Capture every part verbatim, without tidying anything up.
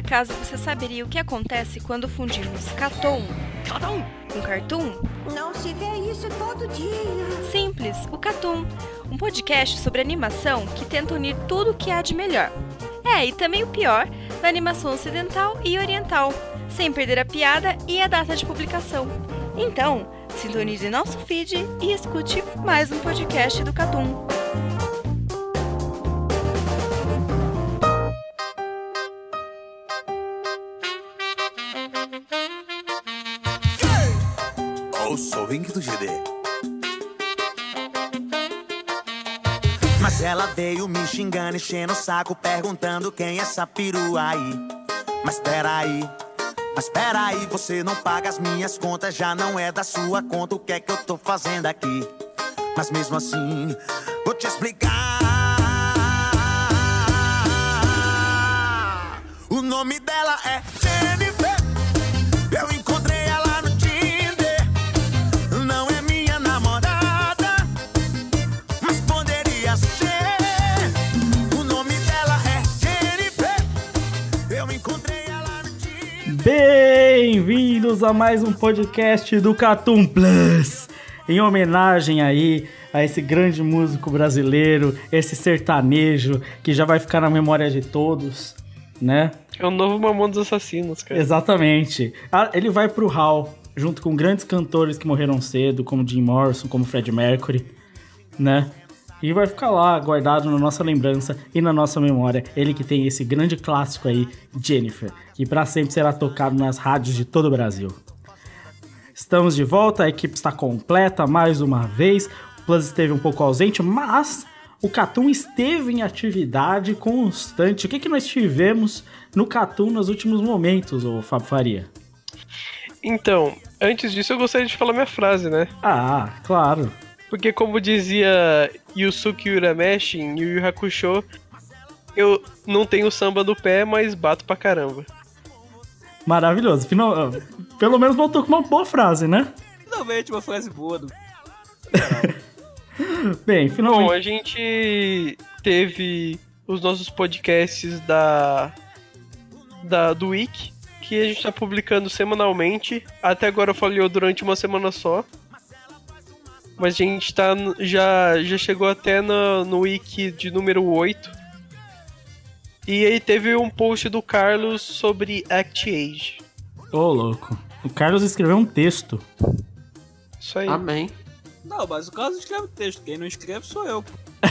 acaso você saberia o que acontece quando fundimos Cartoon com Cartoon? Não se vê isso todo dia. Simples, o Cartoon, um podcast sobre animação que tenta unir tudo o que há de melhor. É, e também o pior da animação ocidental e oriental, sem perder a piada e a data de publicação. Então, sintonize nosso feed e escute mais um podcast do Cartoon. Eu sou Vink do G D. Mas ela veio me xingando, enchendo o saco, perguntando quem é essa perua aí. Mas peraí, mas peraí, você não paga as minhas contas, já não é da sua conta, o que é que eu tô fazendo aqui? Mas mesmo assim, vou te explicar. O nome dela é Jennifer. Eu encontrei ela no Tinder. Não é minha namorada, mas poderia ser. O nome dela é Jennifer. Eu encontrei ela no Tinder. Bem-vindos a mais um podcast do Cartoon Plus. Em homenagem aí a esse grande músico brasileiro, esse sertanejo que já vai ficar na memória de todos, né? É o novo Mamonas Assassinos, cara. Exatamente. Ah, ele vai pro hall, junto com grandes cantores que morreram cedo, como Jim Morrison, como Freddie Mercury, né? E vai ficar lá, guardado na nossa lembrança e na nossa memória. Ele que tem esse grande clássico aí, Jennifer, que pra sempre será tocado nas rádios de todo o Brasil. Estamos de volta, a equipe está completa mais uma vez. O Plus esteve um pouco ausente, mas o Cartoon esteve em atividade constante. O que, que nós tivemos no Cartoon nos últimos momentos, ô Fábio Faria? Então, antes disso eu gostaria de falar minha frase, né? Ah, claro. Porque como dizia Yusuke Urameshi em Yu Yu Hakusho, eu não tenho samba no pé, mas bato pra caramba. Maravilhoso. Final... Pelo menos voltou com uma boa frase, né? Finalmente uma frase boa do... Bem, finalmente... Bom, a gente teve os nossos podcasts da, da do Wiki, que a gente tá publicando semanalmente. Até agora falhou durante uma semana só. Mas a gente tá, já, já chegou até no, no Wiki de número oito. E aí teve um post do Carlos sobre Act Age. Ô, oh, louco. O Carlos escreveu um texto. Isso aí. Amém. Não, mas o Carlos escreve o texto. Quem não escreve sou eu.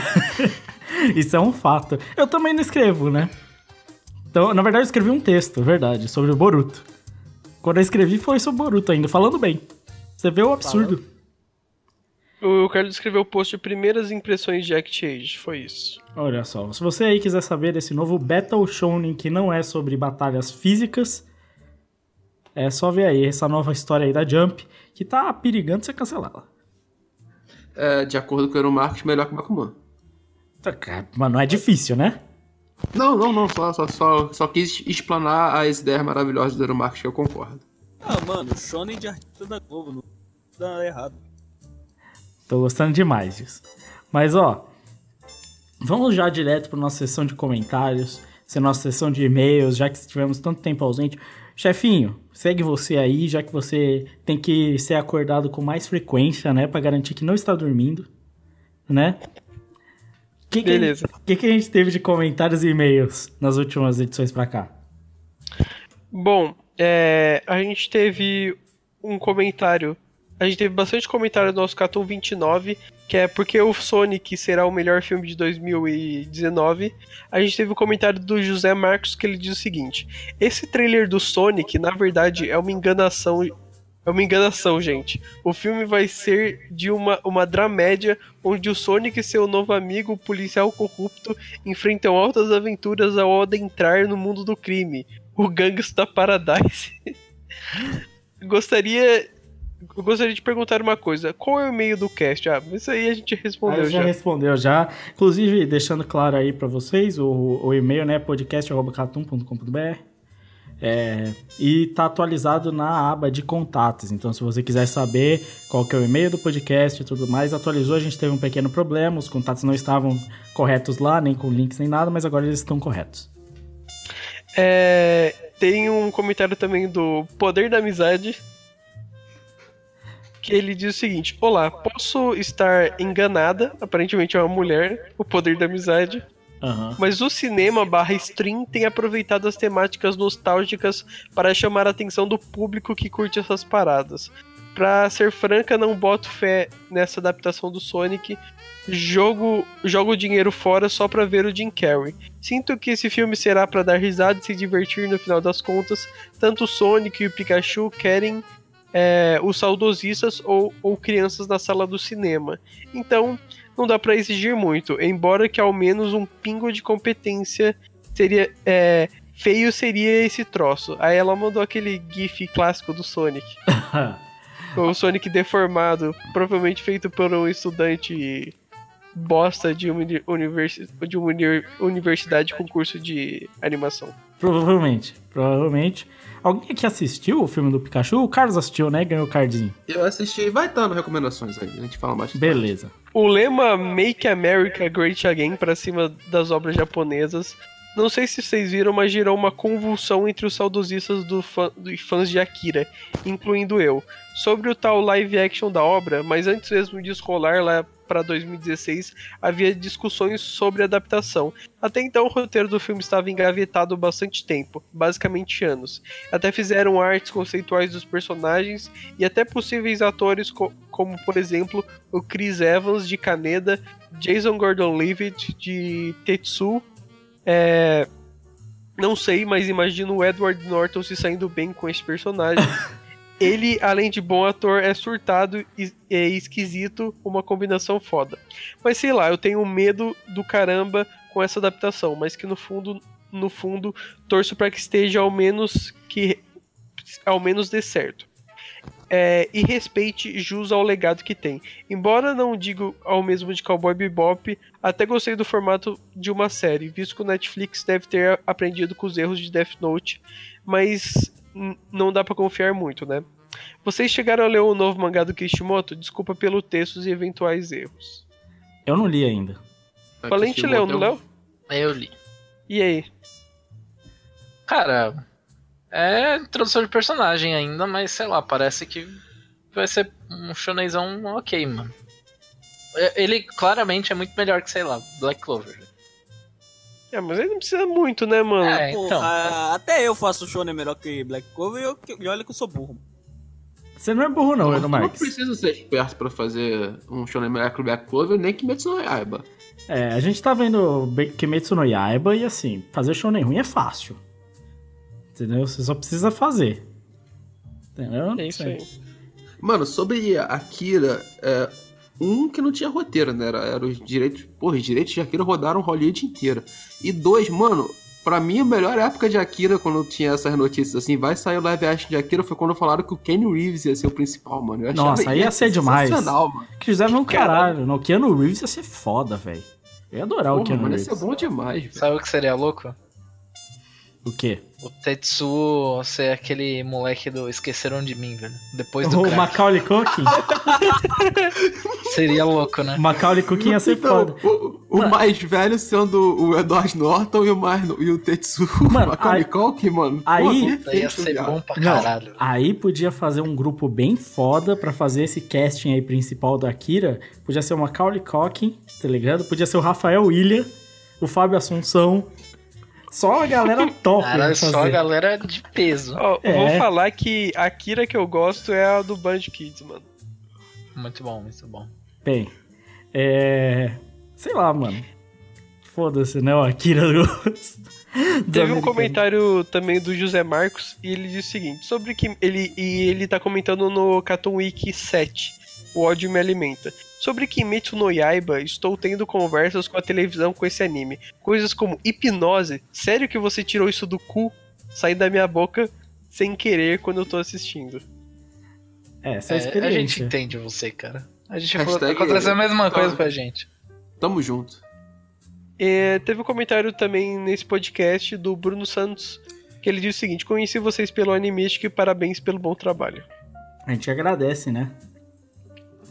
Isso é um fato. Eu também não escrevo, né? Então, na verdade, eu escrevi um texto, verdade, sobre o Boruto. Quando eu escrevi, foi sobre o Boruto ainda, falando bem. Você vê o absurdo. O Carlos escreveu o post de primeiras impressões de Act Age, foi isso. Olha só, se você aí quiser saber desse novo Battle Shonen que não é sobre batalhas físicas, é só ver aí essa nova história aí da Jump, que tá perigando ser cancelada. É, de acordo com o Euromarket, melhor que o Bakuman. Mas não é difícil, né? Não, não, não, só, só, só, só quis explanar as ideias maravilhosas do Euromarket, eu concordo. Ah, mano, o Shonen de artista da Globo, não dá nada errado. Tô gostando demais disso. Mas, ó, vamos já direto pra nossa sessão de comentários, essa nossa sessão de e-mails, já que tivemos tanto tempo ausente. Chefinho, segue você aí, já que você tem que ser acordado com mais frequência, né? Pra garantir que não está dormindo, né? Que que Beleza. O que, que a gente teve de comentários e e-mails nas últimas edições pra cá? Bom, é, a gente teve um comentário... A gente teve bastante comentário do nosso Cartoon vinte e nove, que é porque o Sonic será o melhor filme de dois mil e dezenove. A gente teve um comentário do José Marcos que ele diz o seguinte: esse trailer do Sonic, na verdade, é uma enganação. É uma enganação, gente. O filme vai ser de uma, uma dramédia onde o Sonic e seu novo amigo, o policial corrupto, enfrentam altas aventuras ao adentrar no mundo do crime. O Gangsta Paradise. Gostaria... Eu gostaria de perguntar uma coisa. Qual é o e-mail do cast? Ah, isso aí a gente respondeu ah, já. Já respondeu, já. Inclusive, deixando claro aí pra vocês, o, o e-mail, né, podcast arroba cartoon ponto com ponto b r. É, e tá atualizado na aba de contatos. Então, se você quiser saber qual que é o e-mail do podcast e tudo mais, atualizou. A gente teve um pequeno problema. Os contatos não estavam corretos lá, nem com links, nem nada, mas agora eles estão corretos. É... tem um comentário também do Poder da Amizade, que ele diz o seguinte: olá, posso estar enganada, aparentemente é uma mulher, o poder da amizade, Aham. mas o cinema barra stream tem aproveitado as temáticas nostálgicas para chamar a atenção do público que curte essas paradas. Pra ser franca, não boto fé nessa adaptação do Sonic. Jogo, jogo o dinheiro fora só pra ver o Jim Carrey. Sinto que esse filme será pra dar risada e se divertir no final das contas. Tanto o Sonic e o Pikachu querem é, os saudosistas ou, ou crianças na sala do cinema. Então, não dá pra exigir muito. Embora que ao menos um pingo de competência seria... É, feio seria esse troço. Aí ela mandou aquele gif clássico do Sonic. O Sonic deformado, provavelmente feito por um estudante bosta de uma, universi- de uma uni- universidade com curso de animação. Provavelmente, provavelmente. Alguém aqui assistiu o filme do Pikachu? O Carlos assistiu, né? Ganhou o cardzinho. Eu assisti, vai estar nas recomendações aí, a gente fala mais. Beleza. O lema Make America Great Again pra cima das obras japonesas, não sei se vocês viram, mas gerou uma convulsão entre os saudosistas do fã, dos fãs de Akira, incluindo eu, sobre o tal live action da obra, mas antes mesmo disso rolar lá para dois mil e dezesseis, havia discussões sobre a adaptação. Até então o roteiro do filme estava engavetado há bastante tempo, basicamente anos. Até fizeram artes conceituais dos personagens e até possíveis atores co- como, por exemplo, o Chris Evans de Kaneda, Jason Gordon-Levitt de Tetsuo. É... Não sei, mas imagino o Edward Norton se saindo bem com esse personagem. Ele, além de bom ator, é surtado e é esquisito, uma combinação foda. Mas sei lá, eu tenho medo do caramba com essa adaptação, mas que no fundo, no fundo, torço pra que esteja ao menos que ao menos dê certo. É, e respeite jus ao legado que tem. Embora não digo ao mesmo de Cowboy Bebop, até gostei do formato de uma série, visto que o Netflix deve ter aprendido com os erros de Death Note, mas n- não dá pra confiar muito, né? Vocês chegaram a ler o novo mangá do Kishimoto? Desculpa pelo textos e eventuais erros. Eu não li ainda. Valente leu, não leu? Eu li. E aí? Cara, é introdução de personagem ainda, mas sei lá, parece que vai ser um shonenzão ok, mano. Ele claramente é muito melhor que, sei lá, Black Clover. É, mas ele não precisa muito, né, mano? É, Pô, então. ah, até eu faço shonen melhor que Black Clover e, eu, e olha que eu sou burro. Você não é burro não, Edu Não Marques. precisa ser esperto pra fazer um shonen melhor que o Black Clover, nem Kimetsu no Yaiba. É, a gente tá vendo Be- Kimetsu no Yaiba e assim, fazer shonen ruim é fácil. Entendeu? Você só precisa fazer. Entendeu? É isso aí. Mano, sobre Akira, é, um que não tinha roteiro, né? Era, era os direitos. Porra, os direitos de Akira rodaram Hollywood inteira. E dois, mano, pra mim a melhor época de Akira, quando tinha essas notícias assim, vai sair o live action de Akira, foi quando falaram que o Keanu Reeves ia ser o principal, mano. Eu achava Nossa, aí ia ser demais. sensacional, mano. Que fizeram um caralho. No Keanu Reeves ia ser foda, velho. Eu ia adorar o Porra, Keanu mano, ia Reeves. ser bom demais, velho. Sabe o que seria louco? O quê? O Tetsuo ser aquele moleque do Esqueceram de Mim, velho. Depois do O crack. Macaulay Culkin? Seria louco, né? O Macaulay Culkin ia ser Então, foda. o, o mais velho sendo o Edward Norton e o, mais, e o Tetsuo Mano, Macaulay aí- Culkin, mano. aí- Pô, Ia perfeito, ser viado. bom pra Não, caralho. aí podia fazer um grupo bem foda pra fazer esse casting aí principal do Akira. Podia ser o Macaulay Culkin, tá ligado? Podia ser o Rafael Ilha, o Fábio Assunção. Só a galera top Caralho, ia só a fazer. galera de peso. Ó, eu É. vou falar que a Akira que eu gosto é a do Band Kids, mano. Muito bom, muito bom. Bem, é... Sei lá, mano. Foda-se, né? O Akira eu gosto. Teve um comentário também do José Marcos e ele diz o seguinte, sobre que ele e ele tá comentando no Cartoon Week sete, o ódio me alimenta. Sobre Kimetsu no Yaiba, estou tendo conversas com a televisão com esse anime. Coisas como hipnose. Sério que você tirou isso do cu? Sai da minha boca sem querer quando eu tô assistindo. É, essa é a É, a experiência. gente entende você, cara. A gente Hashtag- aconteceu a mesma coisa Então- com a gente. Tamo junto. É, teve um comentário também nesse podcast do Bruno Santos, que ele diz o seguinte, conheci vocês pelo Animistic e parabéns pelo bom trabalho. A gente agradece, né?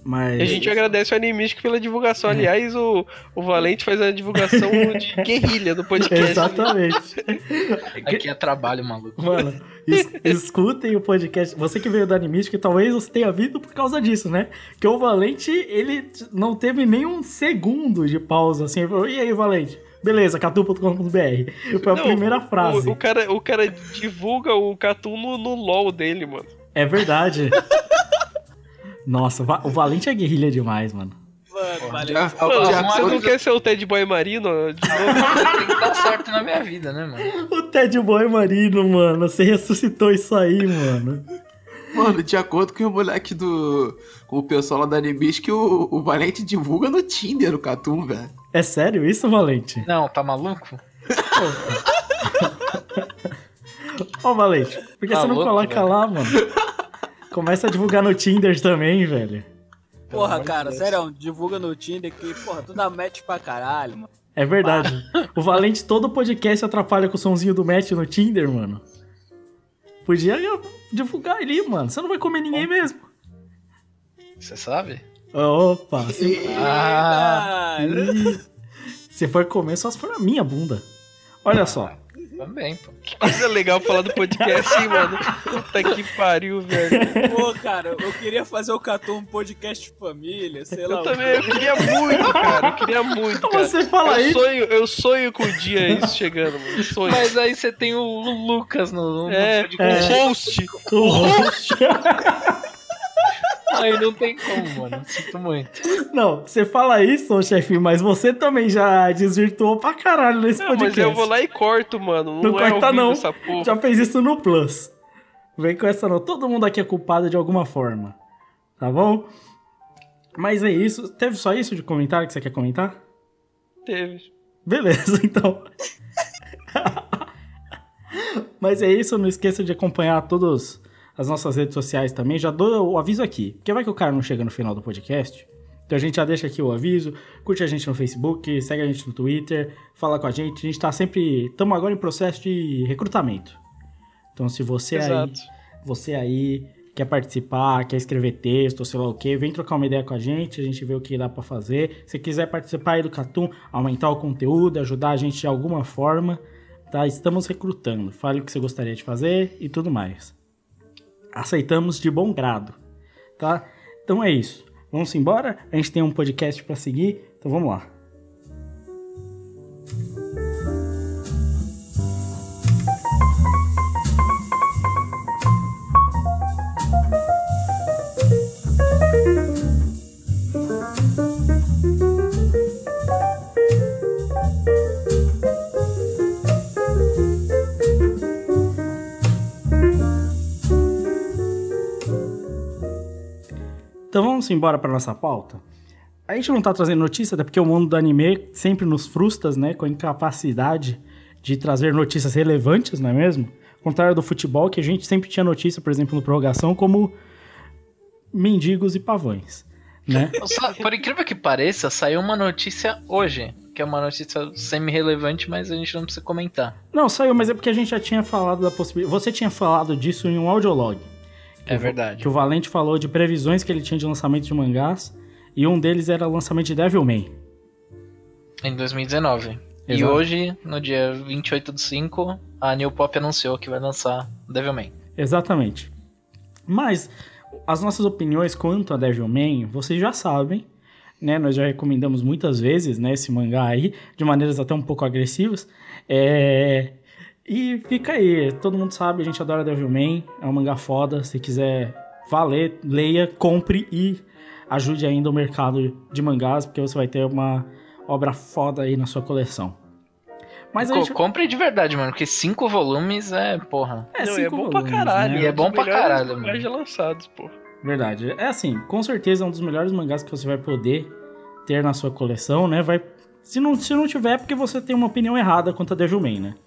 Mas... E a gente agradece o Animistic pela divulgação. Aliás, o, o Valente faz a divulgação de guerrilha do podcast. Exatamente. Aqui é trabalho, maluco. Mano, es- escutem o podcast. Você que veio do Animistic, talvez você tenha vindo por causa disso, né? Que o Valente, ele não teve nem um segundo de pausa, assim. Ele falou, e aí, Valente? Beleza, catu ponto com ponto b r. Foi a Não, primeira frase. O, o, cara, o cara divulga o Catum no, no LOL dele, mano. É verdade. Nossa, va- o Valente é guerrilha demais, mano. Mano, valeu. Já- Mano, já- você não quer ser o Ted Boy Marino de novo? Tem que dar certo na minha vida, né, mano? O Ted Boy Marino, mano. Você ressuscitou isso aí, mano. Mano, de acordo com o moleque do. Com o pessoal lá da Animis, que o, o Valente divulga no Tinder o Catum, velho. É sério isso, Valente? Não, tá maluco? Ó, Valente, por que Tá você não louco, coloca velho? lá, mano? Começa a divulgar no Tinder também, velho. Porra, cara, sério, divulga no Tinder que, porra, tu dá match pra caralho, mano. É verdade. O Valente, todo podcast atrapalha com o sonzinho do match no Tinder, mano. Podia divulgar ali, mano. Você não vai comer ninguém mesmo. Você sabe? Opa, se... Ah, Ih, se for comer, só se for a minha bunda. Olha só. também, pô. Que coisa legal falar do podcast, hein, mano? Puta que pariu, velho. Pô, cara, eu queria fazer o Catum um podcast de família, sei lá. Eu também, eu queria muito, cara. Eu queria muito, cara. Você fala eu isso? sonho, eu sonho com o dia isso chegando, mano. Eu sonho. Mas aí você tem o Lucas no, no É, podcast. o host. O host. Aí não tem como, mano. Sinto muito. Não, você fala isso, ô chefinho, mas você também já desvirtuou pra caralho nesse Não, podcast. mas eu vou lá e corto, mano. Não, Não é corta ao vivo não, essa porra. já fez isso no Plus. Vem com essa não, todo mundo aqui é culpado de alguma forma, tá bom? Mas é isso, teve só isso de comentário que você quer comentar? Teve. Beleza, então. Mas é isso, não esqueça de acompanhar todas as nossas redes sociais também. Já dou o aviso aqui, porque vai que o cara não chega no final do podcast. Então a gente já deixa aqui o aviso, curte a gente no Facebook, segue a gente no Twitter, fala com a gente. A gente tá sempre, estamos agora em processo de recrutamento. Então se você Exato. aí, você aí quer participar, quer escrever texto, ou sei lá o que, vem trocar uma ideia com a gente, a gente vê o que dá pra fazer. Se quiser participar aí do Catum, aumentar o conteúdo, ajudar a gente de alguma forma, tá? Estamos recrutando. Fale o que você gostaria de fazer e tudo mais. Aceitamos de bom grado, tá? Então é isso. Vamos embora? A gente tem um podcast pra seguir, então vamos lá. Então vamos embora para nossa pauta. A gente não tá trazendo notícia, até porque o mundo do anime sempre nos frustra, né, com a incapacidade de trazer notícias relevantes, não é mesmo? Ao contrário do futebol, que a gente sempre tinha notícia, por exemplo, no Prorrogação, como mendigos e pavões, né? Só, por incrível que pareça, saiu uma notícia hoje, que é uma notícia semi-relevante, mas a gente não precisa comentar. Não, saiu, mas é porque a gente já tinha falado da possibilidade... Você tinha falado disso em um audiolog. É verdade. Que o Valente falou de previsões que ele tinha de lançamento de mangás, e um deles era o lançamento de Devilman. Em dois mil e dezenove. E Exato. hoje, no dia vinte e oito do cinco, a New Pop anunciou que vai lançar Devilman. Exatamente. Mas as nossas opiniões quanto a Devilman, vocês já sabem, né? Nós já recomendamos muitas vezes, né, esse mangá aí, de maneiras até um pouco agressivas. É... E fica aí, todo mundo sabe, a gente adora Devilman, é um mangá foda. Se quiser valer, leia, compre e ajude ainda o mercado de mangás, porque você vai ter uma obra foda aí na sua coleção. Mas a Co- gente... Compre de verdade, mano, porque cinco volumes é, porra. É, Não, cinco é bom volumes, pra caralho. né? E é bom um dos pra melhores caralho, mangás mano. já lançados, pô. Verdade. É assim, com certeza é um dos melhores mangás que você vai poder ter na sua coleção, né? Vai... Se não, se não tiver, é porque você tem uma opinião errada quanto a Devilman, né?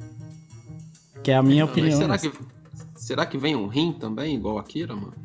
Que é a minha Mas opinião. será que, será que vem um rim também, igual a Akira, mano?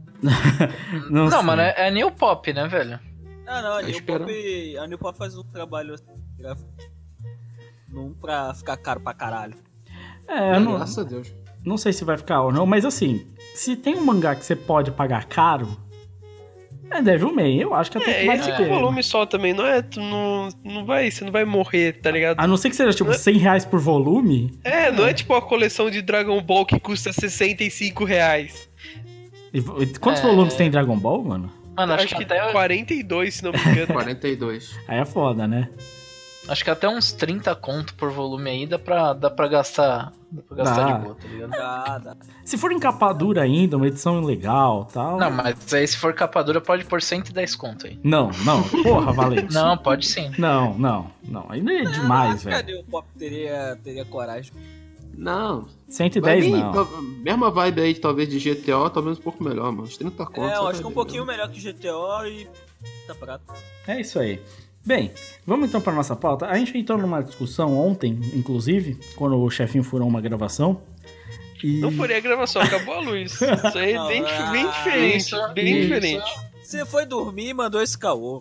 Não, Não, sei. mano, é, é New Pop, né, velho? Não, não, a Eu New, espero. Pop, a New Pop faz um trabalho assim, gráfico. Não pra ficar caro pra caralho. É, eu não, Graças a Deus. não sei se vai ficar ou não, mas assim, se tem um mangá que você pode pagar caro, É, Devilman, eu acho que até É, que vai esse ter. volume só também, não é? Tu não, não vai, você não vai morrer, tá ligado? A não ser que seja, tipo, cem reais por volume. É, não é tipo a coleção de Dragon Ball que custa sessenta e cinco reais. E- e Quantos É. volumes tem Dragon Ball, mano? Mano, acho, Acho que, que até, quarenta e dois, se não me engano. quarenta e dois. Aí é foda, né? acho que até uns trinta conto por volume aí dá pra, dá pra gastar. Dá pra gastar Dá. de boa, tá ligado? Dá, dá. Se for em capa dura ainda, uma edição legal e tal. Não, mas aí se for capa dura pode pôr cento e dez conto aí. Não, não. Porra, Valente. Não, pode sim. Não, não, não. Ainda é demais, velho. Cadê o Pop teria, teria coragem? Não. cento e Vai dez vir, não. tal- mesma vibe aí, talvez, de G T O, talvez um pouco melhor, mano. Uns trinta contos. É, eu você acho que vai um ver. pouquinho melhor que G T O e tá prato. É isso aí. Bem, vamos então para nossa pauta. A gente entrou numa discussão ontem, inclusive, quando o chefinho furou uma gravação. E... Não furei a gravação, acabou a luz. Isso aí é bem, Não, bem ah, diferente, isso, bem isso. diferente. Você foi dormir e mandou esse caô.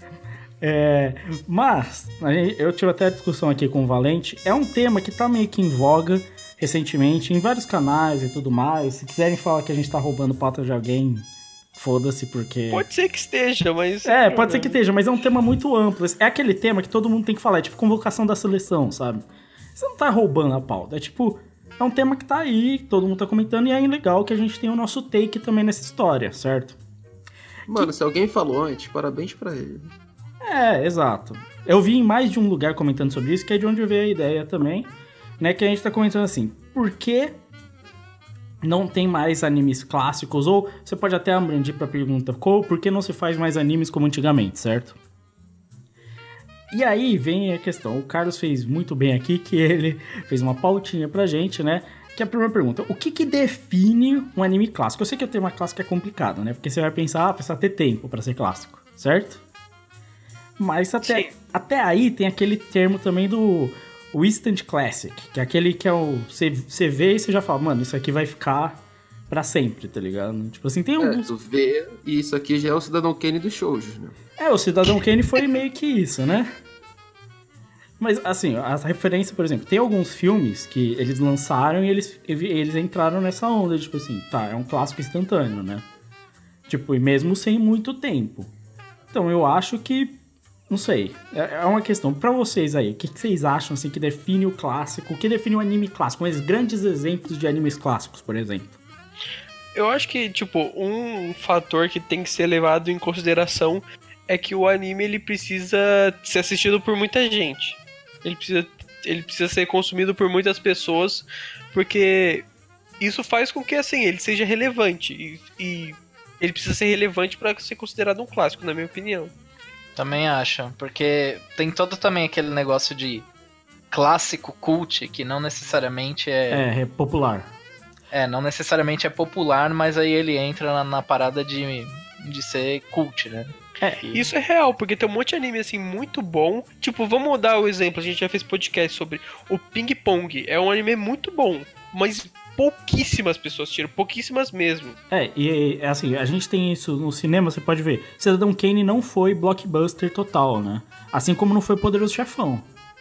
É, mas, a gente- eu tive até a discussão aqui com o Valente. É um tema que tá meio que em voga recentemente, em vários canais e tudo mais. Se quiserem falar que a gente tá roubando pauta de alguém, foda-se, porque... Pode ser que esteja, mas. É, pode ser que esteja, mas é um tema muito amplo. É aquele tema que todo mundo tem que falar, é tipo convocação da seleção, sabe? Você não tá roubando a pauta, é tipo... É um tema que tá aí, todo mundo tá comentando, e é legal que a gente tem o nosso take também nessa história, certo? Mano, se alguém falou antes, parabéns pra ele. É, exato. Eu vi em mais de um lugar comentando sobre isso, que é de onde veio a ideia também, né? Que a gente tá comentando assim, por que não tem mais animes clássicos? Ou você pode até abrandir pra pergunta, qual- por que não se faz mais animes como antigamente, certo? E aí vem a questão, o Carlos fez muito bem aqui, que ele fez uma pautinha pra gente, né? Que é a primeira pergunta, o que que define um anime clássico? Eu sei que o tema clássico é complicado, né? Porque você vai pensar, ah, precisa ter tempo pra ser clássico, certo? Mas até, Sim. até aí tem aquele termo também do o Instant Classic, que é aquele que é o... Você, você vê e você já fala, mano, isso aqui vai ficar pra sempre, tá ligado? Tipo assim, tem É, alguns... tu vê, e isso aqui já é o Cidadão Kane dos shoujos, né? É, o Cidadão Kane foi meio que isso, né? Mas, assim, a referência, por exemplo, tem alguns filmes que eles lançaram e eles, eles entraram nessa onda, tipo assim, tá, é um clássico instantâneo, né? Tipo, e mesmo sem muito tempo. Então, eu acho que, não sei, é é uma questão. Pra vocês aí, o que, que vocês acham, assim, que define o clássico? O que define o anime clássico? Mas grandes exemplos de animes clássicos, por exemplo. Eu acho que, tipo, um fator que tem que ser levado em consideração é que o anime ele precisa ser assistido por muita gente. Ele precisa, ele precisa ser consumido por muitas pessoas, porque isso faz com que, assim, ele seja relevante. E, e ele precisa ser relevante para ser considerado um clássico, na minha opinião. Também acho, porque tem todo também aquele negócio de clássico cult, que não necessariamente é... É, é popular. É, não necessariamente é popular, mas aí ele entra na, na parada de, de ser cult, né? É, E- Isso é real, porque tem um monte de anime, assim, muito bom. Tipo, vamos dar o exemplo, a gente já fez podcast sobre o Ping Pong. É um anime muito bom, mas pouquíssimas pessoas tiram, pouquíssimas mesmo. É, e é assim, a gente tem isso no cinema, você pode ver. Cidadão Kane não foi blockbuster total, né? Assim como não foi Poderoso Chefão.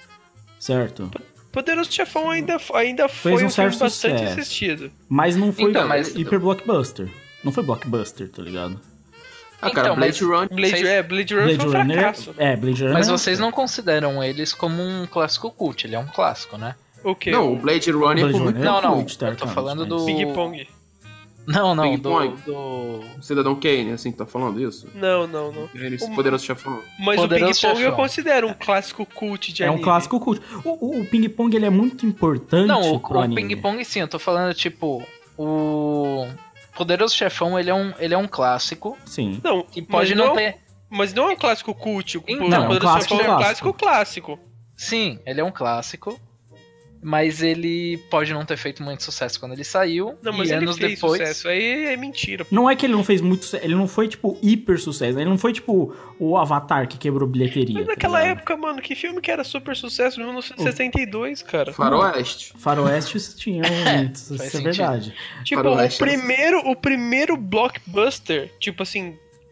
Certo? Poderoso Chefão ainda, ainda foi um um, filme certo bastante sucesso. assistido. Mas não foi Então, mas- hiper blockbuster. Não foi blockbuster, tá ligado? Ah, cara, Então, Blade mas- Runner. Blade, Vocês- é, Blade Runner foi um fracasso. É, Blade Runner. Mas vocês não consideram eles como um clássico cult, ele é um clássico, né? O quê? Não, o Blade Runner Blade foi muito Runner Não, não, cult, eu tô teoricamente, falando mas- do... Ping Pong. Não, não, Ping do, Pong. do... Cidadão Kane, assim, que tá falando isso? Não, não, não. Ele, O- Poderoso Chefão. Mas Poderoso o Ping Pong eu Chefão. considero um clássico cult de É um anime. clássico cult. O, o, o Ping Pong, ele é muito importante Não, o, pro o anime. Ping Pong sim, eu tô falando, tipo, o Poderoso Chefão, ele é um, ele é um clássico, Sim. Não, que pode mas não não, ter... mas não é um clássico cult. O Então, Não, é um Poderoso clássico Chefão é um clássico. clássico clássico. Sim, ele é um clássico, mas ele pode não ter feito muito sucesso quando ele saiu, Não, mas e ele anos fez depois... sucesso. Aí é mentira. Não é que ele não fez muito sucesso, ele não foi, tipo, hiper sucesso. Ele não foi, tipo, o Avatar que quebrou bilheteria. Mas tá naquela ligado? época, mano, que filme que era super sucesso? mil novecentos e sessenta e dois, cara. Faroeste. Faroestes tinham muitos, faz isso é sentido. verdade. Tipo, o Faroeste. primeiro, o primeiro blockbuster, tipo assim,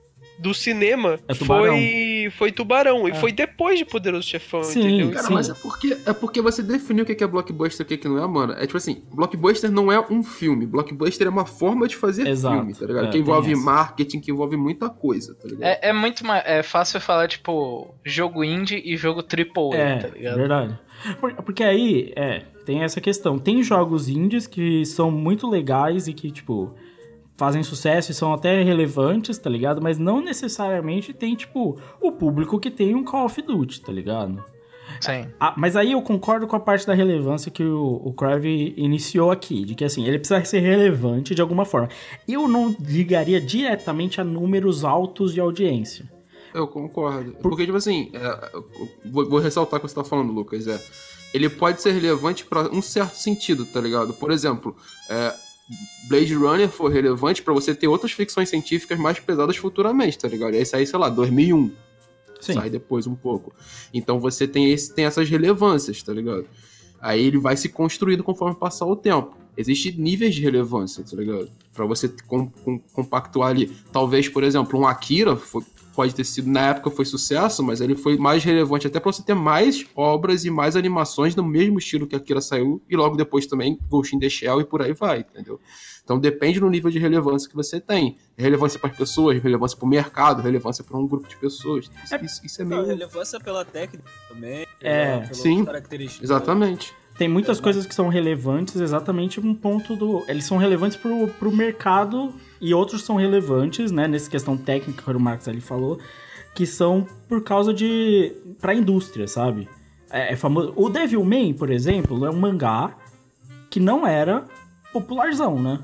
do cinema É Tubarão. foi, foi Tubarão. É. E foi depois de Poderoso Chefão, Sim, entendeu? Cara, sim. mas é porque, é porque você definiu o que é blockbuster e o que é que não é, mano. É tipo assim, blockbuster não é um filme. Blockbuster é uma forma de fazer Exato. filme, tá ligado? É, que envolve tem essa. marketing, que envolve muita coisa, tá ligado? É, é muito mais. É fácil falar, tipo, jogo indie e jogo triple A, É, tá ligado? verdade. Por- Porque aí, é, tem essa questão. Tem jogos indies que são muito legais e que, tipo, fazem sucesso e são até relevantes, tá ligado? Mas não necessariamente tem, tipo, o público que tem um Call of Duty, tá ligado? Sim. Ah, mas aí eu concordo com a parte da relevância que o, o Crave iniciou aqui, de que assim, ele precisa ser relevante de alguma forma. Eu não ligaria diretamente a números altos de audiência. Eu concordo. Porque, tipo assim, é, eu vou, vou ressaltar o que você tá falando, Lucas. É, ele pode ser relevante pra um certo sentido, tá ligado? Por exemplo, é, Blade Runner foi relevante pra você ter outras ficções científicas mais pesadas futuramente, tá ligado? E aí sai, sei lá, dois mil e um. Sim. Sai depois um pouco. Então você tem, esse, tem essas relevâncias, tá ligado? Aí ele vai se construindo conforme passar o tempo. Existem níveis de relevância, tá ligado? Pra você com, com, compactuar ali. Talvez, por exemplo, um Akira foi, pode ter sido, na época foi sucesso, mas ele foi mais relevante até pra você ter mais obras e mais animações no mesmo estilo que Akira saiu, e logo depois também Ghost in the Shell e por aí vai, entendeu? Então depende do nível de relevância que você tem. Relevância para as pessoas, relevância para o mercado, relevância para um grupo de pessoas. Isso é, isso, isso é Não, meio... relevância pela técnica também. É, pelas sim, características. exatamente. Tem muitas coisas que são relevantes exatamente um ponto do... Eles são relevantes pro, pro mercado e outros são relevantes, né? Nessa questão técnica que o Marcos ali falou, que são por causa de... pra indústria, sabe? É, é famoso... O Devilman, por exemplo, é um mangá que não era popularzão, né?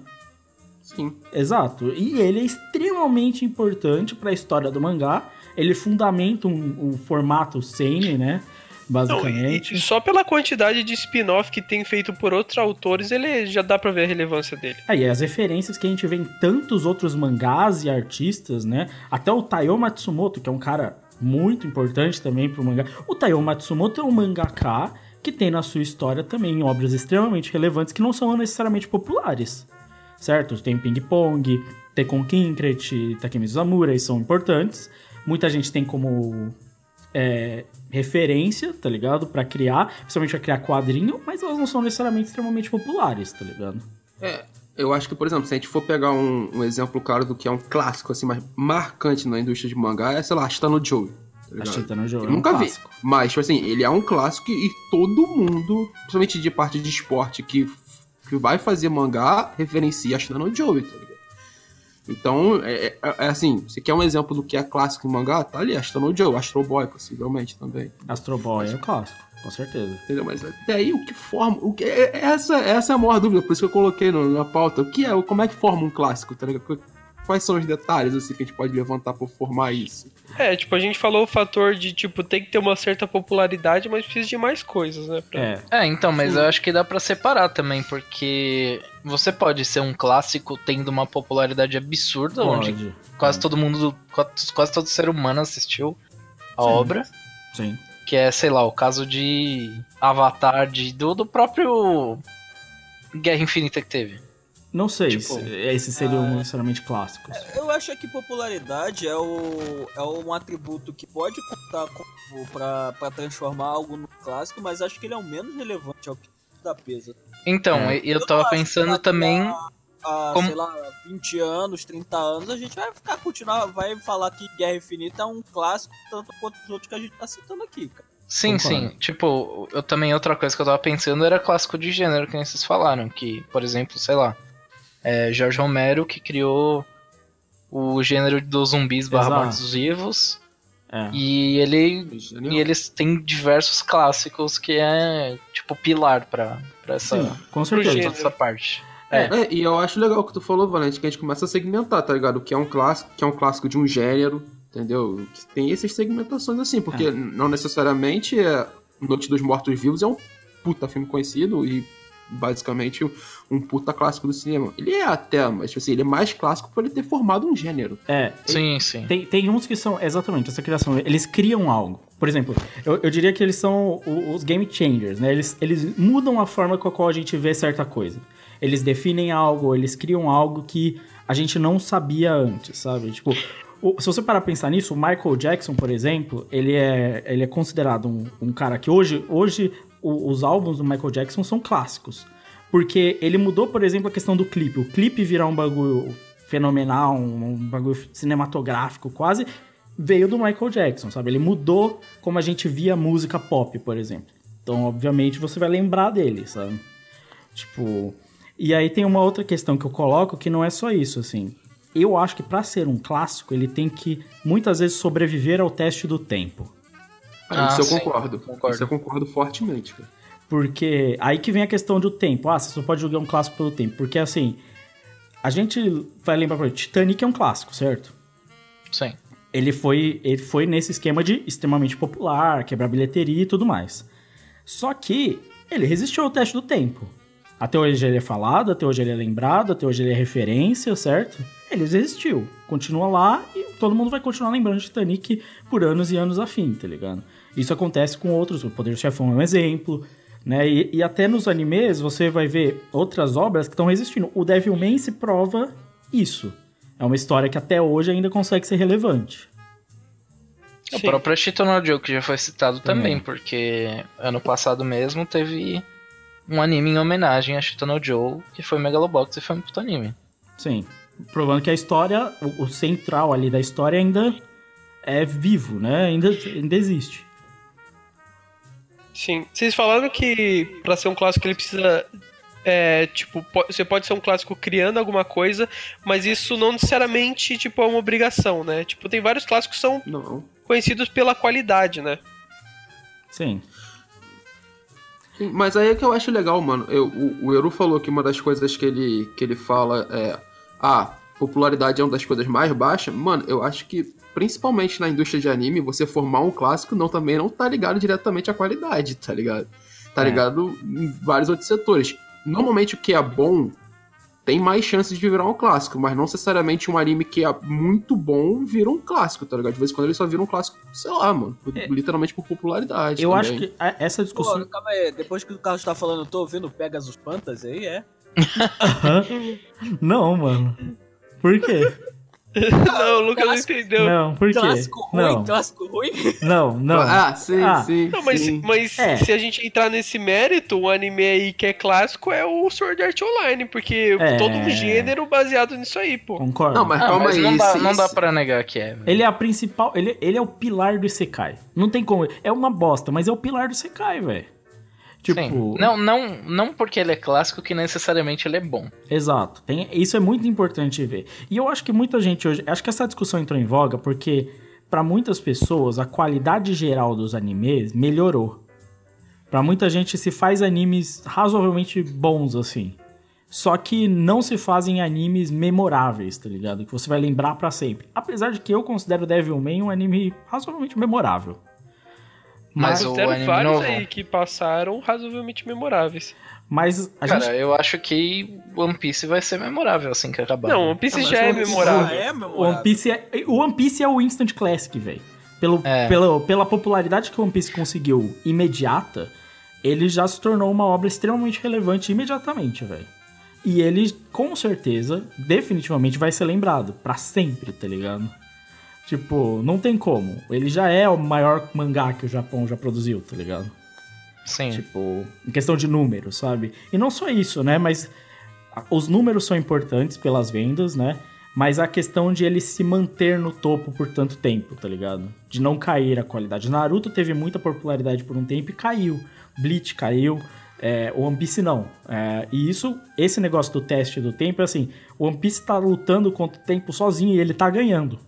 Sim. Exato. E ele é extremamente importante pra história do mangá. Ele fundamenta um, um formato seinen, né? Basicamente. Não, e só pela quantidade de spin-off que tem feito por outros autores, ele já dá pra ver a relevância dele. Aí, as referências que a gente vê em tantos outros mangás e artistas, né? Até o Taiyo Matsumoto, que é um cara muito importante também pro mangá. O Taiyo Matsumoto é um mangaka que tem na sua história também obras extremamente relevantes que não são necessariamente populares, certo? Tem Ping Pong, Tekken Kinkret, Takemizu Samurai, são importantes. Muita gente tem como... É, referência, tá ligado? Pra criar, principalmente pra criar quadrinho, mas elas não são necessariamente extremamente populares, tá ligado? É, eu acho que, por exemplo, se a gente for pegar um, um exemplo claro do que é um clássico, assim, mais marcante na indústria de mangá, é, sei lá, Ashita no Joe. Tá ligado? Ashita no Joe Eu é um nunca vi, clássico. mas, tipo assim, ele é um clássico e todo mundo, principalmente de parte de esporte, que, que vai fazer mangá, referencia Ashita no Joe, tá ligado? Então, é, é, é assim, você quer um exemplo do que é clássico em mangá? Tá ali, Ashita no Joe, Astro Boy, possivelmente, também. Astro Boy é um clássico, com certeza. Entendeu? Mas até aí, o que forma... O que, é- essa, essa é a maior dúvida, por isso que eu coloquei no- na pauta. O que é, como é que forma um clássico, tá ligado? Quais são os detalhes, assim, que a gente pode levantar pra formar isso? É, tipo, a gente falou o fator de, tipo, tem que ter uma certa popularidade, mas precisa de mais coisas, né? Pra... É, É, então, mas eu acho que dá pra separar também, porque você pode ser um clássico tendo uma popularidade absurda, onde pode. quase todo mundo, quase, quase todo ser humano assistiu a Sim. obra, Sim. que é, sei lá, o caso de Avatar, de, do, do próprio Guerra Infinita que teve. Não sei Tipo, se esses seriam ah, necessariamente clássicos. Eu acho que popularidade é, o, é um atributo que pode contar como pra, pra transformar algo no clássico, mas acho que ele é o menos relevante ao que dá peso. Então, É. eu, eu tava acho que pensando daqui também... a, a, como- sei lá, vinte anos, trinta anos, a gente vai ficar continuar, vai falar que Guerra Infinita é um clássico tanto quanto os outros que a gente tá citando aqui, cara. Sim, Concordo. sim. Tipo, eu também, outra coisa que eu tava pensando era clássico de gênero, que nem vocês falaram. Que, por exemplo, sei lá, é Jorge Romero que criou o gênero dos zumbis barra Exato. mortos-vivos. É. E ele. Genial. E eles têm diversos clássicos que é, tipo, pilar pra, pra essa, Sim, com pra certeza. toda essa parte. É. É. É, e eu acho legal o que tu falou, Valente, que a gente começa a segmentar, tá ligado? O que é um clássico, que é um clássico de um gênero, entendeu? Que tem essas segmentações assim, porque É. não necessariamente é Noite dos Mortos-Vivos é um puta filme conhecido e basicamente um puta clássico do cinema. Ele é até, mas tipo assim, ele é mais clássico por ele ter formado um gênero. É, Sim, sim. Tem, tem uns que são exatamente essa criação. Eles criam algo. Por exemplo, eu, eu diria que eles são o- os game changers, né? Eles, eles mudam a forma com a qual a gente vê certa coisa. Eles definem algo, eles criam algo que a gente não sabia antes, sabe? Tipo, o- se você parar pra pensar nisso, o Michael Jackson, por exemplo, ele é, ele é considerado um, um cara que hoje, hoje o- os álbuns do Michael Jackson são clássicos. Porque ele mudou, por exemplo, a questão do clipe. O clipe virar um bagulho fenomenal, um, um bagulho cinematográfico quase, veio do Michael Jackson, sabe? Ele mudou como a gente via música pop, por exemplo. Então, obviamente, você vai lembrar dele, sabe? Tipo... E aí tem uma outra questão que eu coloco que não é só isso, assim. Eu acho que pra ser um clássico, ele tem que, muitas vezes, sobreviver ao teste do tempo. Ah, Ah, isso eu sim, concordo. concordo. Isso eu concordo fortemente, cara. Porque aí que vem a questão do tempo. Ah, você só pode julgar um clássico pelo tempo. Porque, assim, a gente vai lembrar, por exemplo, Titanic é um clássico, certo? Sim. Ele foi, ele foi nesse esquema de extremamente popular, quebrar bilheteria e tudo mais. Só que ele resistiu ao teste do tempo. Até hoje ele é falado, até hoje ele é lembrado, até hoje ele é referência, certo? Ele resistiu. Continua lá e todo mundo vai continuar lembrando de Titanic por anos e anos a fim, tá ligado? Isso acontece com outros. O Poder do Chefão é um exemplo, né? E, e até nos animes você vai ver outras obras que estão resistindo. O Devilman prova isso. É uma história que até hoje ainda consegue ser relevante. O Sim. próprio Cheeto no Joe, que já foi citado também, Também. porque ano passado mesmo teve um anime em homenagem a Cheeto no Joe, que foi Megalobox e foi um puto anime. Sim. Provando que a história, o, o central ali da história ainda é vivo, né? Ainda, ainda existe. Sim. Vocês falaram que pra ser um clássico ele precisa. É, tipo, po- você pode ser um clássico criando alguma coisa, mas isso não necessariamente, tipo, é uma obrigação, né? Tipo, tem vários clássicos que são Não. conhecidos pela qualidade, né? Sim. Sim, mas aí é que eu acho legal, mano. Eu, o, o Eru falou que uma das coisas que ele, que ele fala é... Ah, popularidade é uma das coisas mais baixas. Mano, eu acho que, principalmente na indústria de anime, você formar um clássico não, também não tá ligado diretamente à qualidade, tá ligado? Tá É. ligado em vários outros setores. Normalmente o que é bom tem mais chances de virar um clássico, mas não necessariamente um anime que é muito bom vira um clássico, tá ligado? De vez em quando ele só vira um clássico, sei lá, mano. por- É. Literalmente por popularidade. Eu também. acho que a- essa discussão... Pô, calma aí, depois que o Carlos tá falando, eu tô ouvindo Pegasus Fantasy aí, é? Não, mano. Por quê? Não, o Lucas não clássico- entendeu. Não, por quê? Clássico ruim, Não, clássico ruim. não, não. Ah, sim, Ah, sim. Não, mas, sim. mas É. se a gente entrar nesse mérito, um anime aí que é clássico é o Sword Art Online, porque É. todo um gênero baseado nisso aí, pô. Concordo. Não, mas Ah, calma mas aí. não dá, se- não dá se- pra negar que é. velho. Ele é a principal... Ele, ele é o pilar do Isekai. Não tem como... É uma bosta, mas é o pilar do Isekai, velho. Tipo... Sim. Não, não, não porque ele é clássico que necessariamente ele é bom. Exato. Tem, isso é muito importante ver. E eu acho que muita gente hoje... Acho que essa discussão entrou em voga porque, pra muitas pessoas, a qualidade geral dos animes melhorou. Pra muita gente se faz animes razoavelmente bons, assim. Só que não se fazem animes memoráveis, tá ligado? Que você vai lembrar pra sempre. Apesar de que eu considero Devilman um anime razoavelmente memorável. Mas Mas, o Fizeram anime vários novo... aí que passaram razoavelmente memoráveis. mas a Cara, gente... eu acho que One Piece vai ser memorável assim que acabar. Não, One Piece Ah, mas já é One Piece memorável. Ah, é, O memorável. One Piece é, o One Piece é o Instant Classic, velho. Pelo, É. pela, pela popularidade que o One Piece conseguiu imediata, ele já se tornou uma obra extremamente relevante imediatamente, velho. E ele, com certeza, definitivamente vai ser lembrado pra sempre, tá ligado? Tipo, não tem como. Ele já é o maior mangá que o Japão já produziu, tá ligado? Sim. Tipo, em questão de números, sabe? E não só isso, né? Mas a- os números são importantes pelas vendas, né? Mas a questão de ele se manter no topo por tanto tempo, tá ligado? De não cair a qualidade. Naruto teve muita popularidade por um tempo e caiu. Bleach caiu. É, o One Piece não. É, e isso, esse negócio do teste do tempo é assim: o One Piece tá lutando contra o tempo sozinho e ele tá ganhando.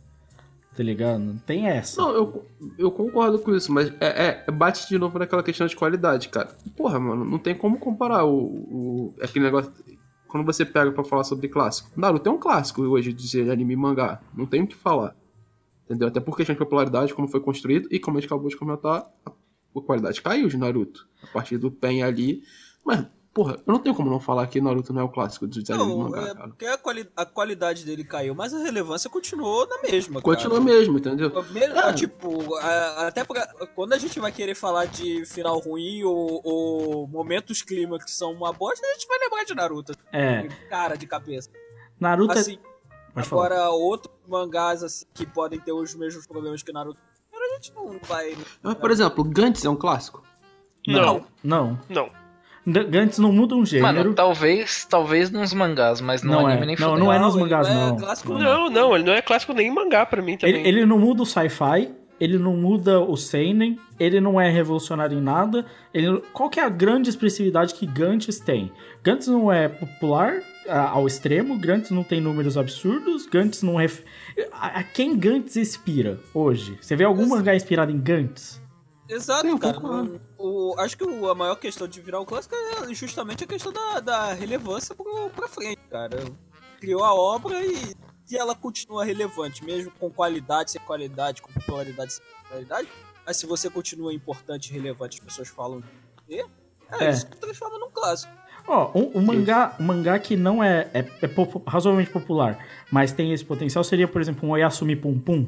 Tá ligado? Não tem essa. Não, eu, eu concordo com isso, mas é, é- bate de novo naquela questão de qualidade, cara. Porra, mano, não tem como comparar o, o aquele negócio. Quando você pega pra falar sobre clássico. Naruto é um clássico hoje de anime e mangá. Não tem o que falar. Entendeu? Até por questão de popularidade, como foi construído, e como a gente acabou de comentar, a qualidade caiu de Naruto. A partir do Pen ali. Mas, porra, eu não tenho como não falar que Naruto não é o clássico dos anime e Não, mangá, é cara. porque a, quali- a qualidade dele caiu, mas a relevância continuou na mesma, Continua cara. mesmo, entendeu? Mesmo, É. Tipo, a- até pra, quando a gente vai querer falar de final ruim ou, ou momentos clímax que são uma bosta, a gente vai lembrar de Naruto. É. Cara, de cabeça. Naruto é- Assim, Pode falar. Agora, outros mangás assim, que podem ter os mesmos problemas que Naruto, a gente não vai... Mas, por exemplo, Gantz é um clássico? Não, Não. não. G- Gantz não muda um gênero. Mano, talvez, talvez nos mangás, mas no Não anime é. nem Não, fudendo. não é nos ele mangás, é não. clássico, Não, não, ele não é clássico nem em mangá pra mim também. Ele, ele não muda o sci-fi, ele não muda o seinen, ele não é revolucionário em nada. Ele, qual que é a grande expressividade que Gantz tem? Gantz não é popular a- ao extremo, Gantz não tem números absurdos, Gantz não é... A, a quem Gantz inspira hoje? Você vê algum mangá inspirado em Gantz? Exato, Sim, eu cara. concordo. Não- o, acho que o- a maior questão de virar um clássico é justamente a questão da, da relevância pro, pra frente, cara. Criou a obra e se ela continua relevante, mesmo com qualidade, sem qualidade, com popularidade, sem popularidade, mas se você continua importante e relevante, as pessoas falam de você, é, É. isso que transforma num clássico. Ó, um, um mangá, um mangá que não é, é, é popu- razoavelmente popular, mas tem esse potencial, seria, por exemplo, um Oyasumi Pum Pum.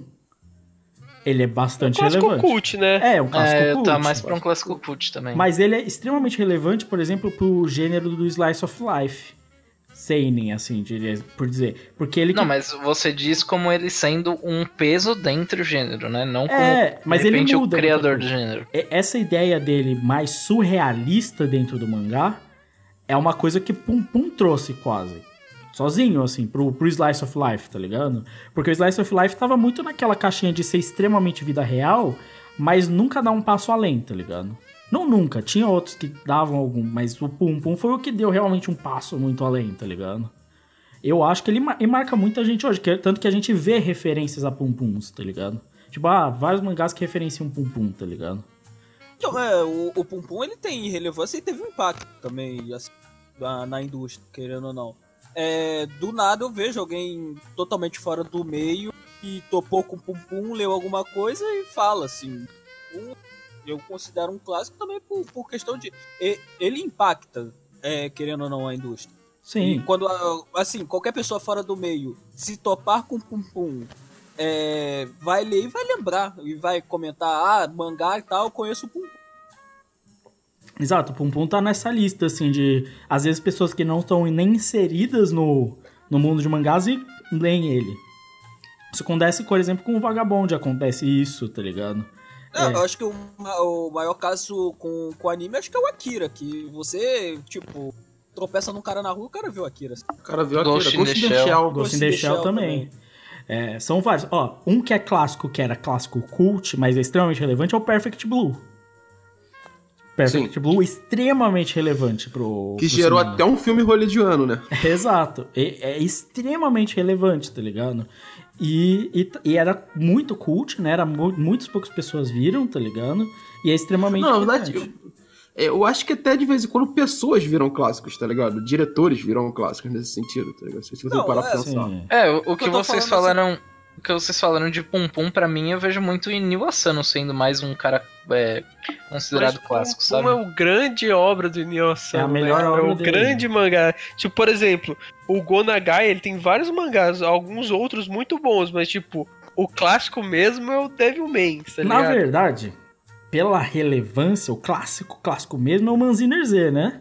Ele é bastante Clássico relevante. cult, né? É, um clássico É, cult. tá mais pra um clássico cult também. Mas ele é extremamente relevante, por exemplo, pro gênero do Slice of Life. Seinen, assim, diria, por dizer. Porque ele... Não, que- mas você diz como ele sendo um peso dentro do gênero, né? Não como, É, mas de ele repente, muda o criador muita do coisa. gênero. E- Essa ideia dele mais surrealista dentro do mangá é uma coisa que Pum Pum trouxe quase. Sozinho, assim, pro, pro Slice of Life, tá ligado? Porque o Slice of Life tava muito naquela caixinha de ser extremamente vida real, mas nunca dar um passo além, tá ligado? Não nunca, tinha outros que davam algum, mas o Pum Pum foi o que deu realmente um passo muito além, tá ligado? Eu acho que ele, mar- ele marca muita gente hoje, que- tanto que a gente vê referências a Pum Pums, tá ligado? Tipo, ah, vários mangás que referenciam Pum Pum, tá ligado? Então, é, o, o Pum Pum, ele tem relevância e teve um impacto também, assim, na, na indústria, querendo ou não. É, do nada eu vejo alguém totalmente fora do meio e topou com o Pum Pum, leu alguma coisa e fala, assim... Um, eu considero um clássico também por, por questão de... e- Ele impacta, é, querendo ou não, a indústria. E Sim. quando, ah, assim, qualquer pessoa fora do meio se topar com Pum Pum, é, vai ler e vai lembrar. E vai comentar, ah, mangá e tal, eu conheço o Pum Pum. Exato, o Pum Pum tá nessa lista, assim, de... Às vezes pessoas que não estão nem inseridas no, no mundo de mangás e leem ele. Isso acontece, por exemplo, com o Vagabond, acontece isso, tá ligado? Não, É. eu acho que o, ma- o maior caso com, com anime, acho que é o Akira, que você, tipo, tropeça num cara na rua, o cara viu o Akira. assim. O cara viu Ghost aquele in the Ghost in the Shell. Shell. Ghost in the Shell também. É, são vários. Ó, um que é clássico, que era clássico cult, mas é extremamente relevante, é o Perfect Blue. Perfect Sim. Blue, extremamente relevante pro Que pro gerou cinema. até um filme hollywoodiano, né? Exato. É, é extremamente relevante, tá ligado? E, e, e era muito cult, né? Era mu- muitas poucas pessoas viram, tá ligado? E é extremamente Não, na verdade, relevante. eu, eu acho que até de vez em quando pessoas viram clássicos, tá ligado? Diretores viram clássicos nesse sentido, tá ligado? Se você Não, parar é, pra pensar. Sim. É, o, o que Eu tô vocês falando falaram. O que vocês falaram de Pum Pum, pra mim, eu vejo muito em Inio Asano sendo mais um cara é, considerado Mas clássico, Pum sabe? Pum é o grande obra do Inio Asano, É a melhor né? obra É o dele. grande mangá. Tipo, por exemplo, o Gonagai, ele tem vários mangás, alguns outros muito bons, mas tipo, o clássico mesmo é o Devilman, tá Na ligado? verdade, pela relevância, o clássico, clássico mesmo é o Manziner Z, né?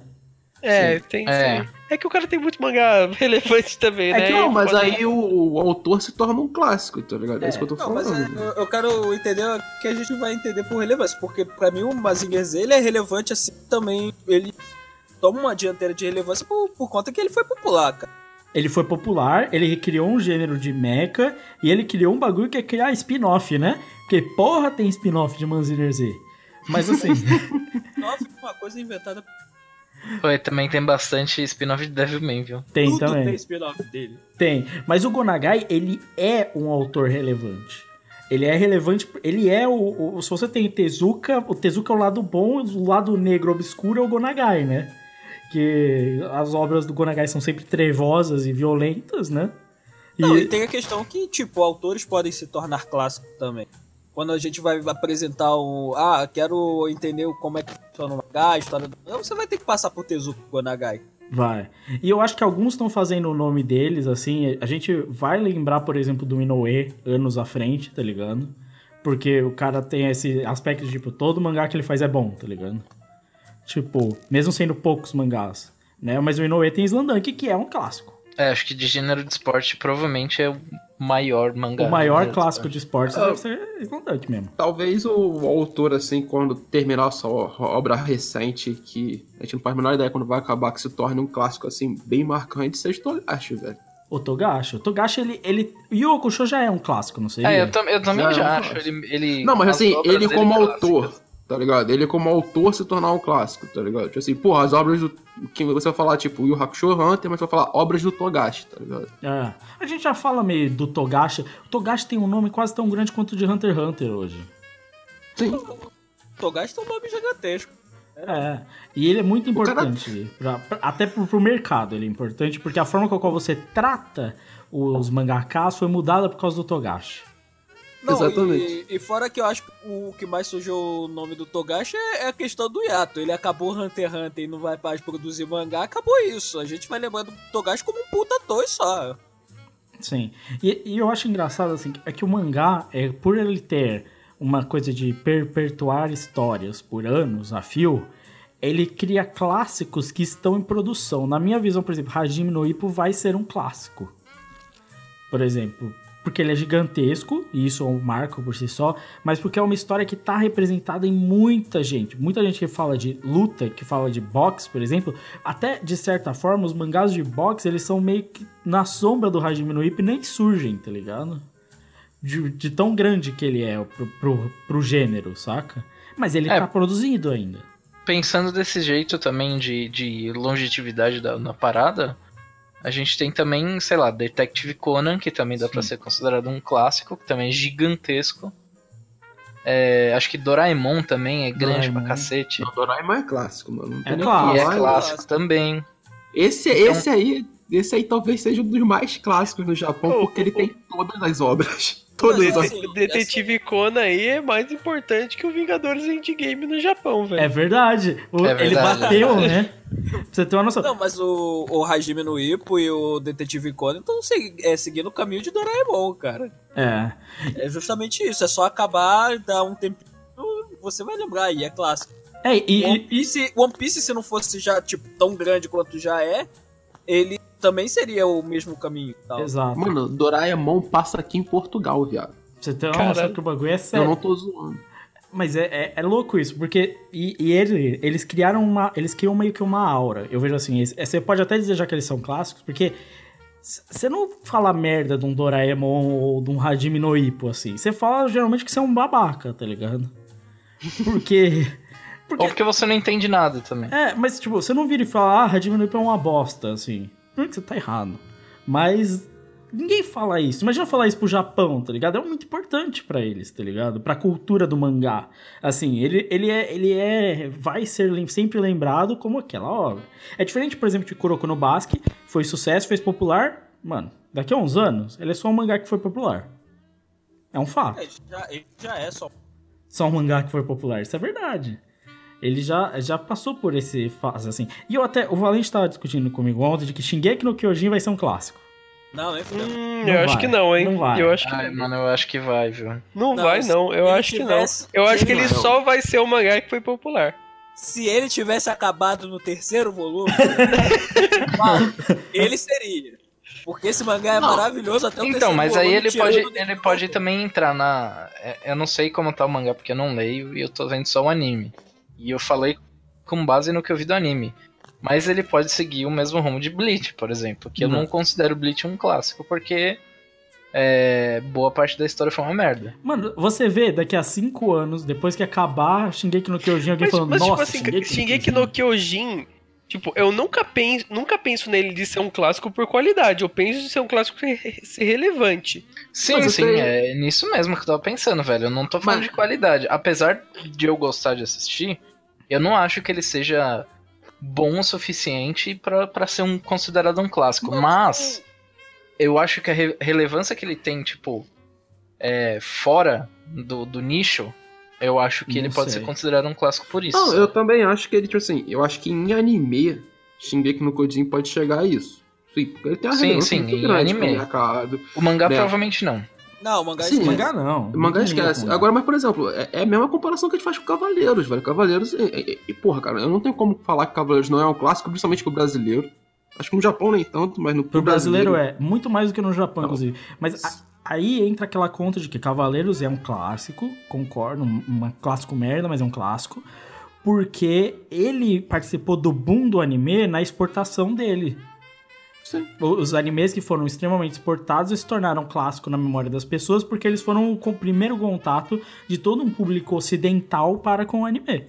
É, tem É. sim. É que o cara tem muito mangá relevante também, É né? que não, E mas pode- aí o, o autor se torna um clássico, tá ligado? É, isso que eu tô Não, falando. mas é, eu, eu quero entender o que a gente vai entender por relevância, porque pra mim o Mazinger Z, ele é relevante assim também, ele toma uma dianteira de relevância por, por conta que ele foi popular, cara. Ele foi popular, ele criou um gênero de mecha e ele criou um bagulho que é criar spin-off, né? Porque porra tem spin-off de Manziner Z. Mas assim, Nossa, uma coisa inventada, Foi, também tem bastante spin-off de Devilman, viu? tem tudo também. tem spin-off dele. Tem. Mas o Gonagai, ele é um autor relevante. Ele é relevante, ele é o, o- se você tem Tezuka, o Tezuka é o lado bom, o lado negro obscuro é o Gonagai, né? Que as obras do Gonagai são sempre trevosas e violentas, né? E, Não, e tem a questão que, tipo, autores podem se tornar clássicos também. Quando a gente vai apresentar um... Ah, quero entender como é que funciona o mangá, a história do... Não, você vai ter que passar por Tezuka Gonagai. vai. E eu acho que alguns estão fazendo o nome deles, assim, a gente vai lembrar, por exemplo, do Inoue anos à frente, tá ligado? Porque o cara tem esse aspecto de, tipo, todo mangá que ele faz é bom, tá ligado? Tipo, mesmo sendo poucos mangás, né? Mas o Inoue tem Slam Dunk, que é um clássico. É, acho que de gênero de esporte provavelmente é o maior mangá. O maior gênero clássico de esporte Ah. deve ser Slandunk mesmo. Talvez o, o autor, assim, quando terminar a sua obra recente, que a gente não faz a menor ideia quando vai acabar, que se torne um clássico, assim, bem marcante, seja o Togashi, velho. O Togashi. O Togashi, ele... ele... Yu Yu Hakusho já é um clássico, não sei. É, eu, tam- eu também Já já, é um acho. clássico. Ele, ele, Não, mas as assim, obras ele dele como clássicas. autor, tá ligado? Ele como autor se tornar um clássico, tá ligado? Tipo assim, porra, as obras do... que você vai falar, tipo, Yu Yu Hakusho, Hunter, mas você vai falar obras do Togashi, tá ligado? É. A gente já fala meio do Togashi. O Togashi tem um nome quase tão grande quanto o de Hunter x Hunter hoje. Sim. Togashi tem um nome gigantesco. É, e ele é muito O cara- importante, pra- pra- até pro, pro mercado ele é importante, porque a forma com a qual você trata os mangakas foi mudada por causa do Togashi. Não, Exatamente. E, e fora que eu acho que o que mais surgiu o nome do Togashi é, é a questão do hiato. Ele acabou Hunter x Hunter e não vai mais produzir mangá, acabou isso. A gente vai lembrando do Togashi como um puta ator só. Sim, e, e eu acho engraçado assim, é que o mangá, é, por ele ter uma coisa de perpetuar histórias por anos a fio, ele cria clássicos que estão em produção. Na minha visão, por exemplo, Hajime no Ippo vai ser um clássico. Por exemplo, porque ele é gigantesco, e isso é um marco por si só, mas porque é uma história que está representada em muita gente. Muita gente que fala de luta, que fala de boxe, por exemplo, até de certa forma, os mangás de boxe, eles são meio que na sombra do Hajime no Ippo e nem surgem, tá ligado? De, de tão grande que ele é pro, pro, pro gênero, saca? Mas ele É. tá produzindo ainda. Pensando desse jeito também de, de longevidade da, na parada, a gente tem também, sei lá, Detective Conan, que também dá pra ser considerado um clássico, que também é gigantesco. É, acho que Doraemon também é grande Doraemon. pra cacete. O Doraemon é clássico, mano. Não tem É nem o que clássico. E é falar. clássico também. Esse, Então- esse aí, esse aí talvez seja um dos mais clássicos no Japão, Ô, porque ele ô, tem todas as obras. Todas Mas, as obras. assim, O Detetive Conan aí é mais importante que o Vingadores Endgame no Japão, velho. É verdade. O- É ele verdade, bateu, é verdade. né? Pra você ter uma noção. Não, mas o, o Hajime no Ippo e o Detetive Conan estão segui, é, seguindo o caminho de Doraemon, cara. É. É justamente isso, é só acabar, dar um tempinho, você vai lembrar aí, é clássico. É, e, One e- Piece, One Piece, se não fosse já, tipo, tão grande quanto já é, ele também seria o mesmo caminho e tal. Exato. Mano, Doraemon passa aqui em Portugal, viado. Pra você ter uma Caralho. noção que o bagulho é Eu sério. não tô zoando. Mas é, é, é louco isso, porque e, e ele, eles criaram uma. Eles criam meio que uma aura. Eu vejo assim, esse- você pode até dizer já que eles são clássicos, porque c- você não fala merda de um Doraemon ou de um Hajime no Ippo, assim. Você fala geralmente que você é um babaca, tá ligado? Porque. porque Ou porque você não entende nada também. é, mas tipo, você não vira e fala, ah, Hajime no Ippo é uma bosta, assim. Não é que você tá errado. Mas ninguém fala isso. Imagina falar isso pro Japão, tá ligado? É muito importante pra eles, tá ligado? Pra cultura do mangá. Assim, ele, ele é. Ele é. Vai ser lem- sempre lembrado como aquela obra. É diferente, por exemplo, de Kuroko no Basque, foi sucesso, fez popular. Mano, daqui a uns anos, ele é só um mangá que foi popular. É um fato. É, já, ele já é só. Só um mangá que foi popular. Isso é verdade. Ele já, já passou por esse fase, assim. E eu até... O Valente tava discutindo comigo ontem de que Shingeki no Kyojin vai ser um clássico. Não, nem fudeu. Hum, Não eu acho vai, que não, hein? não vai. Eu acho que Ai, não. mano, eu acho que vai, viu? Não, Não, vai, se não. Eu ele acho que tivesse- não. Eu acho se que ele ele- só vai ser o mangá que foi popular. Se ele tivesse acabado no terceiro volume, mano, ele seria. Porque esse mangá é maravilhoso até o Então, terceiro mas aí volume, ele tirando pode, do ele Detetive pode Conan. também entrar na... é, Eu não sei como tá o mangá, porque eu não leio e eu tô vendo só o anime. E eu falei com base no que eu vi do anime. Mas ele pode seguir o mesmo rumo de Bleach, por exemplo. Que eu Não. não considero Bleach um clássico, porque é, boa parte da história foi uma merda. Mano, você vê daqui a cinco anos, depois que acabar Shingeki no Kyojin, alguém Mas, falando, mas tipo nossa, assim, Shingeki, Shingeki no Kyojin, tipo, eu nunca penso, nunca penso nele de ser um clássico por qualidade. Eu penso de ser um clássico re- ser relevante. Sim, Mas sim, você- é nisso mesmo que eu tava pensando, velho. Eu não tô falando Mas- de qualidade. Apesar de eu gostar de assistir, eu não acho que ele seja bom o suficiente pra, pra ser um, considerado um clássico. Mas eu acho que a re- relevância que ele tem, tipo, é, fora do, do nicho, eu acho que Não ele pode sei. ser considerado um clássico por isso. Não, eu também acho que ele, tipo assim, eu acho que em anime, Shingeki no Kyojin pode chegar a isso. Sim, porque ele tem uma Sim, relevância sim, muito em grande anime. pro mercado. O mangá né? provavelmente não. Não, o mangá Sim, esquece. Mangá não. O mangá Não tem esquece. como. Agora, mas por exemplo, é, é a mesma comparação que a gente faz com Cavaleiros, velho. Cavaleiros, e, e- e, porra, cara, eu não tenho como falar que Cavaleiros não é um clássico, principalmente pro brasileiro. Acho que no Japão nem tanto, mas no Pro brasileiro, brasileiro é. Muito mais do que no Japão, inclusive. Mas a, aí entra aquela conta de que Cavaleiros é um clássico, concordo, um, um clássico merda, mas é um clássico. Porque ele participou do boom do anime na exportação dele. Sim. Os animes que foram extremamente exportados se tornaram clássico na memória das pessoas porque eles foram o primeiro contato de todo um público ocidental para com o anime.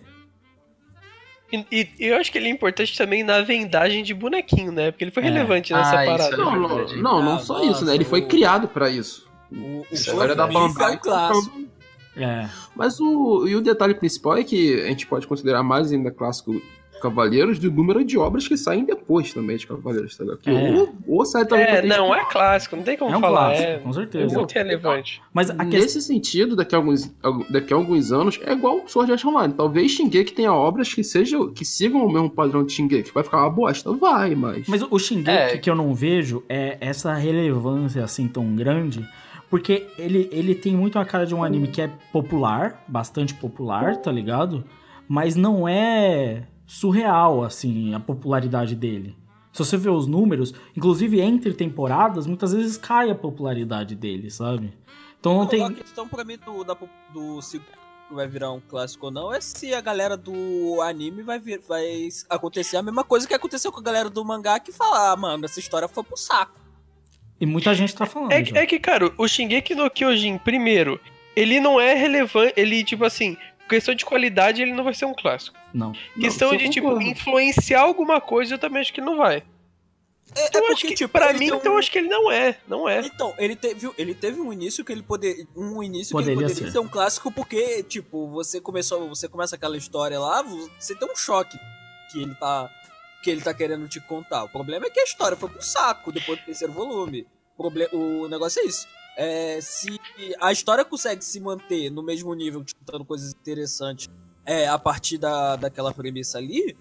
E, e eu acho que ele é importante também na vendagem de bonequinho, né? Porque ele foi É. relevante nessa Ah, isso parada. é Não, não, verdade. não, não Ah, só nossa, isso, né? Ele foi o- criado pra isso. O, o Isso era da Cloverleaf Bandai. é um clássico. É. Mas o, e o detalhe principal é que a gente pode considerar mais ainda clássico Cavaleiros do número de obras que saem depois também de Cavaleiros, tá ligado? Que É. ou, ou sai também É, pra não, é clássico, não tem como É um falar. clássico, é, com é certeza. muito relevante. Mas a questão... Nesse sentido, daqui a, alguns, daqui a alguns anos, é igual o Sword Art Online. Talvez Shingeki tenha obras que sejam, que sigam o mesmo padrão de Shingeki. Vai ficar uma bosta? Vai, mas... Mas o Shingeki É. que eu não vejo é essa relevância assim tão grande, porque ele, ele tem muito a cara de um anime que é popular, bastante popular, tá ligado? Mas não é surreal, assim, a popularidade dele. Se você vê os números, inclusive entre temporadas, muitas vezes cai a popularidade dele, sabe? Então não A tem... questão pra mim do, da, do se vai virar um clássico ou não é se a galera do anime vai, vir, vai acontecer a mesma coisa que aconteceu com a galera do mangá, que fala, ah, mano, essa história foi pro saco. E muita gente tá falando É, que- já. é que, cara, o Shingeki no Kyojin, primeiro, ele não é relevante, ele, tipo assim, questão de qualidade, ele não vai ser um clássico. Não. Questão isso eu de, tipo, concordo. influenciar alguma coisa, eu também acho que não vai. É, Então, é eu porque, acho que, tipo, pra ele mim, tem um- então, eu acho que ele não é, não é. Então, ele teve, ele teve um início que ele poder, um início Poderia que ele poderia ser. ser um clássico porque, tipo, você começou, você começa aquela história lá, você tem um choque que ele tá que ele tá querendo te contar. O problema é que a história foi pro saco depois do terceiro volume. O, proble- o negócio é isso. É, se a história consegue se manter no mesmo nível, te contando coisas interessantes, é, a partir da, daquela premissa ali,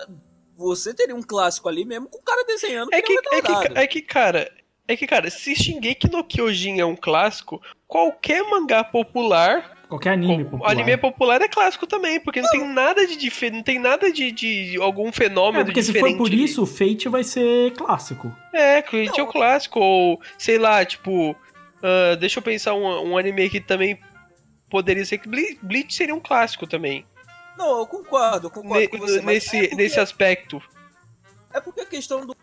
você teria um clássico ali mesmo com o cara desenhando É que, nem um é, que, retardado. é que, cara, é que, cara, se Shingeki no Kyojin é um clássico, qualquer mangá popular, Qualquer anime o popular. anime popular é clássico também, porque não tem nada de diferente, não tem nada de, de algum fenômeno É, porque se diferente. for por ali. isso, o Fate vai ser clássico. É, Clint é o clássico, ou sei lá, tipo, ah, deixa eu pensar um, um anime que também poderia ser que Ble- Bleach seria um clássico também, Não, eu concordo, eu concordo ne- com você, mas nesse, é porque- nesse aspecto. É porque a questão do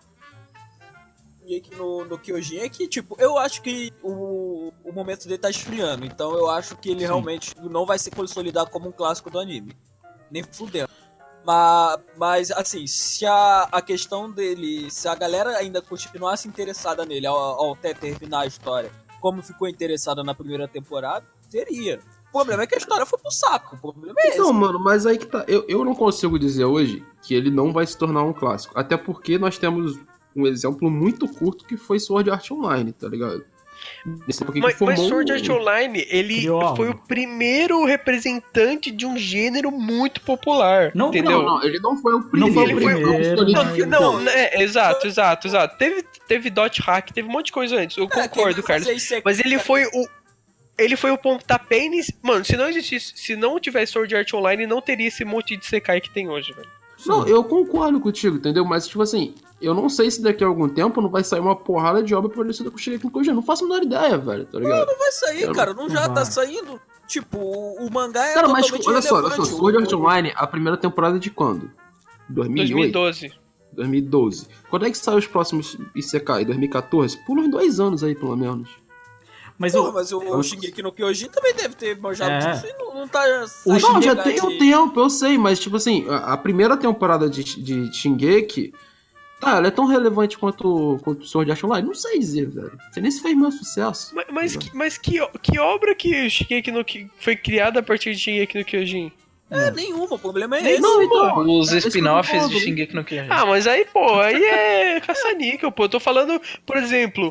Shingeki no, no Kyojin é que, tipo, eu acho que o, o momento dele tá esfriando. Então eu acho que ele realmente não vai se consolidar como um clássico do anime. Nem fudendo. Mas, mas assim, se a, a questão dele... Se a galera ainda continuasse interessada nele ao, ao até terminar a história, como ficou interessada na primeira temporada, teria. O problema é que a história foi pro saco. O problema é esse. Então, mano, mas aí que tá. Eu, eu não consigo dizer hoje que ele não vai se tornar um clássico. Até porque nós temos um exemplo muito curto que foi Sword Art Online, tá ligado? Esse é porque que Mas, mas formou Sword um- Art Online, ele Criou foi algo. o primeiro representante de um gênero muito popular, Não, entendeu? Não, não, ele não foi o primeiro. foi o Ele foi o primeiro, Sonic mas- Youth. Não, né, exato, exato, exato. Teve, teve Dot Hack, teve um monte de coisa antes. Eu É, quem concordo, vai Carlos. fazer isso é- Mas ele foi o. Ele foi o pontapé inicial. Mano, se não existisse. Se não tivesse Sword Art Online, não teria esse monte de Sekai que tem hoje, velho. Não, eu concordo contigo, entendeu? Mas, tipo assim, eu não sei se daqui a algum tempo não vai sair uma porrada de obra parecida com o Shingeki no Kyojin. Não faço a menor ideia, velho, tá ligado? Não vai sair, Eu não- cara. Não já não tá vai. saindo. Tipo, o, o mangá é Cara, mas totalmente olha só, olha só, irrelevante. Sword Art O- Online, a primeira temporada é de quando? dois mil e oito? dois mil e doze. dois mil e doze. Quando é que saem os próximos Isekai? dois mil e quatorze? Pula uns dois anos aí, pelo menos. Mas Porra, o, mas o, o Shingeki no Kyojin também deve ter manjado É. disso e não, não tá... Não, saindo já de- tem um tempo, eu sei, mas tipo assim, a, a primeira temporada de, de Shingeki, tá, ela é tão relevante quanto quanto Sword Art Online? Não sei dizer, velho. Não sei nem se fez meu sucesso. Mas, mas, que, mas que, que obra que Shingeki no Ki- foi criada a partir de Shingeki no Kyojin? É, nenhuma, o problema é Nem- esse. Não, então, Os é isso que eu spin-offs concordo, de né? Shingeki no Kyojin. Ah, mas aí, pô, aí é caça-níquel, pô. Eu tô falando, por exemplo,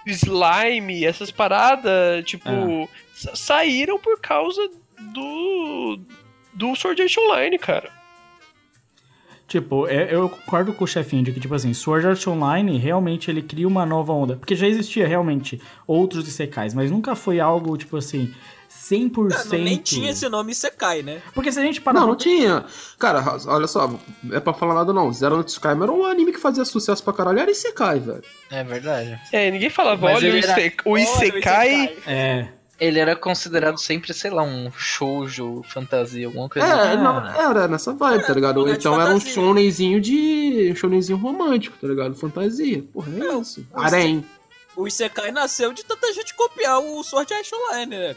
Slime, essas paradas, tipo, É. sa- saíram por causa do. do Sword Art Online, cara. Tipo, eu, eu concordo com o chefinho de que, tipo assim, Sword Art Online realmente ele cria uma nova onda. Porque já existia realmente outros isekais, mas nunca foi algo, tipo assim, cem por cento... É, não, nem tinha esse nome Isekai, né? Porque se a gente parar... Não, não pra... tinha. Cara, olha só, é pra falar nada não. Zero no Tsukaima era um anime que fazia sucesso pra caralho, era Isekai, velho. É verdade. É, ninguém falava, Mas olha o, ele era- Ise- o Isekai. É... Ele era considerado sempre, sei lá, um shoujo, fantasia, alguma coisa É, assim. não, era nessa vibe, tá ligado? lugar de Então era um fantasia. shonenzinho de... um shonenzinho romântico, tá ligado? Fantasia. Porra, é Não, isso. o Harém. O Isekai nasceu de tanta gente copiar o Sword Art Online, né?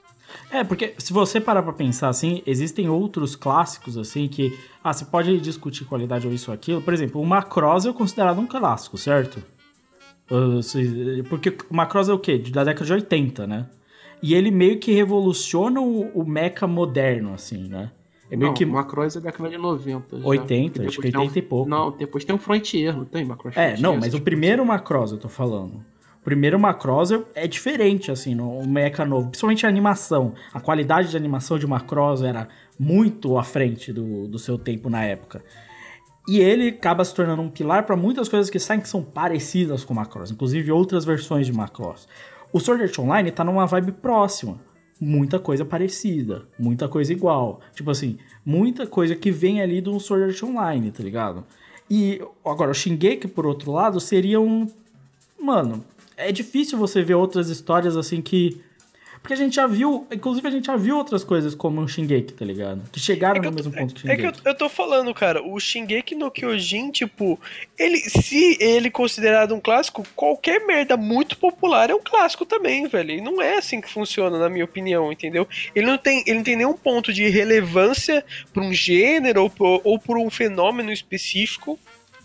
É, porque se você parar pra pensar assim, existem outros clássicos assim que... Ah, você pode discutir qualidade ou isso ou aquilo. Por exemplo, o Macross é considerado um clássico, certo? Uh, se- Porque o Macross é o quê? Da década de oitenta, né? E ele meio que revoluciona o, o mecha moderno, assim, né? É meio Não, que... Macross é década de noventa. já. oitenta, E acho que depois tem oitenta e pouco. Não, depois tem um Frontier, não tem Macross É, Frontier, não, mas essas o primeiro Macross eu tô falando. O primeiro Macross é- é diferente, assim, no mecha novo. Principalmente a animação. A qualidade de animação de Macross era muito à frente do, do seu tempo na época. E ele acaba se tornando um pilar para muitas coisas que saem que são parecidas com Macross. Inclusive outras versões de Macross. O Sword Art Online tá numa vibe próxima. Muita coisa parecida. Muita coisa igual. Tipo assim, muita coisa que vem ali do Sword Art Online, tá ligado? E agora, o Shingeki, por outro lado, seria um... Mano, é difícil você ver outras histórias assim que... Porque a gente já viu... Inclusive, a gente já viu outras coisas como o Shingeki, tá ligado? Que chegaram É que no eu tô- mesmo ponto que o É Shingeki. que eu, eu tô falando, cara, o Shingeki no Kyojin, tipo, ele, se ele é considerado um clássico, qualquer merda muito popular é um clássico também, velho. E não é assim que funciona, na minha opinião, entendeu? Ele não tem, ele não tem nenhum ponto de relevância pra um gênero ou, pro- ou por um fenômeno específico.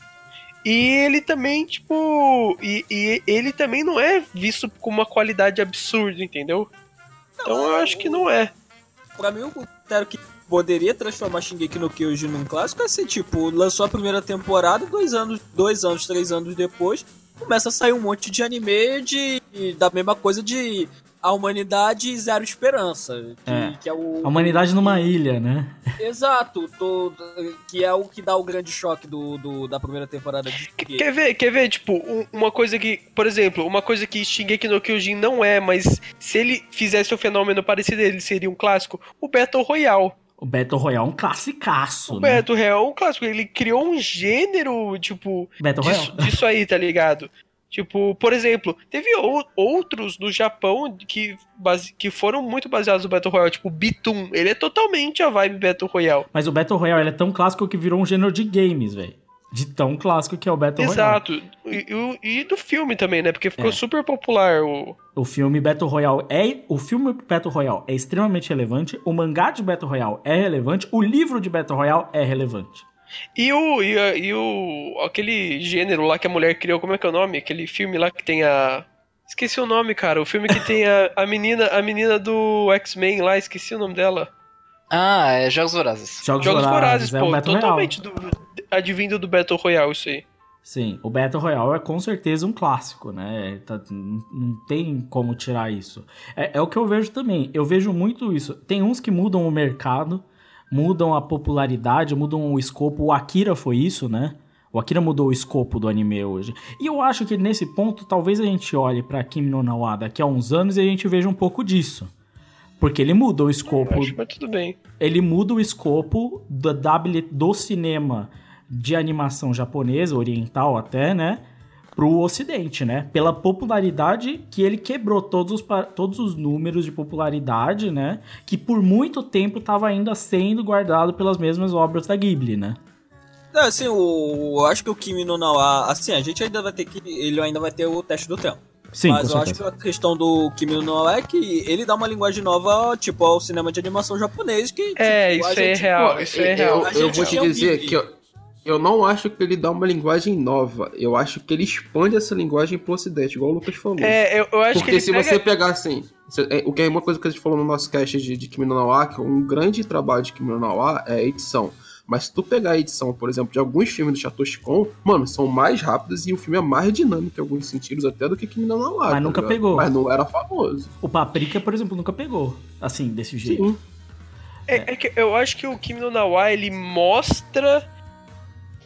E ele também, tipo. E, e ele também não é visto com uma qualidade absurda, entendeu? Então eu acho que não é. Pra mim, o critério que poderia transformar Shingeki no Kyojin num clássico é ser, tipo, lançou a primeira temporada, dois anos, dois anos, três anos depois, começa a sair um monte de anime de, da mesma coisa de a humanidade zero esperança. Que É. que é o, A humanidade numa ilha, né? Exato, tô- que é o que dá o grande choque do, do- da primeira temporada de Qu- Quer ver, quer ver, tipo, um- uma coisa que, por exemplo, uma coisa que Shingeki no Kyojin não é, mas se ele fizesse um fenômeno parecido, ele seria um clássico, o Battle Royale. O Battle Royale é um classicaço, O né? Battle Royale é um clássico, ele criou um gênero, tipo, Battle disso, Royale. disso aí, tá ligado? Tipo, por exemplo, teve ou- outros no Japão que, base- que foram muito baseados no Battle Royale, tipo Bitum, ele é totalmente a vibe Battle Royale. Mas o Battle Royale ele é tão clássico que virou um gênero de games, velho. De tão clássico que é o Battle Royale. Exato. E, e- e do filme também, né? Porque ficou É. super popular o... O filme Battle Royale é... O filme Battle Royale é extremamente relevante. O mangá de Battle Royale é relevante. O livro de Battle Royale é relevante. E o, e, a- e o. Aquele gênero lá que a mulher criou, como é que é o nome? Aquele filme lá que tem a. Esqueci o nome, cara. O filme que tem a, a menina a menina do X-Men lá, esqueci o nome dela. Ah, é Jogos Vorazes. Jogos, Jogos Vorazes, é o pô. Battle Totalmente Royale. do, advindo do Battle Royale, isso aí. Sim, o Battle Royale é com certeza um clássico, né? Tá- não não tem como tirar isso. É, é o que eu vejo também. Eu vejo muito isso. Tem uns que mudam o mercado, mudam a popularidade, mudam o escopo. O Akira foi isso, né? O Akira mudou o escopo do anime hoje. E eu acho que nesse ponto, talvez a gente olhe pra Kimi no Na wa daqui a uns anos e a gente veja um pouco disso. Porque ele muda o escopo. Eu acho, mas tudo bem. Ele muda o escopo da, da bilhe- do cinema de animação japonesa, oriental até, né? Pro ocidente, né? Pela popularidade que ele quebrou todos os, pa- todos os números de popularidade, né? Que por muito tempo tava ainda sendo guardado pelas mesmas obras da Ghibli, né? É, assim, o, eu acho que o Kimi no Na wa, assim, a gente ainda vai ter que, ele ainda vai ter o teste do tempo. Sim, Mas com eu acho certeza. que a questão do Kimi no Na wa é que ele dá uma linguagem nova, tipo, ao cinema de animação japonês, que, É, tipo, a isso é gente- real, Pô, isso é eu, real. A eu gente vou te é um dizer Ghibli. que eu, eu não acho que ele dá uma linguagem nova. Eu acho que ele expande essa linguagem pro ocidente, igual o Lucas falou. É, eu, eu acho que Porque ele se pega... você pegar assim, se- é, o que é uma coisa que a gente falou no nosso cast de, de Kimi no Na wa, que um grande trabalho de Kimi no Na wa é a edição. Mas se tu pegar a edição, por exemplo, de alguns filmes do Satoshi Kon, mano, são mais rápidos e o filme é mais dinâmico em alguns sentidos até do que Kimi no Na wa. Mas tá nunca ligado? pegou. Mas não era famoso. O Paprika, por exemplo, nunca pegou. Assim, desse jeito. Sim. É, é que eu acho que o Kimi no Na wa, ele mostra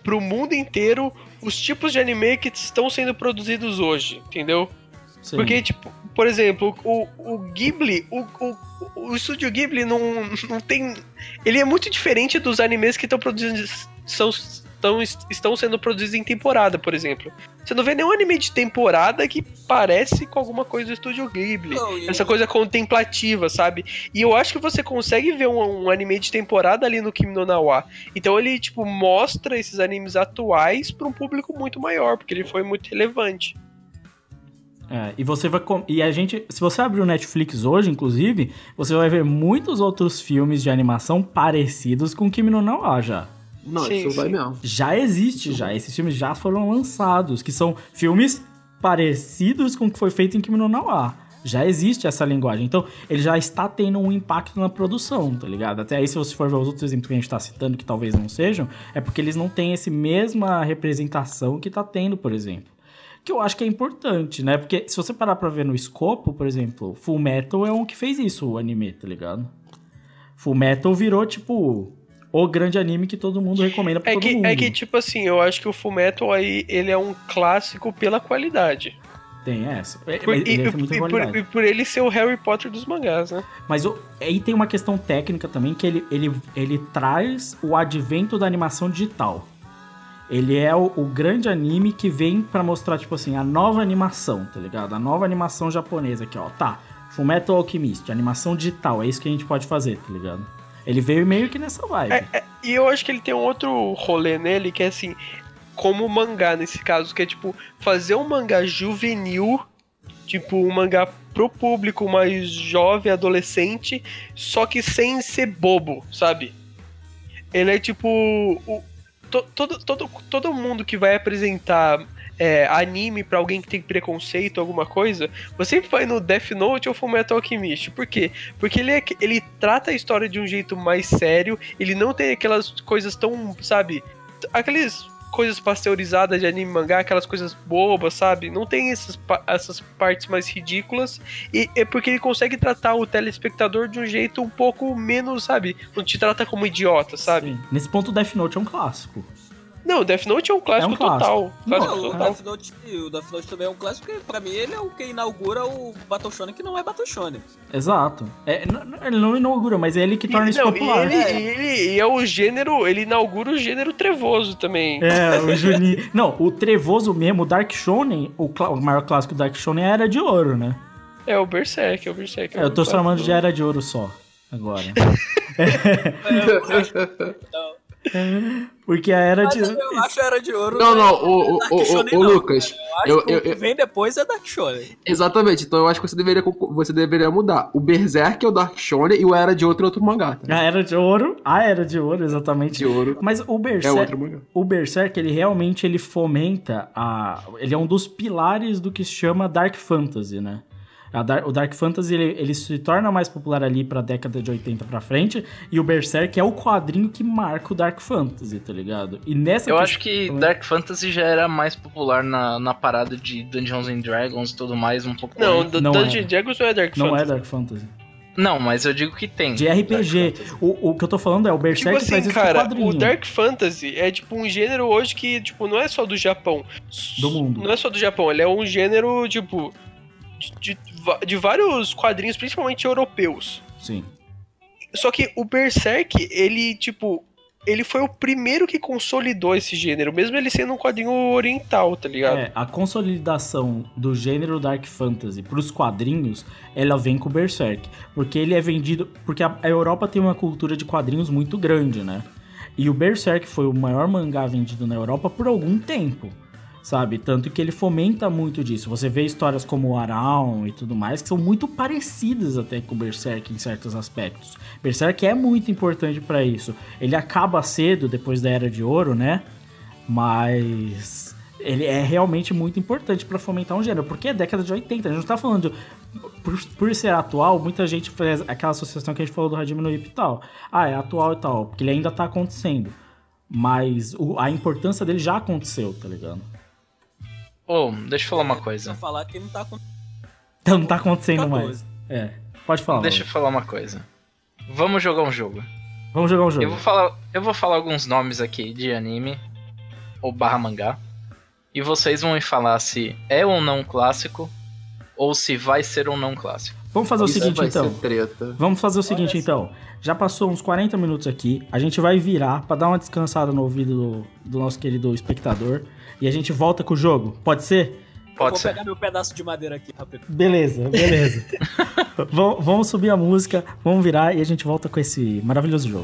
pro mundo inteiro os tipos de anime que estão sendo produzidos hoje, entendeu? Sim. Porque, tipo, por exemplo, o, o Ghibli, o, o, o estúdio Ghibli não, não tem... Ele é muito diferente dos animes que estão produzindo... São, estão, estão sendo produzidos em temporada, por exemplo. Você não vê nenhum anime de temporada que parece com alguma coisa do estúdio Ghibli. Não, essa coisa contemplativa, sabe? E eu acho que você consegue ver um, um anime de temporada ali no Kimi no Na wa. Então ele, tipo, mostra esses animes atuais para um público muito maior, porque ele foi muito relevante. É, e você vai com... e a gente, se você abrir o Netflix hoje, inclusive, você vai ver muitos outros filmes de animação parecidos com Kimi no Na wa já. Não, sim, isso sim. vai mesmo. Já existe isso já, vai. Esses filmes já foram lançados, que são filmes parecidos com o que foi feito em Kimi no Na wa. Já existe essa linguagem, então ele já está tendo um impacto na produção, tá ligado? Até aí, se você for ver os outros exemplos que a gente tá citando, que talvez não sejam, é porque eles não têm essa mesma representação que tá tendo, por exemplo. Que eu acho que é importante, né? Porque se você parar pra ver no escopo, por exemplo, Full Metal é um que fez isso, o anime, tá ligado? Full Metal virou, tipo, o grande anime que todo mundo recomenda pra é todo que, mundo. É que, tipo assim, eu acho que o Fullmetal aí, ele é um clássico pela qualidade. Tem essa. Por, ele e, tem muita e, qualidade. por, e por ele ser o Harry Potter dos mangás, né? Mas o, aí tem uma questão técnica também, que ele, ele, ele traz o advento da animação digital. Ele é o, o grande anime que vem pra mostrar, tipo assim, a nova animação, tá ligado? A nova animação japonesa aqui, ó. Tá, Fullmetal Alchemist, animação digital, é isso que a gente pode fazer, tá ligado? Ele veio meio que nessa vibe. É, é, e eu acho que ele tem um outro rolê nele, que é assim, como o mangá nesse caso, que é tipo, fazer um mangá juvenil, tipo, um mangá pro público mais jovem, adolescente, só que sem ser bobo, sabe? Ele é tipo... O, to, todo, todo, todo mundo que vai apresentar é, anime pra alguém que tem preconceito, alguma coisa, você sempre vai no Death Note ou Fullmetal Alchemist. Por quê? Porque ele, é, ele trata a história de um jeito mais sério, ele não tem aquelas coisas tão, sabe... Aqueles... coisas pasteurizadas de anime mangá, aquelas coisas bobas, sabe? Não tem essas, essas partes mais ridículas. E é porque ele consegue tratar o telespectador de um jeito um pouco menos, sabe? Não te trata como idiota, sabe? Sim. Nesse ponto, Death Note é um clássico. Não, Death Note é um clássico, É um clássico. total. Clássico Não, o total. Death Note, o Death Note também é um clássico, porque pra mim ele é o que inaugura o Battle Shonen, que não é Battle Shonen. Exato. É, n- n- ele não inaugura, mas é ele que torna E, isso não, popular. e ele, e ele e é o gênero, ele inaugura o gênero trevoso também. É, o Juninho. Não, o trevoso mesmo, o Dark Shonen, o, cl- o maior clássico do Dark Shonen é a Era de Ouro, né? É o Berserk, é o Berserk. É, eu tô chamando de Era de Ouro só, agora. Porque a Era de Ouro... Eu acho a Era de Ouro. Não, não, o, o, Dark o, Shonen o, o não, Lucas. cara. Eu acho Eu, que eu, o que eu- vem depois é Dark Shonen. exatamente, então eu acho que você deveria, você deveria mudar. O Berserk é o Dark Shonen e o Era de Outro é outro mangá. Tá? A Era de Ouro, a Era de Ouro, exatamente. De Ouro Mas o é Berserk, outro mangá. o Berserk, ele realmente ele fomenta a... Ele é um dos pilares do que se chama Dark Fantasy, né? A Dar- o Dark Fantasy, ele, ele se torna mais popular ali pra década de oitenta pra frente, e o Berserk é o quadrinho que marca o Dark Fantasy, tá ligado? E nessa Eu que- acho que Dark Fantasy já era mais popular na, na parada de Dungeons and Dragons e tudo mais, um pouco Não, antes. do Não Dungeons é. and Dragons não é Dark Não é Fantasy. Dark Fantasy. Não, mas eu digo que tem. De R P G. Dark Fantasy. O, o que eu tô falando é o Berserk Tipo faz assim, isso com cara, quadrinho. o Dark Fantasy é tipo um gênero hoje que, tipo, não é só do Japão. Do mundo. Não é só do Japão, ele é um gênero, tipo, de, de, de vários quadrinhos, principalmente europeus. Sim. Só que o Berserk, ele, tipo, ele foi o primeiro que consolidou esse gênero, mesmo ele sendo um quadrinho oriental, tá ligado? É, a consolidação do gênero Dark Fantasy pros quadrinhos, ela vem com o Berserk. Porque ele é vendido... Porque a, a Europa tem uma cultura de quadrinhos muito grande, né? E o Berserk foi o maior mangá vendido na Europa por algum tempo, sabe? Tanto que ele fomenta muito disso. Você vê histórias como o Around e tudo mais, que são muito parecidas até com o Berserk em certos aspectos. Berserk é muito importante pra isso. Ele acaba cedo, depois da Era de Ouro, né? Mas ele é realmente muito importante pra fomentar um gênero, porque é década de oitenta, a gente não tá falando de... Por, por ser atual, muita gente faz aquela associação que a gente falou do Hajime no Ippo e tal. Ah, é atual e tal, porque ele ainda tá acontecendo. Mas o- a importância dele já aconteceu, tá ligado? Ô, deixa eu falar uma Só coisa. falar que não tá com Então não tá acontecendo quatorze. mais. É, pode falar. Deixa eu Mauro. falar uma coisa. Vamos jogar um jogo. Vamos jogar um jogo. Eu vou falar, eu vou falar alguns nomes aqui de anime. ou barra mangá. E vocês vão me falar se é ou não clássico, ou se vai ser ou não clássico. Vamos fazer o Isso seguinte, vai então. ser treta. Vamos fazer o seguinte, então. Já passou uns quarenta minutos aqui. A gente vai virar pra dar uma descansada no ouvido do, do nosso querido espectador. E a gente volta com o jogo. Pode ser? Pode Vou ser. pegar meu pedaço de madeira aqui, rápido. Beleza, beleza. V- vamos subir a música, vamos virar e a gente volta com esse maravilhoso jogo.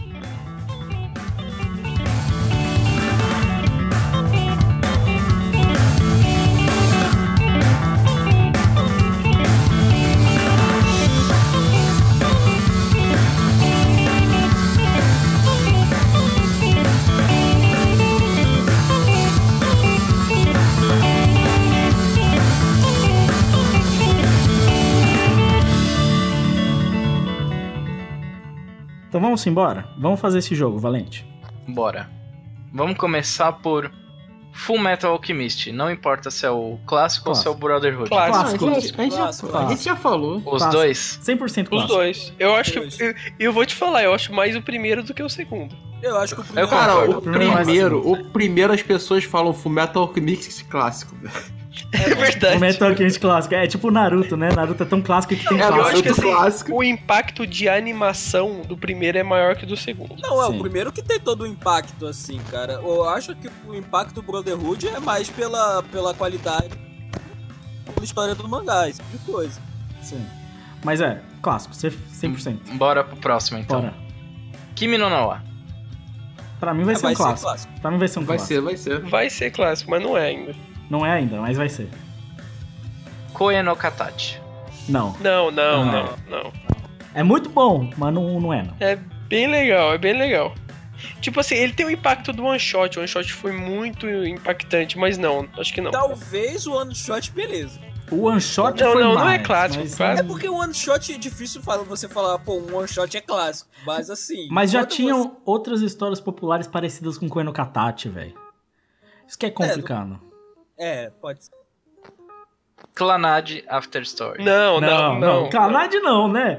Então vamos embora? Vamos fazer esse jogo, Valente. Bora. Vamos começar por Full Metal Alchemist. Não importa se é o clássico, ou se é o Brotherhood. Clássico. Ah, a, Clássico. gente, a, gente já, Clássico. a gente já falou. Os Clássico. dois? cem por cento Os clássico. dois. Eu acho Dois. que. Eu, eu vou te falar, eu acho mais o primeiro do que o segundo. Eu acho que o Eu primeiro... Cara, concordo. o Primeiro mais primeiro, assim. o primeiro as pessoas falam Fullmetal Alchemist clássico, velho. É verdade. O Metal Alchemist clássico. É tipo o Naruto, né? Naruto é tão clássico que tem É, Eu clássico. acho que Naruto assim, clássico. o impacto de animação do primeiro é maior que do segundo. Não, é Sim. o primeiro que tem todo o impacto, assim, cara. Eu acho que o impacto do Brotherhood é mais pela, pela qualidade, pela história do mangá, esse tipo de coisa. Sim. Mas é, clássico, cem por cento. Bora pro próximo, então. Bora. Kimi no Na wa. Pra mim vai É, ser um vai ser clássico. clássico. Pra mim vai ser um Vai clássico. ser, vai ser. Vai ser clássico, mas não é ainda. Não é ainda, mas vai ser. Koe no Katachi. Não. Não, não, Não. não, não. É muito bom, mas não, não é, não. É bem legal, é bem legal. Tipo assim, ele tem o impacto do one shot. O one shot foi muito impactante, mas não, acho que não. Talvez o one shot, beleza. O One Shot Não, foi não, não é mais, clássico, mas, clássico. É porque o one shot é difícil falar, você falar, pô, um one shot é clássico. Mas assim. Mas já quando tinham você- outras histórias populares parecidas com Koe no Katachi, velho. Isso que é complicado. É, pode ser. Clanad After Story. Não, não, não. Clanad não, né?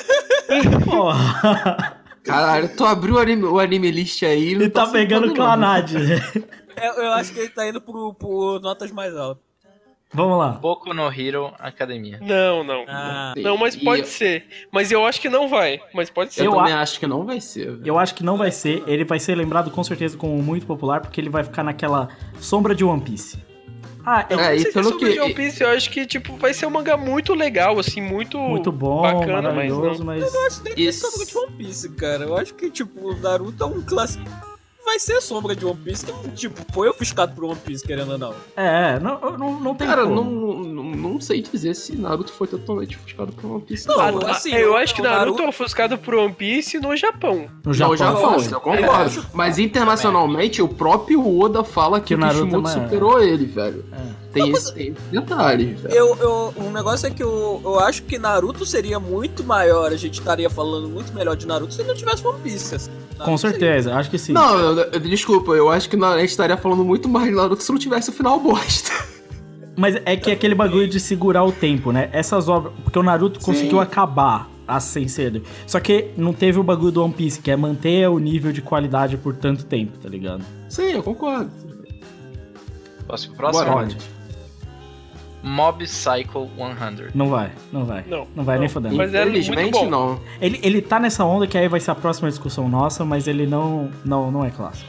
Porra. Caralho, tu abriu o anime, o anime list aí e não Ele tá aceitando, pegando não. Clanad. Eu, eu acho que ele tá indo por, por notas mais altas. Vamos lá. Boku no Hero Academia. Não, não. Ah. Não, mas E- pode ser. Mas eu acho que não vai. Mas pode ser. Eu, Eu também a- acho que não vai ser, velho. Eu acho que não vai ser. Ele vai ser lembrado com certeza como muito popular, porque ele vai ficar naquela sombra de One Piece. Ah, é, É, Não e sei se pelo sobre que- One Piece, eu acho que tipo, vai ser um mangá muito legal, assim, muito, muito bom, bacana, mas maravilhoso, não. mas. Eu não acho nem que é Isso. sombra de One Piece, cara. Eu acho que, tipo, o Naruto é um clássico. Vai ser sombra de One Piece, que, tipo, foi ofuscado por One Piece, querendo ou não. É, não, não, não tem Cara, como. não, não, não sei dizer se Naruto foi totalmente ofuscado por One Piece. Não, Não, eu- assim, eu o- acho que o Naruto, Naruto- é ofuscado por One Piece no Japão. No Não, Japão, já eu foi, acho- eu concordo. acho- Mas internacionalmente, o próprio Oda fala que, Que o o Naruto Kishimoto é mais- superou ele, velho. É. Tem esse tem esse detalhe, velho. Eu, eu, um negócio é que eu, eu acho que Naruto seria muito maior, a gente estaria falando muito melhor de Naruto se não tivesse One Piece. assim. Com Naruto certeza, acho que sim. Não, eu- eu- desculpa, eu acho que a gente estaria falando muito mais de Naruto se não tivesse o final bosta. Mas é que é aquele bagulho de segurar o tempo, né? Essas obras. Porque o Naruto conseguiu acabar assim cedo. Só que não teve o bagulho do One Piece, que é manter o nível de qualidade por tanto tempo, tá ligado? Sim, eu concordo. Posso pro próximo? Bora. Pode. Mob Psycho cem. Não vai, não vai. Não, Não vai nem fodendo. Mas é muito Infelizmente, bom. não. Ele, ele tá nessa onda que aí vai ser a próxima discussão nossa, mas ele não, não, não é clássico.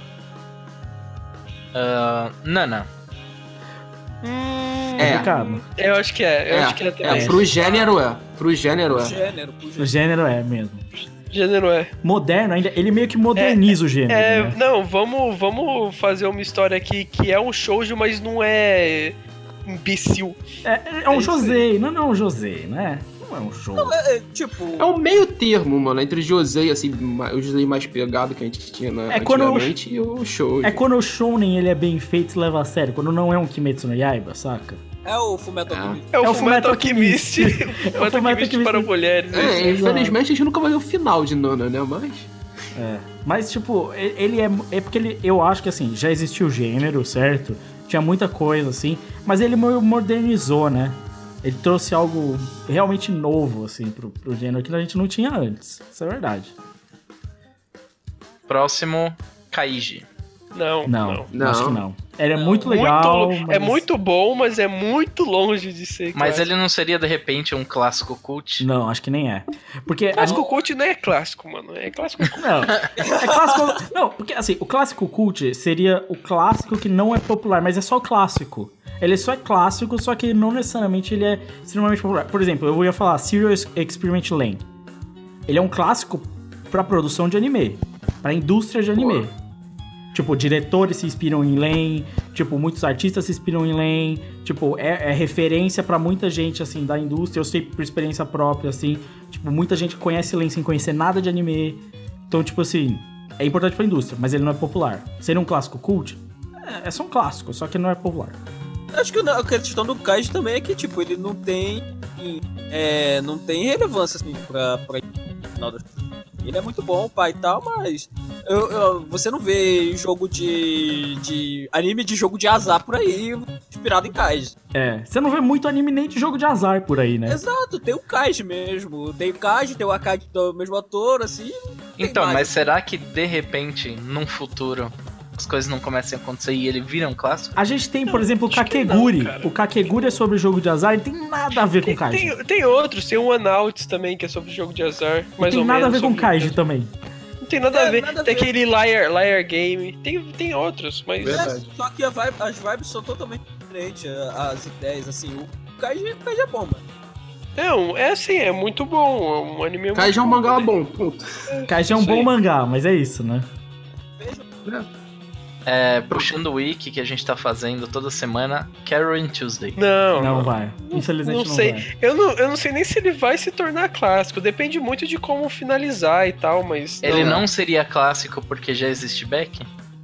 Ah, Nana. Hum, É. Complicado. eu acho que é. Eu É, acho que é é, também. pro gênero é. Pro gênero O é. gênero, pro O gênero. gênero é mesmo. Gênero é. Moderno ainda, ele meio que moderniza o gênero, É, né? não, vamos, vamos fazer uma história aqui que é um shoujo, mas não é imbecil. É, é um é isso aí. José, não, não é um José, né? Não é um show. É, é, tipo, É um meio termo, mano, entre Josei, assim, ma- o Josei mais pegado que a gente tinha na, É quando- antigamente e o show. É quando o shounen ele é bem feito e se leva a sério, quando não é um Kimetsu no Yaiba, saca? é o Fullmetal É. Alchemist. É o, É o Fullmetal Fullmetal Alchemist. Alchemist. Fullmetal Fullmetal Alchemist para Alchemist. mulheres. É, isso. infelizmente a gente nunca vai ver o final de Nana, né? Mas. É. Mas, tipo, e- ele é. É porque ele. Eu acho que assim, já existia o gênero, certo? Tinha muita coisa, assim. Mas ele mo- modernizou, né? Ele trouxe algo realmente novo, assim, pro, pro gênero que a gente não tinha antes. Isso é verdade. Próximo, Kaiji. Não, Não, Não. acho que não. Ele é Não. muito Muito legal. lo- mas... É muito bom, mas é muito longe de ser Mas clássico. ele não seria, de repente, um clássico cult? Não, acho que nem é. Porque. Clássico a- cult não é clássico, mano. É clássico cult. Não. É clássico. Não, porque assim, o clássico cult seria o clássico que não é popular, mas é só o clássico. Ele só é clássico, só que não necessariamente ele é extremamente popular. Por exemplo, eu ia falar Serious Experiment Lane. Ele é um clássico pra produção de anime, pra indústria de anime. Tipo, diretores se inspiram em Lane, tipo, muitos artistas se inspiram em Lane, tipo, é, é referência pra muita gente, assim, da indústria, eu sei por experiência própria, assim, tipo, muita gente conhece Lane sem conhecer nada de anime, então, tipo assim, é importante pra indústria, mas ele não é popular. Ser um clássico cult, é, é só um clássico, só que não é popular. Acho que a questão do Kaiji também é que, tipo, ele não tem. É, não tem relevância, assim, pra. pra final das- ele é muito bom, pai e tal, mas. eu- eu- você não vê jogo de. de. anime de jogo de azar por aí, inspirado em Kaiji. É, você não vê muito anime nem de jogo de azar por aí, né? Exato, tem o Kaiji mesmo. Tem o Kaiji, tem o Akagi do mesmo ator, assim. tem Então, mais. mas será que, de repente, num futuro, as coisas não comecem a acontecer e ele vira um clássico? A gente tem, por exemplo, o acho que não, Kakeguri. cara. O Kakeguri é sobre jogo de azar e tem nada a ver com Tem, Kaiji. tem, tem outros, tem o One-Out também, que é sobre jogo de azar. E Mais tem ou nada a menos, ver com sobre- Kaiji também. Não tem nada É, a ver. nada a tem ver. aquele Liar, Liar Game. Tem, tem outros, mas. Verdade. Só que a vibe- as vibes são totalmente diferentes, a- as ideias, assim. O Kaiji, o Kaiji é bom, mano. Não, é assim, é muito bom. É um anime muito Kaiji é um bom. mangá bom, ponto. Kaiji é um Isso bom aí. mangá, mas é isso, né? É, puxando o wiki que a gente tá fazendo toda semana, Carol and Tuesday. Não, Não vai. Infelizmente não não, sei. vai. Eu não, eu não sei nem se ele vai se tornar clássico. Depende muito de como finalizar e tal, mas. Ele Não. não seria clássico porque já existe Beck?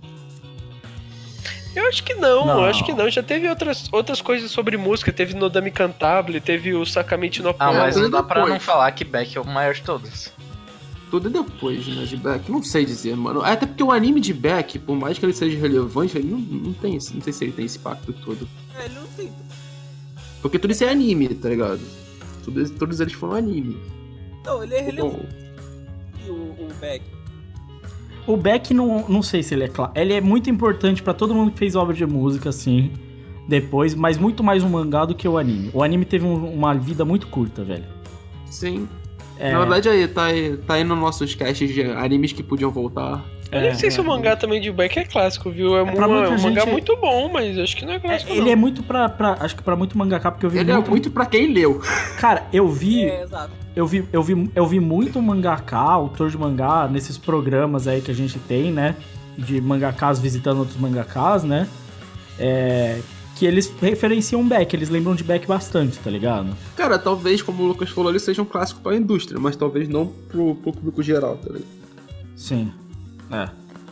Eu acho que não, Não. eu acho que não. Já teve outras, outras coisas sobre música. Teve Nodami Cantabile, teve o Sakamichi no Ah, Apollo. mas não dá tudo pra depois. não falar que Beck é o maior de todos. Tudo depois, né, de Beck. Não sei dizer, mano. Até porque o anime de Beck, por mais que ele seja relevante, ele não, não tem esse- não sei se ele tem esse impacto todo. É, ele não tem. Porque tudo isso é anime, tá ligado? Tudo- todos eles foram anime. Não, ele é relevante, Bom, o, o Beck. O Beck, não, não sei se ele é claro. Ele é muito importante pra todo mundo que fez obra de música, assim, depois, mas muito mais um mangá do que o anime. O anime teve um- uma vida muito curta, velho. sim. É, Na verdade, aí, tá aí, tá aí nos nossos casts de animes que podiam voltar. Eu nem sei se o é. mangá também de Beck é clássico, viu? É, pra uma- muita um mangá gente- muito bom, mas acho que não é É, clássico. ele não. é muito pra, pra- acho que pra muito mangaka, porque eu vi Ele é muito... muito pra quem leu. Cara, eu vi, É, exato. eu vi, eu vi, eu vi muito mangaka, autor de mangá, nesses programas aí que a gente tem, né? De mangakas visitando outros mangakas, né? É, que eles referenciam Beck, eles lembram de Beck bastante, tá ligado? Cara, talvez, como o Lucas falou, ele seja um clássico pra indústria, mas talvez não pro, pro público geral, tá ligado? Sim. É.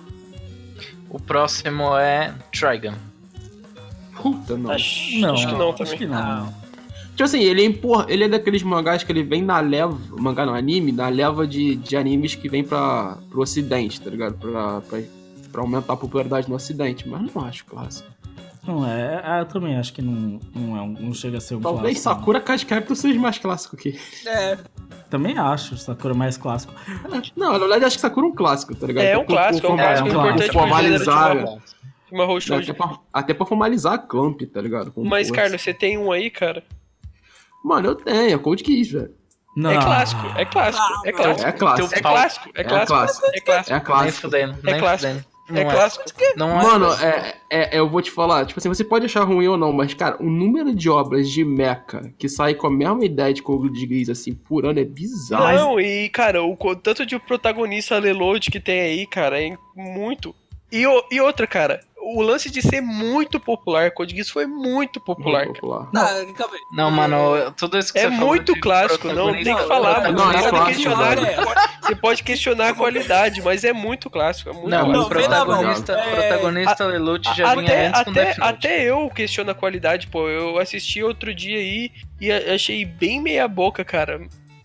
O próximo é Trigun. Puta, não. Acho, Não, acho que não acho também. que não. Tipo assim, ele é, impor... ele é daqueles mangás que ele vem na leva, mangá no anime, na leva de, de animes que vem pra, pro ocidente, tá ligado? Pra, pra, pra aumentar a popularidade no ocidente, mas não acho clássico. Não é, é, eu também acho que não, não, é um- não chega a ser um Talvez clássico. Sakura Card Captor seja mais clássico que É, Também acho Sakura mais clássico. Não, na verdade acho que Sakura é um clássico, tá ligado? É um Por- clássico, é um por- clássico é um importante clássico. pro gênero de formalizar, Mahou- de Mahou até, Shoujo. pra, até pra formalizar a Clamp, tá ligado? Com Mas, força. Carlos, você tem um aí, cara? Mano, eu tenho, é Code Geass, velho. Não. É clássico, é clássico, é clássico. É clássico. É clássico, é É clássico, clássico. é clássico. É Nem clássico. fudendo, nem clássico. fudendo. É Não clássico. Não é. Mano, é, é, é, eu vou te falar, tipo assim, você pode achar ruim ou não, mas, cara, o número de obras de mecha que sai com a mesma ideia de Code Geass, assim, por ano é bizarro. Não, e, cara, o co- tanto de protagonista Leload que tem aí, cara, é muito. E, o- e outra, cara, o lance de ser muito popular, Code Geass foi muito popular. Muito popular. tá, calma aí. Não, mano, tudo isso que É você falou muito de clássico, não protagonista- tem que falar. Não, Não, é você, pode clássico, questionar, velho. você pode questionar a qualidade, mas é muito clássico. É muito Não, clássico. o Não, vem lá, protagonista, mano. É, protagonista Lelouch já vinha Até, antes com até, Death Note. até eu questiono a qualidade, pô. Eu assisti outro dia aí e a- achei bem meia boca, cara.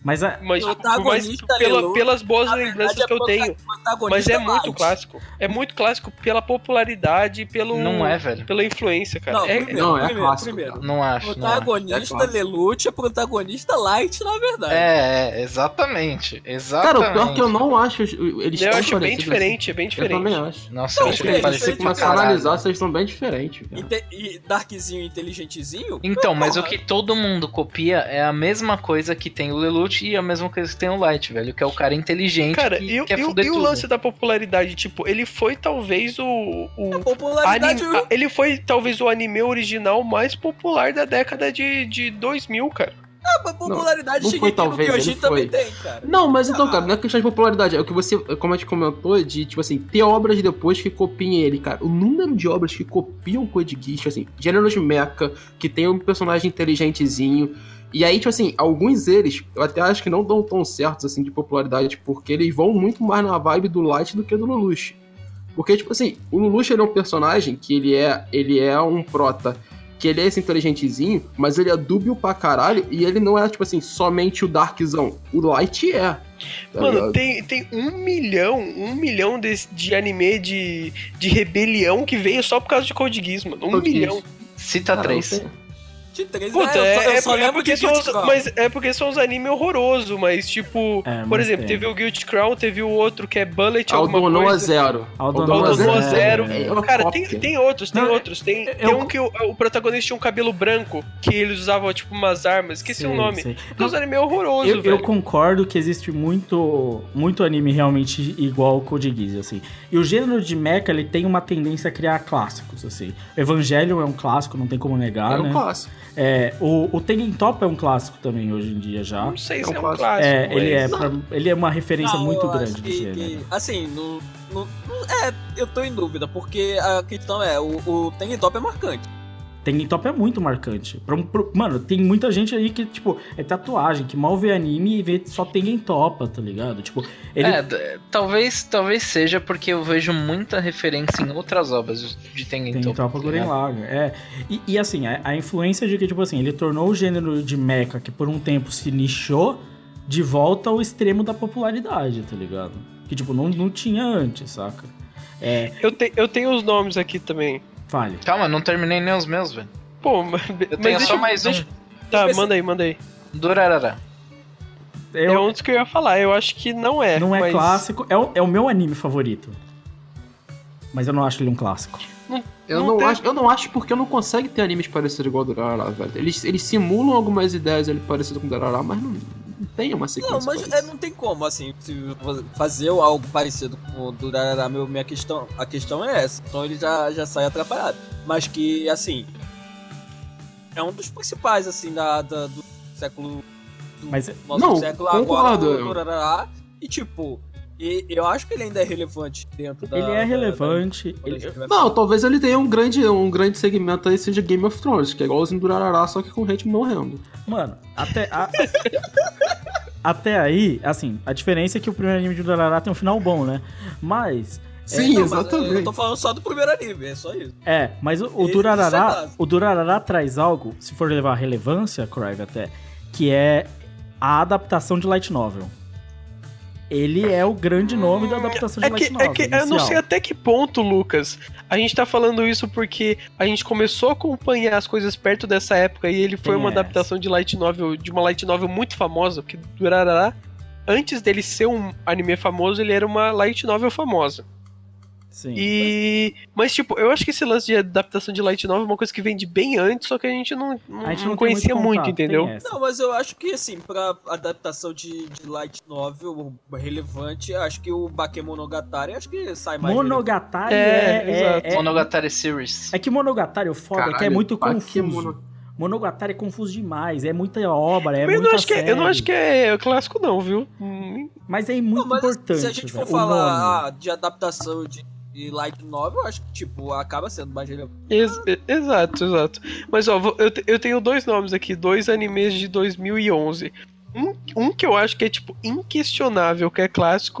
Mas, a, Mas, Protagonista mas pela- Lelouch, pelas boas na lembranças verdade, que eu é tenho. protagonista Mas é muito light. clássico. É muito clássico pela popularidade e pelo, Não é, velho. pela influência, cara. Não, É- primeiro, não, é primeiro, clássico, primeiro. cara. Não acho, não acho. Protagonista É claro. Lelouch é protagonista light, na verdade. É, é, exatamente. Cara, Exatamente. o pior que eu não acho eles eu tão acho bem parecidos diferente, é bem assim. Eu também diferente. acho. Nossa, Não, eu acho é ele diferente, parecido Se diferente pra começar a caralho. analisar, vocês estão bem diferentes. cara. Inte- E Darkzinho inteligentezinho? Então, mas o Porra. que todo mundo copia é a mesma coisa que tem o Lelouch e a mesma coisa que tem o Light, velho. Que é o cara inteligente Cara, que e, o- quer e o- fuder e o tudo. lance da popularidade, tipo, ele foi talvez o. o A popularidade... anime- a- ele foi talvez o anime original mais popular da década de, de dois mil, cara. A popularidade Não, não foi Shingeki no talvez, Kyojin ele também foi. tem, cara. Não, mas então, Ah. cara, não é questão de popularidade. É o que você, como a gente comentou, de, tipo assim, ter obras depois que copiem ele, cara. O número de obras que copiam o Code Geass, assim, gêneros de mecha, que tem um personagem inteligentezinho. E aí, tipo assim, alguns deles, eu até acho que não dão tão certos, assim, de popularidade, porque eles vão muito mais na vibe do Light do que do Lelouch. Porque, tipo assim, o Lelouch, ele é um personagem que ele é, ele é um prota, que ele é esse inteligentezinho, mas ele é dúbio pra caralho, e ele não é, tipo assim, somente o Darkzão. O Light é. tá Mano, ligado? tem, tem um milhão, um milhão de, de anime de, de rebelião que veio só por causa de Code Geass, mano. Um Code milhão. Geass. Cita Cara, três. não tem- De três, Puta, né? Eu só, é, eu é só por- é lembro porque de são Guilty os, Crown. mas é porque são os anime horrorosos, mas tipo, É, por mas exemplo, tem. teve o Guilty Crown, teve o outro que é Bullet alguma Aldonoa coisa. Zero. Aldonoa Aldonoa Zero. Zero. É uma Cara, tem, cópia. tem outros, tem Não, outros. Tem, eu- tem um que o, o protagonista tinha um cabelo branco, que eles usavam tipo umas armas, esqueci Sei, o nome. sei. Porque os anime é horroroso, Eu, eu velho. concordo que existe muito, muito anime realmente igual ao Code Geass, assim. E o gênero de mecha, ele tem uma tendência a criar clássicos, assim. Evangelion é um clássico, não tem como negar, É né? um clássico. É, o, o Tengen Top é um clássico também hoje em dia já. Não sei É se um é um clássico. clássico. É, ele é, mas- pra- ele é uma referência Não, muito eu grande acho do que- gênero. que, assim, no, no- no- é, eu tô em dúvida, porque a questão é, o, o Tengen Top é marcante. Tengen Top é muito marcante. Pra um- pro- mano, tem muita gente aí que, tipo, é tatuagem, que mal vê anime e vê só Tengen Topa, tá ligado? Tipo, ele... É, d- talvez, talvez seja porque eu vejo muita referência em outras obras de Tengen Tem Toppa, Tropa tá Gurren ligado? Lagann, é. E, e, assim, a, a influência de que, tipo assim, ele tornou o gênero de mecha, que por um tempo se nichou, de volta ao extremo da popularidade, tá ligado? Que, tipo, não, não tinha antes, saca? É, Eu, te- eu tenho os nomes aqui também. fale. Calma, não terminei nem os meus, velho. Pô, mas, Eu mas tenho deixa, só mais deixa- um. Tá, pensei- manda aí, manda aí. Durarará. É Eu, um dos que eu ia falar, eu acho que não é. não é mas- clássico, é o, é o meu anime favorito. Mas eu não acho ele um clássico. Eu Não não, tem- acho, eu não acho porque não consegue ter animes parecidos igual ao do Durarara, velho. Eles, eles simulam algumas ideias ali parecidas com o Durarara, mas não, não tem uma sequência. Não, mas parecida. é, não tem como, assim, se fazer algo parecido com o do Durarara. Meu, minha questão, a questão é essa. Então ele já, já sai atrapalhado. Mas que, assim, é um dos principais, assim, da, da- do século... Do Mas- nosso não, século concordo. agora, o Durarara. E, tipo, e, eu acho que ele ainda é relevante dentro da... ele é da- relevante. da- ele- Não, talvez ele tenha um grande, um grande segmento aí, seja Game of Thrones, que é igualzinho do Durarara, só que com gente morrendo. Mano, até. a- até aí, assim, a diferença é que o primeiro anime de Durarara tem um final bom, né? Mas. Sim, não, mas exatamente. Eu tô falando só do primeiro anime, é só isso. É, mas o, o Isso é Durarara. básico. O Durarara traz algo, se for levar relevância, Craig, até, que é a adaptação de Light Novel. Ele é o grande nome da adaptação de É que, Light Novel. é que eu não inicial. sei até que ponto, Lucas, a gente tá falando isso porque a gente começou a acompanhar as coisas perto dessa época e ele foi Tem uma essa. adaptação de light novel, de uma light novel muito famosa, porque Durarara, antes dele ser um anime famoso, ele era uma light novel famosa. Sim. E... Mas, tipo, eu acho que esse lance de adaptação de light novel é uma coisa que vem de bem antes, só que a gente não, não, A gente não não tem conhecia muito, contato, entendeu? tem essa. Não, mas eu acho que, assim, pra adaptação de, de light novel relevante, acho que o Bakemonogatari, acho que sai mais Monogatari É, é. é, exato. é, Monogatari Series. é que Monogatari, o foda é que é Caralho, muito pá, que confuso. mono- Monogatari é confuso demais, é muita obra, é Mas eu, muita não acho que é, eu não série. acho que é clássico, não, viu? Hum, Mas é muito Não, mas importante. se a gente for velho, o nome. falar ah, de adaptação de, de light novel, eu acho que, tipo, acaba sendo mais relevante. Ex- exato, exato. Mas, ó, vou- eu, te- eu tenho dois nomes aqui, dois animes de dois mil e onze. Um, um que eu acho que é, tipo, inquestionável, que é clássico,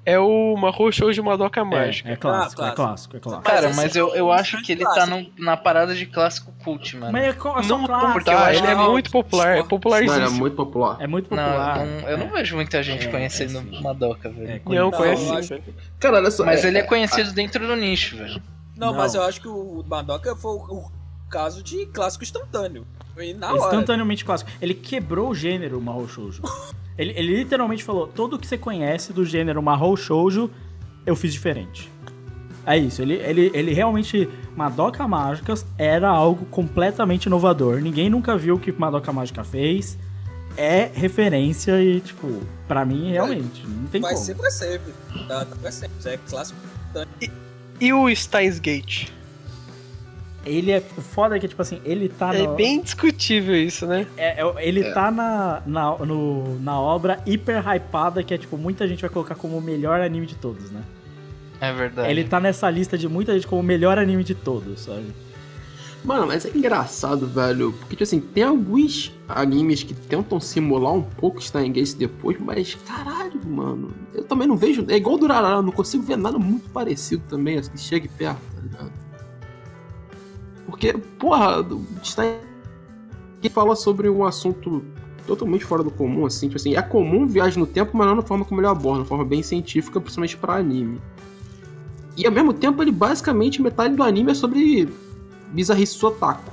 é o Mahou Shoujo Madoka Mágica. É, é clássico, Ah, é clássico, é clássico. Cara, Mas mas esse eu, é eu um acho grande que ele clássico. tá no- na parada de clássico cult, mano. Mas é, co- é só Não clássico. porque eu acho ele é que- muito popular, é Não, ele é popularíssimo. muito popular. É muito Não, popular. não- eu não É. vejo muita gente É, conhecendo é sim. Madoka, velho. É, Não, conheço. conhece eu sim, acho- velho. Cara, olha só. Mas ele é conhecido dentro do nicho, velho. Não, Não. mas eu acho que o Madoka foi o, o caso de clássico instantâneo. Foi na hora. Instantaneamente clássico. Ele quebrou o gênero Mahou Shoujo. ele, ele literalmente falou, tudo que você conhece do gênero Mahou Shoujo, eu fiz diferente. É isso, ele, ele, ele realmente... Madoka Mágica era algo completamente inovador. Ninguém nunca viu o que Madoka Mágica fez. É referência e, tipo, pra mim, realmente, não tem Vai como. ser pra sempre. Tá, tá pra sempre. Isso é clássico instantâneo. E o Steins Gate? Ele é... O foda é que, tipo assim, ele tá É no... bem discutível isso, né? É, é, ele tá na, na, no- na obra hiper hypada, que é tipo, muita gente vai colocar como o melhor anime de todos, né? É verdade. Ele tá nessa lista de muita gente como o melhor anime de todos, sabe? Mano, mas é engraçado, velho. Porque, tipo assim, tem alguns animes que tentam simular um pouco Steins Gate depois, mas caralho, mano. Eu também não vejo. É igual o Durarara, eu não consigo ver nada muito parecido também, assim, que chegue perto, tá ligado? Porque, porra, o Steins Gate fala sobre um assunto totalmente fora do comum, assim. Tipo assim, é comum viagem no tempo, mas não na forma como ele aborda, de forma bem científica, principalmente pra anime. E ao mesmo tempo, ele basicamente, metade do anime é sobre bizarrice otaku.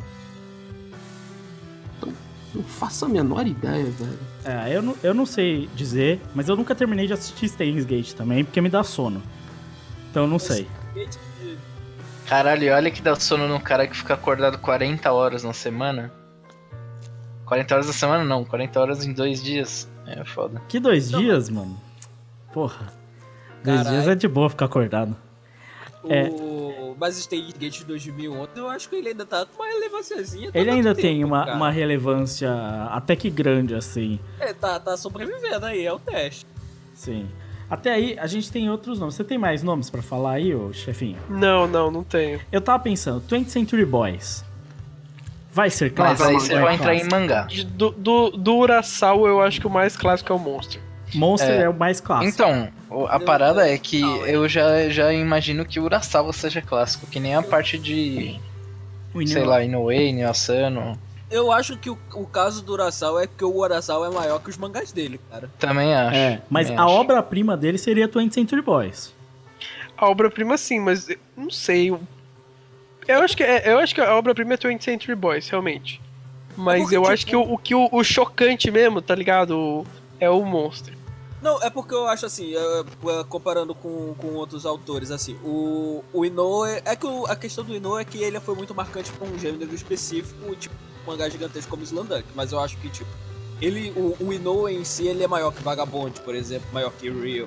Então, não faço a menor ideia, velho. É, eu não, eu não sei dizer, mas eu nunca terminei de assistir Steins Gate também, porque me dá sono. Então eu não sei. Caralho, olha que dá sono num cara que fica acordado quarenta horas na semana. quarenta horas na semana não, quarenta horas em dois dias. É foda. Que dois dias, mano? Porra. Dois Caralho. dias é de boa ficar acordado. É. O... Mas Steins Gate de dois mil e onze, eu acho que ele ainda tá com uma relevânciazinha. tá Ele dando ainda tempo, tem uma, cara. uma relevância até que grande, assim. É, tá, tá sobrevivendo aí, é o teste. Sim. Até aí, a gente tem outros nomes. Você tem mais nomes pra falar aí, ô chefinho? Não, não, não tenho. Eu tava pensando, twentieth Century Boys. Vai ser Mas clássico? aí ou você é vai entrar em clássico? mangá. De- Do, do, do Urasawa, eu acho que o mais clássico é o Monster. Monster é, É. o mais clássico. Então, o- a Eu- parada é que não, é. eu já, já imagino que o Urasawa seja clássico, que nem a parte de, O Inu- sei lá, Inoue, Inuyasano. Eu acho que o, o caso do Urasawa é que o Urasawa é maior que os mangás dele, cara. Também acho. É, mas também a acho. obra-prima dele seria twentieth Century Boys. A obra-prima sim, mas eu não sei. Eu, eu acho que é, eu acho que a obra-prima é twentieth Century Boys, realmente. Mas porque, eu tipo, acho que o, o que o, o chocante mesmo, tá ligado? O- é o Monster. Não, é porque eu acho assim, é, é, comparando com, com outros autores, assim, o, o Inoue, é que o- a questão do Inoue é que ele foi muito marcante pra um gênero específico, tipo, um mangá gigantesco como Slandunk, mas eu acho que, tipo, ele, o, o Inoue em si, ele é maior que Vagabond, por exemplo, maior que Real.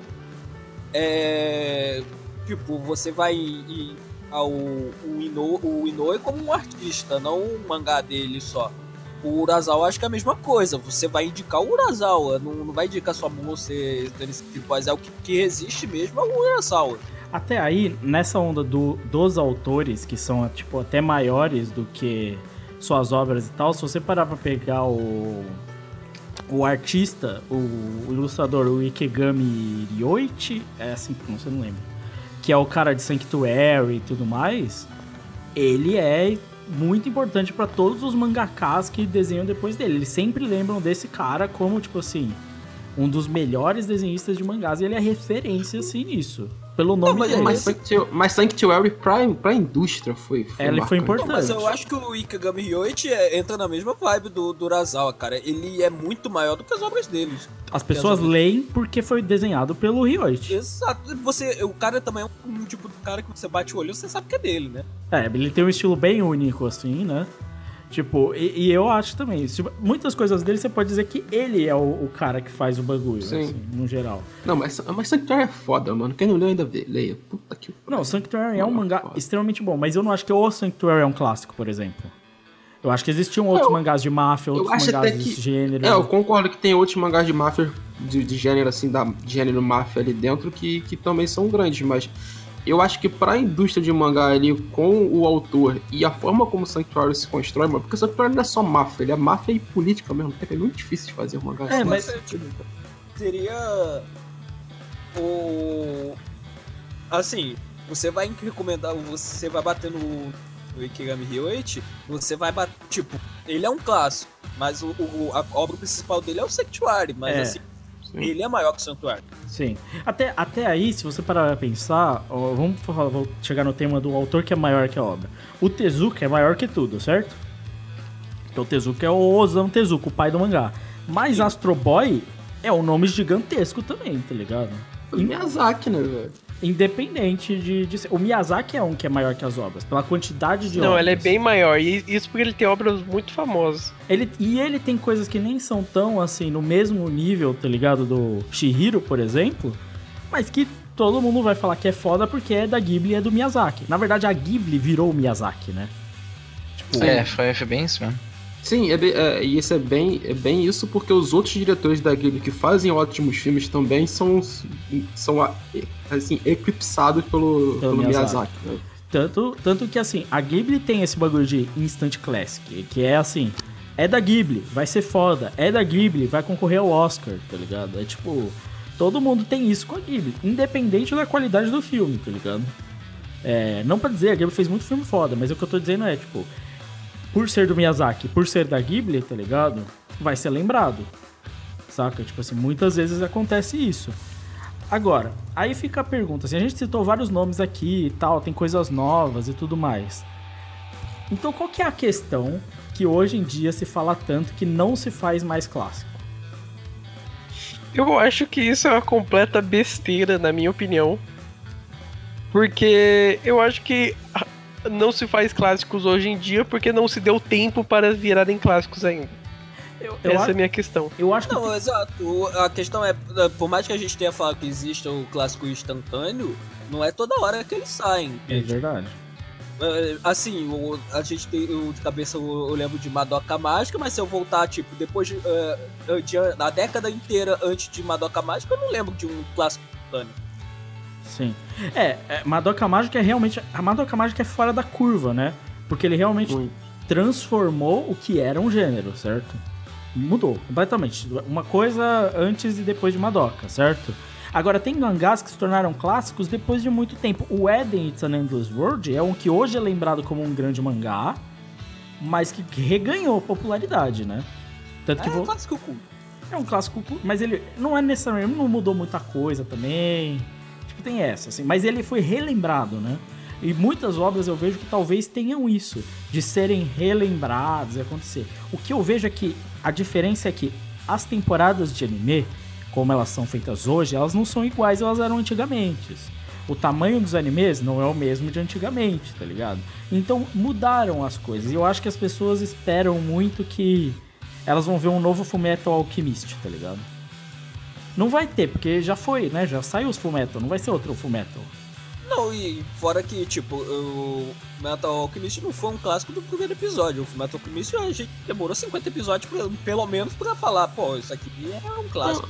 É, tipo, você vai ir ao o Inoue, o Inoue como um artista, não um mangá dele só. O Urasawa acho que é a mesma coisa. Você vai indicar o Urasawa, não, não vai indicar sua Monster, mas é o que, que existe mesmo é o Urasawa. Até aí, nessa onda do, dos autores, que são tipo, até maiores do que suas obras e tal, se você parar pra pegar o, o artista, o, o ilustrador, o Ikegami Ryoichi, é assim que você não lembra, que é o cara de Sanctuary e tudo mais, ele é muito importante pra todos os mangakas que desenham depois dele. Eles sempre lembram desse cara como, tipo assim, um dos melhores desenhistas de mangás, e ele é referência, assim, nisso. Pelo nome mas, dele. mas, Sanctuary, mas Sanctuary pra, pra indústria foi, foi Ele foi marcante. importante. Mas eu acho que o Ikegami Ryoichi é- entra na mesma vibe do, do Urasawa, cara. Ele é muito maior do que as obras deles. As pessoas Resolve. leem porque foi desenhado pelo Ryoichi. Exato. Você, o cara também é um, um tipo de cara que você bate o olho e você sabe que é dele, né? É, ele tem um estilo bem único, assim, né? Tipo, e, e eu acho também, se- muitas coisas dele você pode dizer que ele é o, o cara que faz o bagulho, Sim. assim, no geral. Não, mas, mas Sanctuary é foda, mano. Quem não leu ainda vê, leia. Puta que Não, Sanctuary é um Não, mangá foda. extremamente bom, mas eu não acho que o Sanctuary é um clássico, por exemplo. Eu acho que existiam outros Eu- mangás de máfia, outros acho mangás até que- desse gênero. É, eu concordo que tem outros mangás de máfia, de, de gênero assim, da, de gênero máfia ali dentro, que, que também são grandes, mas eu acho que pra indústria de mangá ali, com o autor e a forma como o Sanctuary se constrói, mano, porque o Sanctuary não é só máfia, ele é máfia e política ao mesmo tempo, é muito difícil de fazer um mangá É, assim. mas- Você, tipo, seria... o... Assim, você vai recomendar, você vai bater no, no Ikigami Ryoichi, você vai bater, tipo, ele é um clássico, mas o, o- a obra principal dele é o Sanctuary, mas É. assim, ele é maior que o Sanctuary. Sim. Até, até aí, se você parar pra pensar, ó, vamos falar, vou chegar no tema do autor que é maior que a obra. O Tezuka é maior que tudo, certo? Então o Tezuka é o Osamu Tezuka, o pai do mangá. Mas Astro Boy é um nome gigantesco também, tá ligado? O Miyazaki, né, velho? Independente de, de ser. O Miyazaki é um que é maior que as obras, pela quantidade de Não, obras. ela é bem maior. E isso porque ele tem obras muito famosas. Ele, e ele tem coisas que nem são tão, assim, no mesmo nível, tá ligado? Do Shihiro, por exemplo, mas que todo mundo vai falar que é foda porque é da Ghibli e é do Miyazaki. Na verdade, a Ghibli virou o Miyazaki, né? Tipo, É, foi, foi bem isso mesmo. Sim, é bem- é, e isso é bem, é bem isso porque os outros diretores da Ghibli que fazem ótimos filmes também são, são assim, eclipsados pelo, Pelo pelo Miyazaki. Miyazaki. Né? Tanto, tanto que, assim, a Ghibli tem esse bagulho de Instant Classic, que é assim, é da Ghibli, vai ser foda, é da Ghibli, vai concorrer ao Oscar, tá ligado? É tipo, todo mundo tem isso com a Ghibli, independente da qualidade do filme, tá ligado? É, não pra dizer, a Ghibli fez muito filme foda, mas o que eu tô dizendo é, tipo, por ser do Miyazaki, por ser da Ghibli, tá ligado? Vai ser lembrado, saca? Tipo assim, muitas vezes acontece isso. Agora, aí fica a pergunta, assim, a gente citou vários nomes aqui e tal, tem coisas novas e tudo mais. Então qual que é a questão que hoje em dia se fala tanto que não se faz mais clássico? Eu acho que isso é uma completa besteira, na minha opinião. Porque eu acho que não se faz clássicos hoje em dia porque não se deu tempo para virarem clássicos ainda. Eu, eu Essa acho, é a minha questão. eu acho que Não, exato. O- A questão é, por mais que a gente tenha falado que exista o clássico instantâneo, não é toda hora que eles saem. é verdade. É, Assim, o- a gente tem, eu, de cabeça eu, eu lembro de Madoka Mágica, mas se eu voltar, tipo, depois de, é, de a década inteira antes de Madoka Mágica, eu não lembro de um clássico instantâneo. Sim. É, é, Madoka Mágica é realmente... A Madoka Mágica é fora da curva, né? Porque ele realmente Muito. transformou o que era um gênero, certo? Mudou completamente. Uma coisa antes e depois de Madoka, certo? Agora, tem mangás que se tornaram clássicos depois de muito tempo. O Eden It's an Endless World é um que hoje é lembrado como um grande mangá, mas que reganhou popularidade, né? Tanto que É vo- um clássico culto. é um clássico, cu- mas ele não é necessariamente, não mudou muita coisa também. Tipo, tem essa, assim. Mas ele foi relembrado, né? E muitas obras eu vejo que talvez tenham isso, de serem relembradas e acontecer. O que eu vejo é que a diferença é que as temporadas de anime, como elas são feitas hoje, elas não são iguais elas eram antigamente. O tamanho dos animes não é o mesmo de antigamente, tá ligado? Então mudaram as coisas. E eu acho que as pessoas esperam muito que elas vão ver um novo Fullmetal Alchemist, tá ligado? Não vai ter, porque já foi, né? Já saiu os Fullmetal, não vai ser outro Fullmetal. Não, e fora que, tipo, o Metal Alchemist não foi um clássico do primeiro episódio. O Metal Alchemist a gente demorou cinquenta episódios, pra, pelo menos, pra falar, pô, isso aqui é um clássico.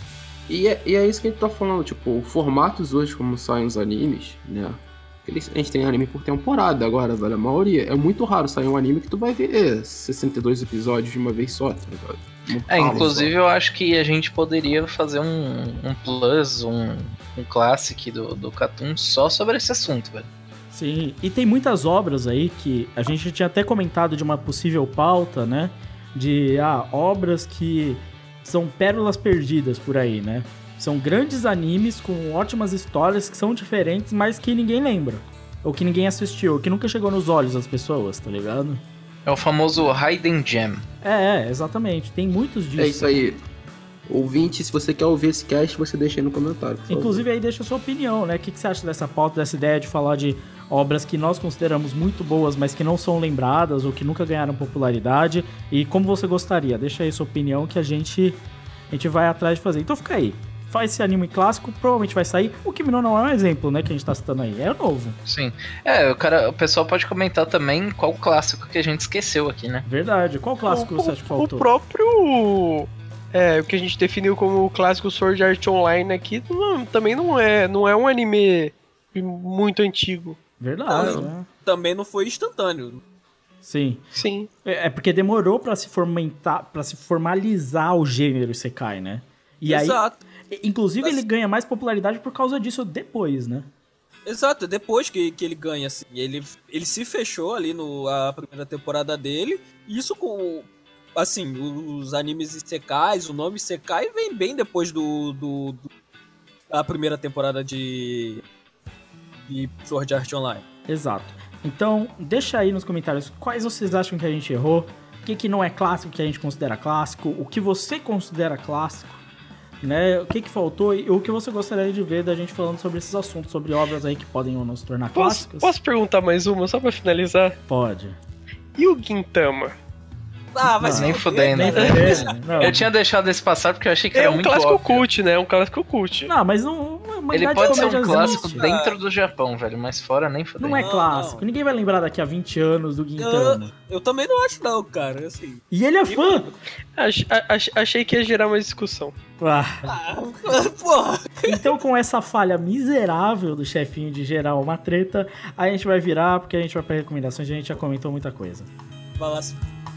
E é, e é isso que a gente tá falando, tipo, formatos hoje, como saem os animes, né? Eles, a gente tem anime por temporada agora, velho. A maioria. É muito raro sair um anime que tu vai ver sessenta e dois episódios de uma vez só, tá ligado? Uma É, fala inclusive só. eu acho que a gente poderia fazer um, um plus, um, um classic do, do Catum só sobre esse assunto, velho. Sim, e tem muitas obras aí que a gente tinha até comentado de uma possível pauta, né? De ah, obras que são pérolas perdidas por aí, né? São grandes animes com ótimas histórias que são diferentes, mas que ninguém lembra. Ou que ninguém assistiu, ou que nunca chegou nos olhos das pessoas, tá ligado? É o famoso Hidden Gem. É, é, exatamente. Tem muitos disso. É isso aí. Ouvinte, se você quer ouvir esse cast, você deixa aí no comentário. por favor. Inclusive aí deixa a sua opinião, né? O que, que você acha dessa pauta, dessa ideia de falar de obras que nós consideramos muito boas, mas que não são lembradas ou que nunca ganharam popularidade? E como você gostaria? Deixa aí sua opinião que a gente, a gente vai atrás de fazer. Então fica aí. Faz esse anime clássico, provavelmente vai sair. O Kimi no não é um exemplo, né, que a gente tá citando aí. É o novo. Sim. É, o, cara, o pessoal pode comentar também qual clássico que a gente esqueceu aqui, né? Verdade. Qual clássico o, você acha que faltou? O próprio... É, o que a gente definiu como o clássico Sword Art Online aqui não- também não é, não é um anime muito antigo. Verdade, Não, né? Também não foi instantâneo. Sim. Sim. É é porque demorou pra se fomentar, para se formalizar o gênero Isekai, né? E aí, Exato. Inclusive, Mas- ele ganha mais popularidade por causa disso depois, né? Exato, depois que, que ele ganha, assim, ele, ele se fechou ali no a primeira temporada dele, e isso com, assim, os animes isekais, o nome Isekai vem bem depois do, do, do a primeira temporada de, de Sword Art Online. Exato. Então, deixa aí nos comentários quais vocês acham que a gente errou, o que, que não é clássico que a gente considera clássico, o que você considera clássico, né? O que, que faltou e o que você gostaria de ver da gente falando sobre esses assuntos, sobre obras aí que podem ou não se tornar Posso, clássicas. posso perguntar mais uma, só pra finalizar? Pode. E o Gintama? Ah, mas nem fuder, fudendo. cara. É, não. Eu tinha deixado esse passar porque eu achei que É era um muito clássico óbvio. cult, né? É um clássico cult. Não, mas não, uma Ele idade pode de ser um comédia clássico existe. dentro do Japão, velho, mas fora nem fudendo. Não é Não, clássico. não. Ninguém vai lembrar daqui a vinte anos do Gintama. Eu, eu também não acho não, cara, assim. E ele é fã. Ach- ach- achei que ia gerar uma discussão. Ah, Ah, porra. então, com essa falha miserável do chefinho de gerar uma treta, a gente vai virar, porque a gente vai para recomendações, a gente já comentou muita coisa. Falasse.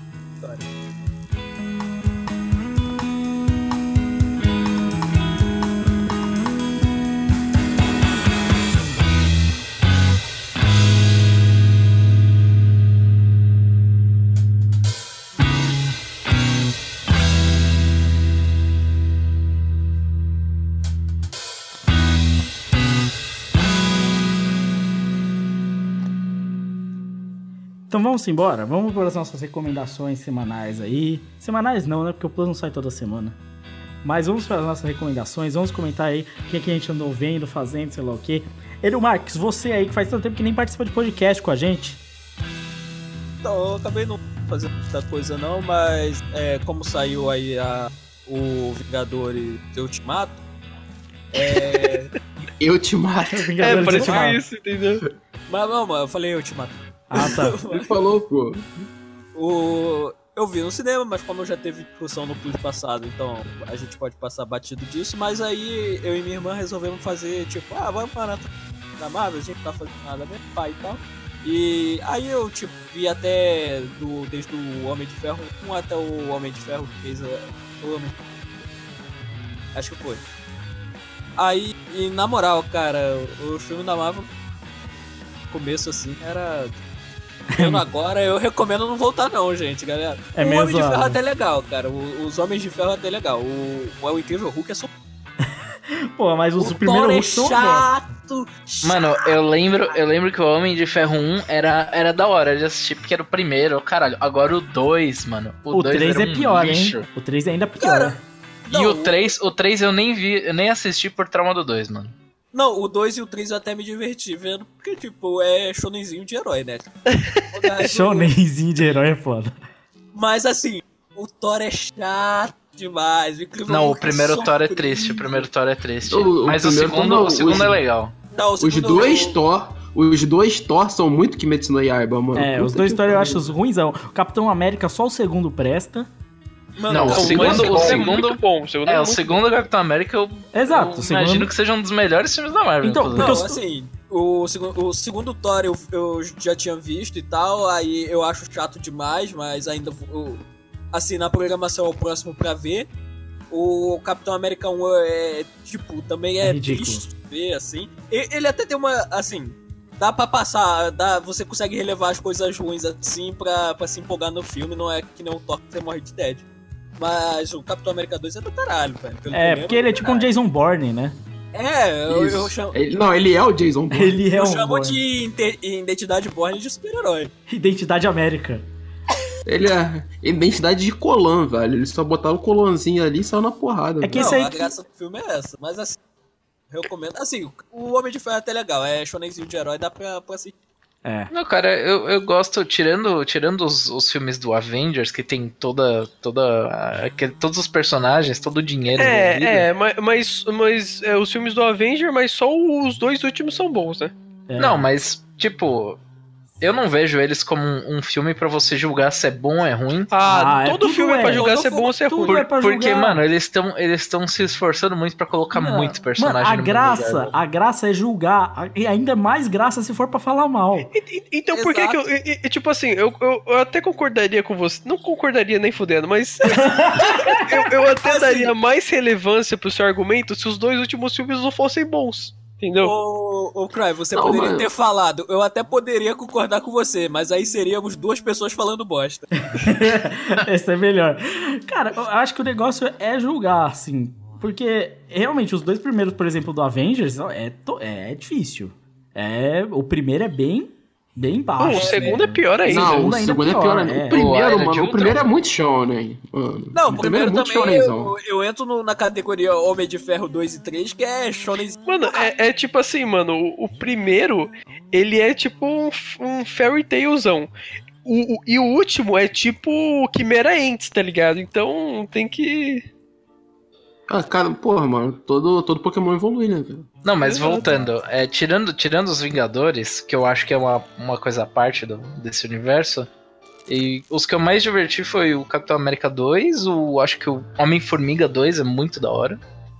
Então vamos embora, vamos para as nossas recomendações semanais aí. Semanais não, né? Porque o plano não sai toda semana. Mas vamos para as nossas recomendações, vamos comentar aí o que, que a gente andou vendo, fazendo, sei lá o quê. Eru Marques, você aí que faz tanto tempo que nem participa de podcast com a gente. Então, eu acabei não fazendo muita coisa não, mas é, como saiu aí a, o Vingadores Ultimato, é... Eu te mato. É, Vingadores parece Ultimato. isso, entendeu? mas não, mas eu falei Ultimato. Ah, tá. Ele falou, pô. O... Eu vi no cinema, mas como já teve discussão no plus passado, então a gente pode passar batido disso, mas aí eu e minha irmã resolvemos fazer, tipo, ah, vamos parar na Marvel, a gente tá fazendo nada mesmo, pai e tal. E aí eu, tipo, vi até do, desde o Homem de Ferro um até o Homem de Ferro que fez a, o Homem... Acho que foi. Aí, e na moral, cara, o filme da Marvel, começo assim, era... Vendo agora, eu recomendo não voltar não, gente, galera. É o meio Homem de zoado. Ferro é até legal, cara. O- os Homens de Ferro é até legal. O, o Incrível Hulk é só... Pô, mas os o primeiros Thor é Hulk são bons. chato, chato. Mano, eu lembro, eu lembro que o Homem de Ferro um era, era da hora de assistir, porque era o primeiro, caralho. Agora o dois, mano. O dois três era é um pior, lixo. hein? O três é ainda pior. Cara, E Não, o três, o três eu nem vi, eu nem assisti por trauma do dois, mano. Não, o dois e o três eu até me diverti vendo, porque, tipo, é shonenzinho de herói, né? Shonenzinho de herói é foda. Mas, assim, o Thor é chato demais. O Incrível Não, o Hulk primeiro Thor é sofrível. triste, o primeiro Thor é triste. O- o Mas o primeiro segundo, não, o segundo os- é legal. Não, o Os segundo- dois Thor, os dois Thor são muito Kimetsu no Yaiba, mano. É, Puta os dois que Thor eu pariu. acho os ruinsão. O Capitão América, só o segundo presta. Mano, Não, o não, segundo- mas- o é segundo- muito bom. O segundo É, o muito segundo Capitão América eu, Exato, eu o segundo- imagino que seja um dos melhores filmes da Marvel. Então, inclusive. Não, Porque eu- assim, o, segu- o segundo Thor eu, eu já tinha visto e tal, aí eu acho chato demais, mas ainda, vou- assim, na programação é o próximo pra ver. O Capitão América um é, tipo, também é, É ridículo. triste de ver, assim. E- Ele até tem uma, assim, dá pra passar, dá, você consegue relevar as coisas ruins, assim, pra, pra se empolgar no filme, não é que nem o Thor que você morre de tédio. Mas o Capitão América dois é do caralho, velho. Pelo que eu É, lembro, porque ele é do tipo um caralho. Jason Bourne, né? É, eu, Isso. eu chamo... Ele- não, ele é o Jason Bourne. Ele é Eu um chamo Bourne. de inte- identidade Borne de super-herói. Identidade América. Ele é identidade de Colan, velho. Eles só botaram o Colanzinho ali e saiu na porrada. É velho. que Não, esse aí a que- graça do filme é essa. Mas assim, recomendo. Assim, o Homem de Ferro é até legal. É shonenzinho de herói, dá pra, pra assistir. É. Não, cara, eu, eu gosto, tirando, tirando os, os filmes do Avengers, que tem toda. toda aquele, todos os personagens, todo o dinheiro envolvido. É, é, mas, mas, mas é, os filmes do Avenger, mas só os dois últimos são bons, né? É. Não, mas, tipo. eu não vejo eles como um, um filme pra você julgar se é bom ou é ruim. Ah, Ah, é todo tudo filme é pra é. julgar Todo se é bom ou se é tudo ruim. Por- é pra porque, julgar. mano, eles estão eles estão se esforçando muito pra colocar Não. muitos personagens Mano, a no graça, mesmo lugar. a graça é julgar. E ainda mais graça se for pra falar mal. E- e- Então por que que eu, e- e- tipo assim, eu, eu, eu até concordaria com você, não concordaria nem fudendo, mas eu, eu até daria mais relevância pro seu argumento se os dois últimos filmes não fossem bons, entendeu? Ô, ô Cry, você Não, poderia mano. ter falado, eu até poderia concordar com você, mas aí seríamos duas pessoas falando bosta. Esse é melhor. Cara, eu acho que o negócio é julgar, assim. Porque, realmente, os dois primeiros, por exemplo, do Avengers, é, to- é difícil. É, o primeiro é bem, bem Pô, baixo. o segundo é pior ainda. Não, o segundo ainda segundo é pior, pior é. ainda. O O Era primeiro, de mano, o Ultron. primeiro é muito shonen, mano. Não, o primeiro, é muito também shonenzão. eu, eu entro no- na categoria Homem de Ferro dois e três, que é shonen. Mano, é, é tipo assim, mano, o, o primeiro, ele é tipo um, f- um fairy talezão. O, o- e o último é tipo Quimera Ants, tá ligado? Então tem que... Ah, cara, porra, mano, todo, todo Pokémon evolui, né, velho? Não, mas voltando, é, tirando, tirando os Vingadores, que eu acho que é uma, uma coisa à parte do, desse universo, e os que eu mais diverti foi o Capitão América dois, o, acho que o Homem-Formiga dois é muito da hora,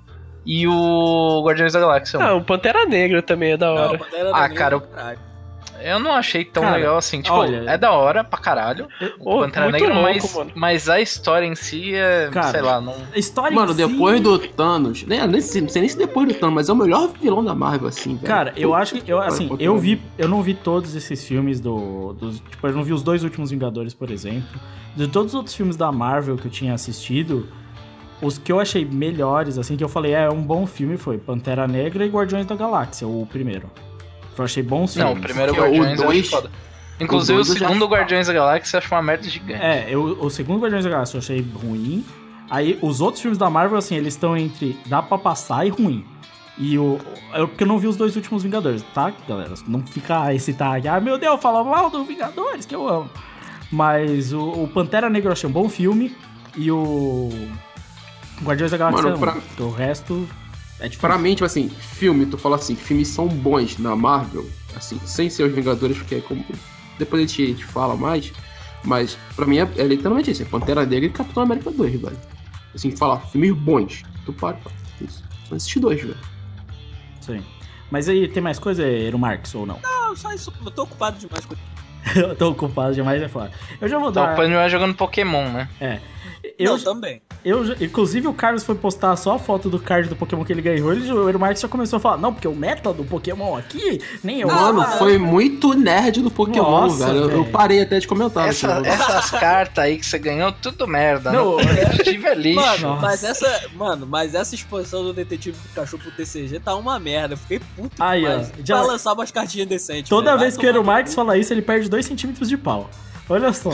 e o Guardiões da Galáxia um. Ah, o Pantera Negra também é da hora. Não, Pantera Ah, Negra, cara, eu- caralho. Eu não achei tão Cara, legal assim, tipo, olha- é da hora pra caralho, o Ô, Pantera muito Negra, louco, mas, mano. mas a história em si é, Cara, sei lá, não... A história Mano, em si- depois do Thanos, nem, nem, sei- não sei nem se depois do Thanos, mas é o melhor vilão da Marvel, assim, velho. Cara, eu acho que eu assim, Puta, eu vi, eu não vi todos esses filmes do, dos, tipo, eu não vi os dois últimos Vingadores, por exemplo. De todos os outros filmes da Marvel que eu tinha assistido, os que eu achei melhores, assim, que eu falei, é um bom filme foi Pantera Negra e Guardiões da Galáxia, o primeiro. Eu achei bons Não, filmes. o primeiro Que é o Guardiões eu dois- acho foda. Inclusive o o dois eu já segundo acho- Guardiões da Galáxia eu acho uma merda gigante. É, eu, o segundo Guardiões da Galáxia eu achei ruim. Aí os outros filmes da Marvel, assim, eles estão entre dá pra passar e ruim. E o. Eu, porque eu não vi os dois últimos Vingadores, tá, galera? Não fica esse tag, ah, meu Deus, fala mal do Vingadores, que eu amo. Mas o, o Pantera Negra eu achei um bom filme. E o. Guardiões da Galáxia Mano, não. pra- Porque o resto é difícil. Pra mim, tipo assim, filme, tu fala assim, filmes são bons na Marvel, assim, sem ser os Vingadores, porque é como. Depois a gente, a gente fala mais, mas pra mim é, é literalmente isso, é Pantera Negra e Capitão América dois, velho. Assim, falar, filmes bons, tu para, pá, isso. Só esses dois, velho. Sim. Mas aí, tem mais coisa, Eero Marx, ou não? Não, só isso, eu tô ocupado demais com Eu tô ocupado demais, é foda. Eu já vou Então, dar. quando vai jogando Pokémon, né? É. Eu, Não, também. Eu, já- inclusive, o Carlos foi postar só a foto do card do Pokémon que ele ganhou. Ele, o Eero Marx já começou a falar: não, porque o meta do Pokémon aqui, nem eu. Mano, mas- foi muito nerd do Pokémon, Nossa, velho. Eu- Eu velho. parei até de comentar. Essa- assim, essas cartas aí que você ganhou, tudo merda. Não, Não, detetive é lixo. Mano, Nossa. mas essa, mano, mas essa expansão do Detetive Pikachu pro T C G tá uma merda. Eu fiquei puto Aí, demais. ó, já- Pra lançar umas cartinhas decentes. Toda velho. Vai vez que o Eero tomar no Marx cu, fala isso, ele perde dois centímetros de pau. Olha só.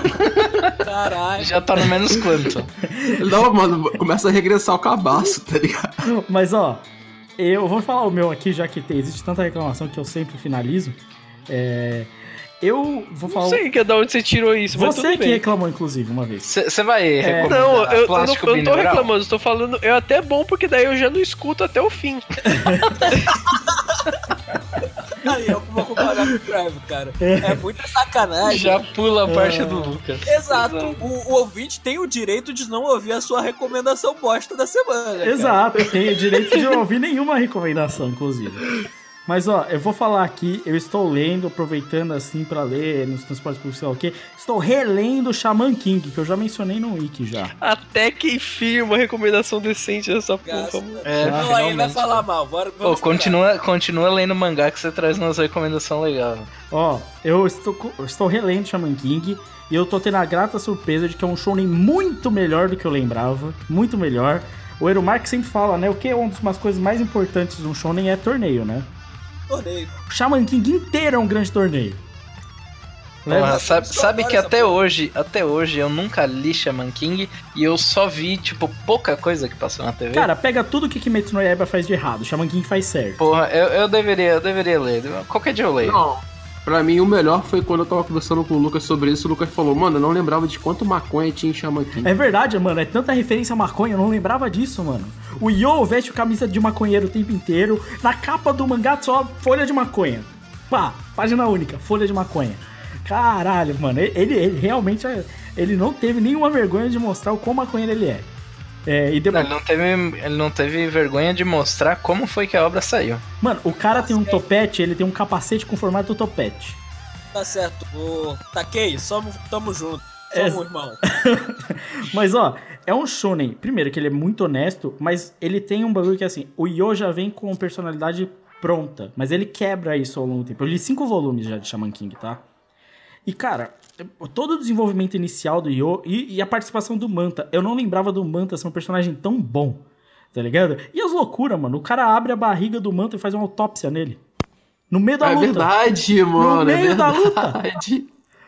Caralho. Já tá no menos quanto? Não, mano, começa a regressar o cabaço, tá ligado? Mas ó, eu vou falar o meu aqui, já que tem, existe tanta reclamação que eu sempre finalizo. É, eu vou falar. Não sei que é da onde você tirou isso, mas Você tudo que bem. reclamou, inclusive, uma vez. Você vai recomendar Não, eu, eu, não, plástico eu não tô binaural? reclamando, eu tô falando, é até bom porque daí eu já não escuto até o fim. Aí eu vou concordar com o Cravo, cara. É muita sacanagem. Já pula a parte É. do Lucas. Exato. O, o ouvinte tem o direito de não ouvir a sua recomendação bosta da semana. cara. Exato, eu tenho direito de não ouvir nenhuma recomendação, inclusive. Mas ó, eu vou falar aqui, eu estou lendo, aproveitando assim pra ler nos transportes públicos, sei lá o quê. Estou relendo Shaman King, que eu já mencionei no wiki já. Até que enfim, uma recomendação decente dessa Graças porra. a Deus. É, Não, aí vai finalmente. falar mal. Bora, Pô, vamos continua, continua lendo mangá que você traz umas recomendações legais. Ó, eu estou, co- eu estou relendo Shaman King e eu tô tendo a grata surpresa de que é um shonen muito melhor do que eu lembrava. Muito melhor. O Eero Marx sempre fala, né? O que é uma das coisas mais importantes de um shonen é torneio, né? torneio. O Shaman King inteiro é um grande torneio. Leva- Porra, sabe, só sabe adoro que essa até porra. hoje, até hoje eu nunca li Shaman King e eu só vi, tipo, pouca coisa que passou na T V. Cara, pega tudo que Kimetsu no Yaiba faz de errado. Shaman King faz certo. Porra, eu, eu deveria, eu deveria ler. Qualquer dia eu leio. Não. Pra mim, o melhor foi quando eu tava conversando com o Lucas sobre isso. O Lucas falou, mano, eu não lembrava de quanto maconha tinha em Shaman King. É verdade, mano. É tanta referência a maconha, eu não lembrava disso, mano. O Yo veste camisa de maconheiro o tempo inteiro. Na capa do mangá só folha de maconha. Pá, página única, folha de maconha. Caralho, mano, ele, ele realmente ele não teve nenhuma vergonha de mostrar o quão maconheiro ele é. É, e depois... não, ele, não teve, ele não teve vergonha de mostrar como foi que a obra saiu. Mano, o cara tem um topete, ele tem um capacete com formato do topete. Tá certo, o Takei, somos, tamo junto, É. somos irmão. Mas ó, é um shonen, primeiro que ele é muito honesto, mas ele tem um bagulho que é assim, o Yo já vem com personalidade pronta, mas ele quebra isso ao longo do tempo. Eu li cinco volumes já de Shaman King, tá? E cara, todo o desenvolvimento inicial do Yo e, e a participação do Manta, eu não lembrava do Manta ser um personagem tão bom, tá ligado? E as loucuras, mano, o cara abre a barriga do Manta e faz uma autópsia nele. No meio da É luta. verdade, mano. No meio é da luta. verdade.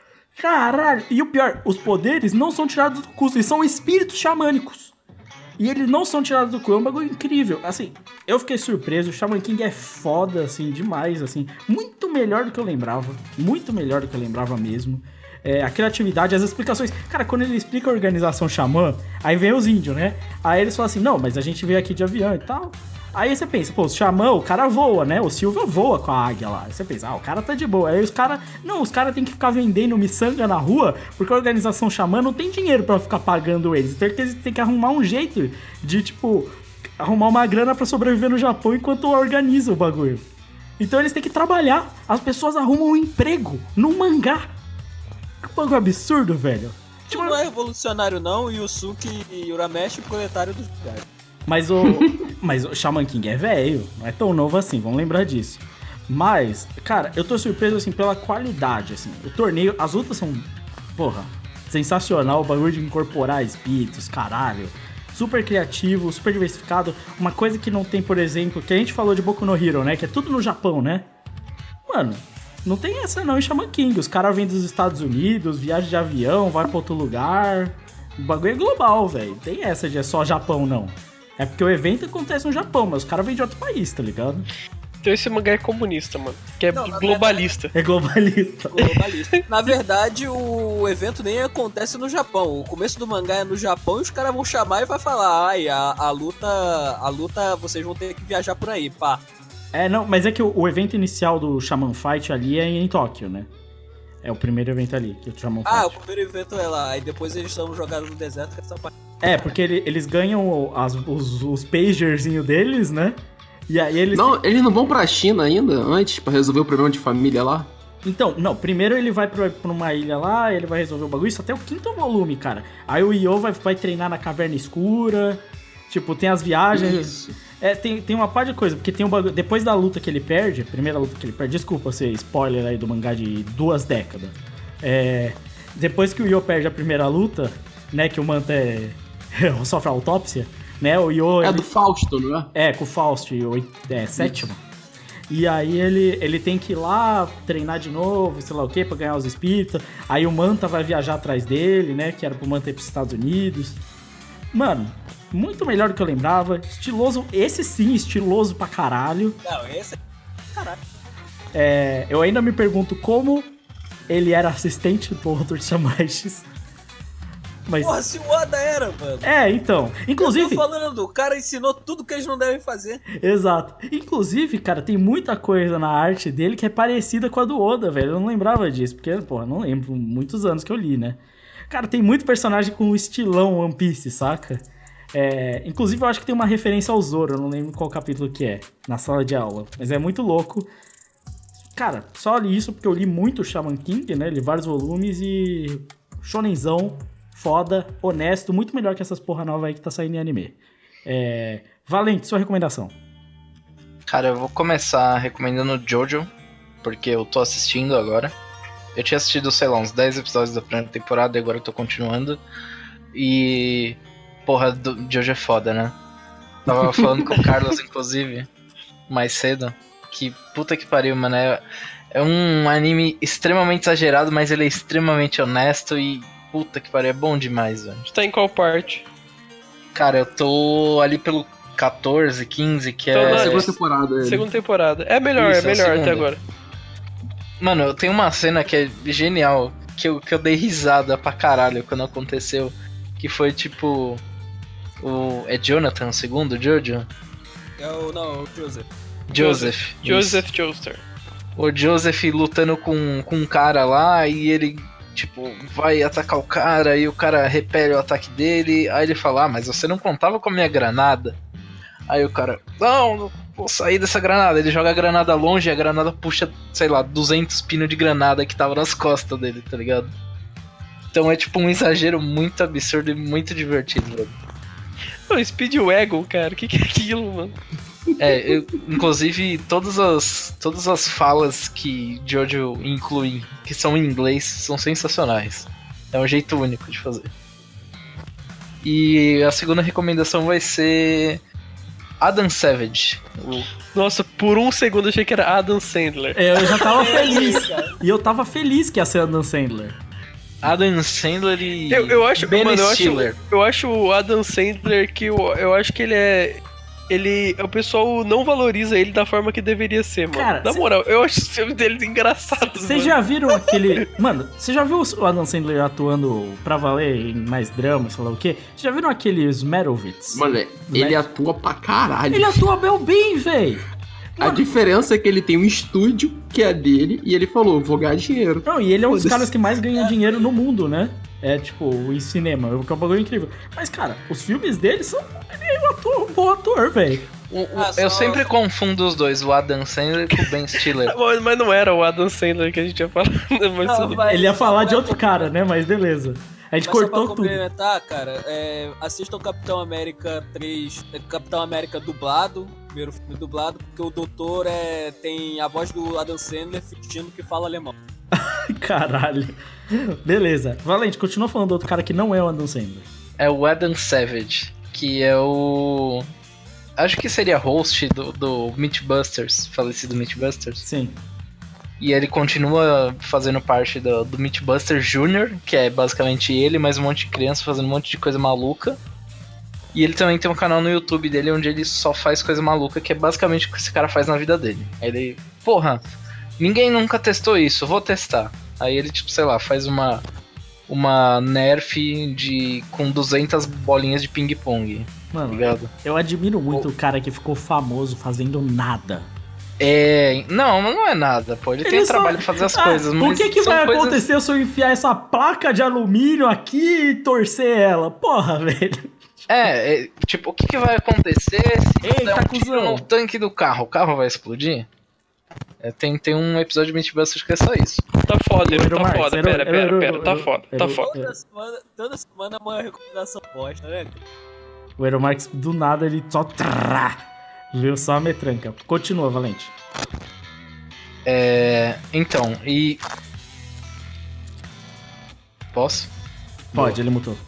Caralho, e o pior, os poderes não são tirados do cu, eles são espíritos xamânicos. E eles não são tirados do cu, é um bagulho incrível. Assim, eu fiquei surpreso, o Shaman King é foda, assim, demais, assim. Muito melhor do que eu lembrava, muito melhor do que eu lembrava mesmo. É, a criatividade, as explicações. Cara, quando ele explica a organização xamã, aí vem os índios, né? Aí eles falam assim, não, mas a gente veio aqui de avião e tal. Aí você pensa, pô, o xamã, o cara voa, né? O Silva voa com a águia lá. Aí você pensa, ah, o cara tá de boa. Aí os caras, não, os caras tem que ficar vendendo miçanga na rua, porque a organização xamã não tem dinheiro pra ficar pagando eles. Então eles têm que arrumar um jeito de, tipo, arrumar uma grana pra sobreviver no Japão enquanto organiza o bagulho. Então eles têm que trabalhar. As pessoas arrumam um emprego num mangá. Que bagulho absurdo, velho. Tipo, não é revolucionário não, Yusuke e Urameshi proletário dos lugares. Mas o, mas o Shaman King é velho, não é tão novo assim, vamos lembrar disso. Mas, cara, eu tô surpreso, assim, pela qualidade, assim. O torneio, as lutas são, porra, sensacional, o bagulho de incorporar espíritos, caralho. Super criativo, super diversificado. Uma coisa que não tem, por exemplo, que a gente falou de Boku no Hero, né? Que é tudo no Japão, né? Mano, não tem essa não em Shaman King. Os caras vêm dos Estados Unidos, viajam de avião, vai pra outro lugar. O bagulho é global, velho. Tem essa de é só Japão, não. É porque o evento acontece no Japão, mas os caras vêm de outro país, tá ligado? Então esse mangá é comunista, mano. Que é Não, na globalista. É globalista. Globalista. Na verdade, o evento nem acontece no Japão. O começo do mangá é no Japão e os caras vão chamar e vai falar, ai, a, a luta, a luta, vocês vão ter que viajar por aí, pá. É, não, mas é que o, o evento inicial do Shaman Fight ali é em Tóquio, né? É o primeiro evento ali, que é o Shaman Ah, Fight. o primeiro evento é lá, aí depois eles são jogados no deserto com essa parte. É, porque ele- eles ganham as- os, os pagerzinhos deles, né? E aí eles... Não, eles não vão pra China ainda, antes, pra resolver o problema de família lá? Então, não, primeiro ele vai pra, pra uma ilha lá, ele vai resolver o bagulho, isso até o quinto volume, cara. Aí o Io vai, vai treinar na Caverna Escura, tipo, tem as viagens... Isso. É, tem, tem uma par de coisa, porque tem um bagulho... Depois da luta que ele perde, a primeira luta que ele perde, desculpa ser spoiler aí do mangá de duas décadas. É, depois que o Io perde a primeira luta, né, que o Manta é, sofre a autópsia, né, o Io... É ele- do Fausto, não é? É, com o Faust, o é, sétimo. E aí ele, ele tem que ir lá treinar de novo, sei lá o que, pra ganhar os espíritos. Aí o Manta vai viajar atrás dele, né? Que era pro Manta ir pros Estados Unidos. Mano, muito melhor do que eu lembrava. Estiloso, esse sim, estiloso pra caralho. Não, esse é... Caralho. É, eu ainda me pergunto como ele era assistente do Doutor Shamashis. Mas... Porra, se o Oda era, mano. É, então. Inclusive... Eu tô falando, o cara ensinou tudo que eles não devem fazer. Exato. Inclusive, cara, tem muita coisa na arte dele que é parecida com a do Oda, velho. Eu não lembrava disso, porque, porra, não lembro. Muitos anos que eu li, né? Cara, tem muito personagem com estilão One Piece, saca? É, inclusive, eu acho que tem uma referência ao Zoro. Eu não lembro qual capítulo que é, na sala de aula. Mas é muito louco. Cara, só li isso porque eu li muito Shaman King, né? Li vários volumes e... Shonenzão, foda, honesto, muito melhor que essas porra nova aí que tá saindo em anime. É... Valente, sua recomendação. Cara, eu vou começar recomendando Jojo, porque eu tô assistindo agora. Eu tinha assistido, sei lá, uns dez episódios da primeira temporada e agora eu tô continuando. E... Porra, do Jojo é foda, né? Tava falando com o Carlos, inclusive, mais cedo. Que puta que pariu, mano. É, é um anime extremamente exagerado, mas ele é extremamente honesto e puta que pariu, é bom demais, velho. Tu tá em qual parte? Cara, eu tô ali pelo catorze, quinze, que Então, é... não, Segunda temporada. ele. Segunda temporada. É melhor, Isso, é é a melhor segunda. até agora. Mano, eu tenho uma cena que é genial, que eu, que eu dei risada pra caralho quando aconteceu, que foi tipo... O, é Jonathan o segundo, Jojo? É o, não, o Joseph. Joseph. Joseph Joestar. o Joseph lutando com, com um cara lá e ele, tipo, vai atacar o cara e o cara repele o ataque dele. Aí ele fala, ah, mas você não contava com a minha granada. Aí o cara, não, não vou sair dessa granada. Ele joga a granada longe e a granada puxa, sei lá, duzentos pinos de granada que tava nas costas dele, tá ligado? Então é tipo um exagero muito absurdo e muito divertido, velho. O Speedwagon, cara, o que, que é aquilo, mano? É, eu, inclusive todas as, todas as falas que Jojo inclui, que são em inglês, são sensacionais. É um jeito único de fazer. E a segunda recomendação vai ser Adam Savage. O... Nossa, por um segundo eu achei que era Adam Sandler. É, eu já tava feliz. E eu tava feliz que ia ser Adam Sandler. Adam Sandler e eu, eu acho, Ben mano, eu Stiller. acho, eu acho o Adam Sandler que eu, eu acho que ele é ele o pessoal não valoriza ele da forma que deveria ser, mano. Cara, Na cê... moral, eu acho os filmes dele engraçados. Vocês já viram aquele... Mano, você já viu o Adam Sandler atuando pra valer em mais drama, sei lá o quê? Vocês já viram aqueles Merovitz? Mano, ele atua pra caralho. Ele atua bem, véi. A diferença é que ele tem um estúdio que é dele e ele falou, vou ganhar dinheiro. Não, e ele é um dos Foda-se. caras que mais ganha dinheiro no mundo, né? É, tipo, em cinema, o que é um bagulho incrível. Mas, cara, os filmes dele são... Ele é um, ator, um bom ator, velho. O- o- Ah, eu só- sempre confundo os dois, o Adam Sandler com o Ben Stiller. Mas, mas não era o Adam Sandler que a gente ia falar. Mas Não, tudo vai- Ele ia falar de outro cara, né? Mas beleza. A gente Mas só cortou pra tudo. complementar, cara, é, assistam Capitão América três, é, Capitão América dublado, primeiro filme dublado, porque o doutor é, tem a voz do Adam Sandler fingindo que fala alemão. Caralho. Beleza. Valente, continua falando do outro cara que não é o Adam Sandler. É o Adam Savage, que é o... Acho que seria host do, do Mythbusters, falecido Mythbusters. Sim. E ele continua fazendo parte do, do Mythbusters Júnior, que é basicamente ele, mais um monte de criança fazendo um monte de coisa maluca. E ele também tem um canal no YouTube dele onde ele só faz coisa maluca, que é basicamente o que esse cara faz na vida dele. Aí ele, porra, ninguém nunca testou isso, vou testar. Aí ele, tipo, sei lá, faz uma uma Nerf de, com duzentas bolinhas de ping-pong. Mano, Obrigado. eu admiro muito o cara que ficou famoso fazendo nada. É. Não, mas não é nada, pô. Ele, tem o só- trabalho de fazer as Ah, coisas, mas. O que, que são vai coisas- acontecer se eu enfiar essa placa de alumínio aqui e torcer ela? Porra, velho. É, é, tipo, o que, que vai acontecer se Eita, der um tiro cuzão. no tanque do carro? O carro vai explodir? É, tem, tem um episódio de Mythbusters que é só isso. Tá foda, ele Eero tá Marx, foda. Eero- Pera, pera, Eero- pera. Tá Eero- foda, tá Eero- foda. Toda semana, toda semana é uma recomendação bosta, né? O Aeromarx, do nada, ele só... Trrr, viu? Só a metranca. Continua, Valente. É. Então, e. Posso? Pode, ele mutou.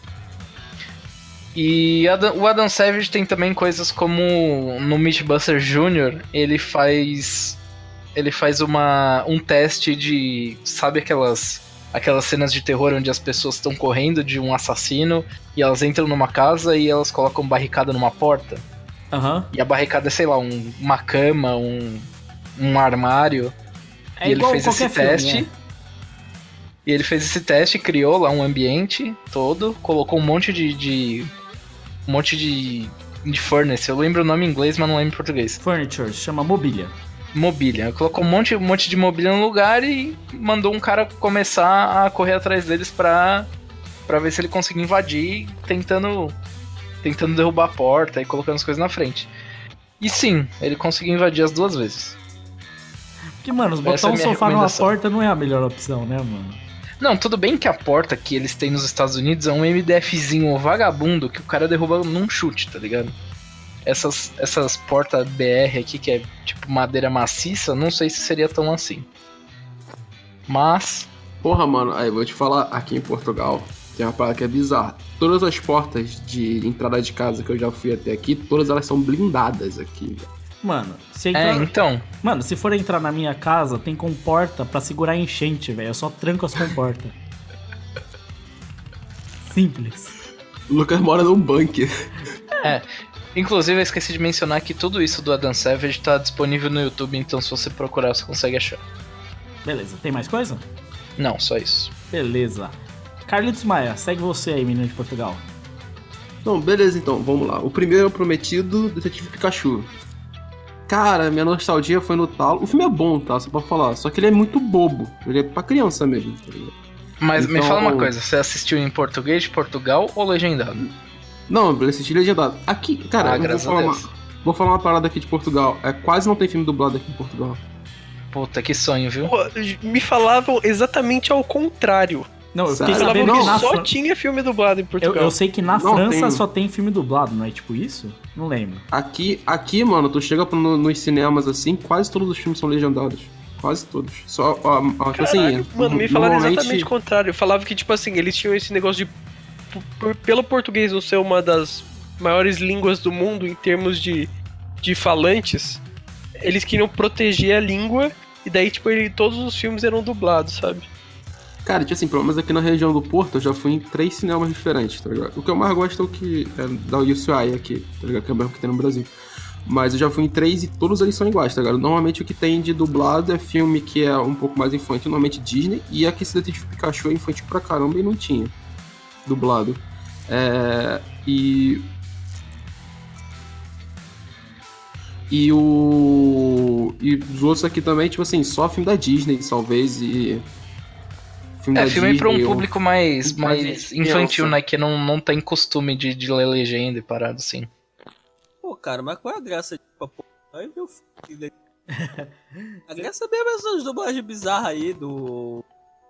E Adam- o Adam Savage tem também coisas como no Mythbusters Júnior ele faz ele faz uma um teste de, sabe aquelas aquelas cenas de terror onde as pessoas estão correndo de um assassino e elas entram numa casa e elas colocam barricada numa porta. Aham. E a barricada é, sei lá, um, uma cama, um, um armário. É e ele igual fez esse qualquer filme, teste. é. E ele fez esse teste, criou lá um ambiente todo, colocou um monte de. de um monte de. de furnace. Eu lembro o nome em inglês, mas não lembro em português. Furniture, chama mobília. Mobília. Colocou um monte, um monte de mobília no lugar e mandou um cara começar a correr atrás deles pra, pra ver se ele conseguia invadir, tentando. tentando derrubar a porta e colocando as coisas na frente. E sim, ele conseguiu invadir as duas vezes. Porque, mano, Essa botar é a um minha sofá numa recomendação. porta não é a melhor opção, né, mano? Não, tudo bem que a porta que eles têm nos Estados Unidos é um MDFzinho vagabundo que o cara derruba num chute, tá ligado? Essas, essas portas B R aqui, que é tipo madeira maciça, não sei se seria tão assim. Mas, Porra, mano, aí eu vou te falar, aqui em Portugal tem uma parada que é bizarra. Todas as portas de entrada de casa que eu já fui até aqui, todas elas são blindadas aqui. Mano, se é, entrar... então, Mano, se for entrar na minha casa, tem comporta pra segurar a enchente, velho. Eu só tranco as comportas. Simples. O Lucas mora num bunker. é. Inclusive, eu esqueci de mencionar que tudo isso do Adam Savage tá disponível no YouTube, então se você procurar, você consegue achar. Beleza, tem mais coisa? Não, só isso. Beleza. Carlitos Maia, segue você aí, menino de Portugal. Então, beleza, então, vamos lá. O primeiro é o prometido Detetive Pikachu. cara, minha nostalgia foi no talo. O filme é bom, tá? Só pra falar. Só que ele é muito bobo. Ele é pra criança mesmo, tá ligado? Mas me Então- fala uma coisa, você assistiu em português de Portugal ou legendado? Não, eu assisti legendado. Aqui, cara, Ah, eu vou graças a falar, uma, Deus. vou falar uma parada aqui de Portugal. É, quase não tem filme dublado aqui em Portugal. Puta, que sonho, viu? Pô, me falavam exatamente ao contrário. Não, eu fiquei Sério? Falavam sabendo que que na só Fran- tinha filme dublado em eu, Portugal. eu sei que na Não França tem. só tem filme dublado, não é tipo isso? Não lembro. Aqui, aqui, mano, tu chega pro- no- nos cinemas assim, quase todos os filmes são legendados. Quase todos. Só, ó, ó, tipo assim, Caralho, mano, me falaram normalmente- exatamente o contrário. Falava que, tipo assim, eles tinham esse negócio de. por- por- pelo português não ser uma das maiores línguas do mundo em termos de, de falantes, eles queriam proteger a língua e daí, tipo, ele, todos os filmes eram dublados, sabe? Cara, tipo assim, pelo menos aqui na região do Porto, eu já fui em três cinemas diferentes, tá ligado? O que eu mais gosto é o que é da U C I aqui, tá ligado? Que é o mesmo que tem no Brasil. Mas eu já fui em três e todos eles são iguais, tá ligado? Normalmente o que tem de dublado é filme que é um pouco mais infantil, normalmente Disney, e aqui esse Detetive Pikachu é infantil pra caramba e não tinha dublado. É... E... E o... E os outros aqui também, tipo assim, só filme da Disney, talvez, e... Filme É, da filme pra um Disney, ou- público mais, mais mais criança. infantil, né? Que não, não tem costume de, de ler legenda e parada assim. Pô, cara, mas qual é a graça de pra pô? Aí meu filho. A graça mesmo é essas dublagens bizarras aí do.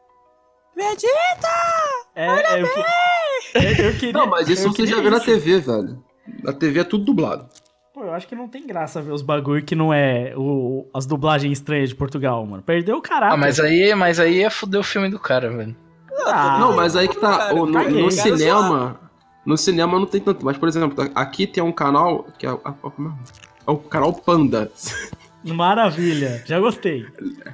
Vegeta! É, é, eu, que- eu, eu queria. Não, mas isso eu você queria já vê na isso. T V, velho. Na T V é tudo dublado. Pô, eu acho que não tem graça ver os bagulho que não é o, as dublagens estranhas de Portugal, mano. Perdeu o caráter. Ah, mas aí, mas aí é foder o filme do cara, velho. Ah, Não, mas aí que tá. cara, o- no, caguei. no Cara, cinema. No cinema não tem tanto. Mas, por exemplo, tá- aqui tem um canal. Que é, a- a- como é? É o canal Panda. Maravilha, já gostei.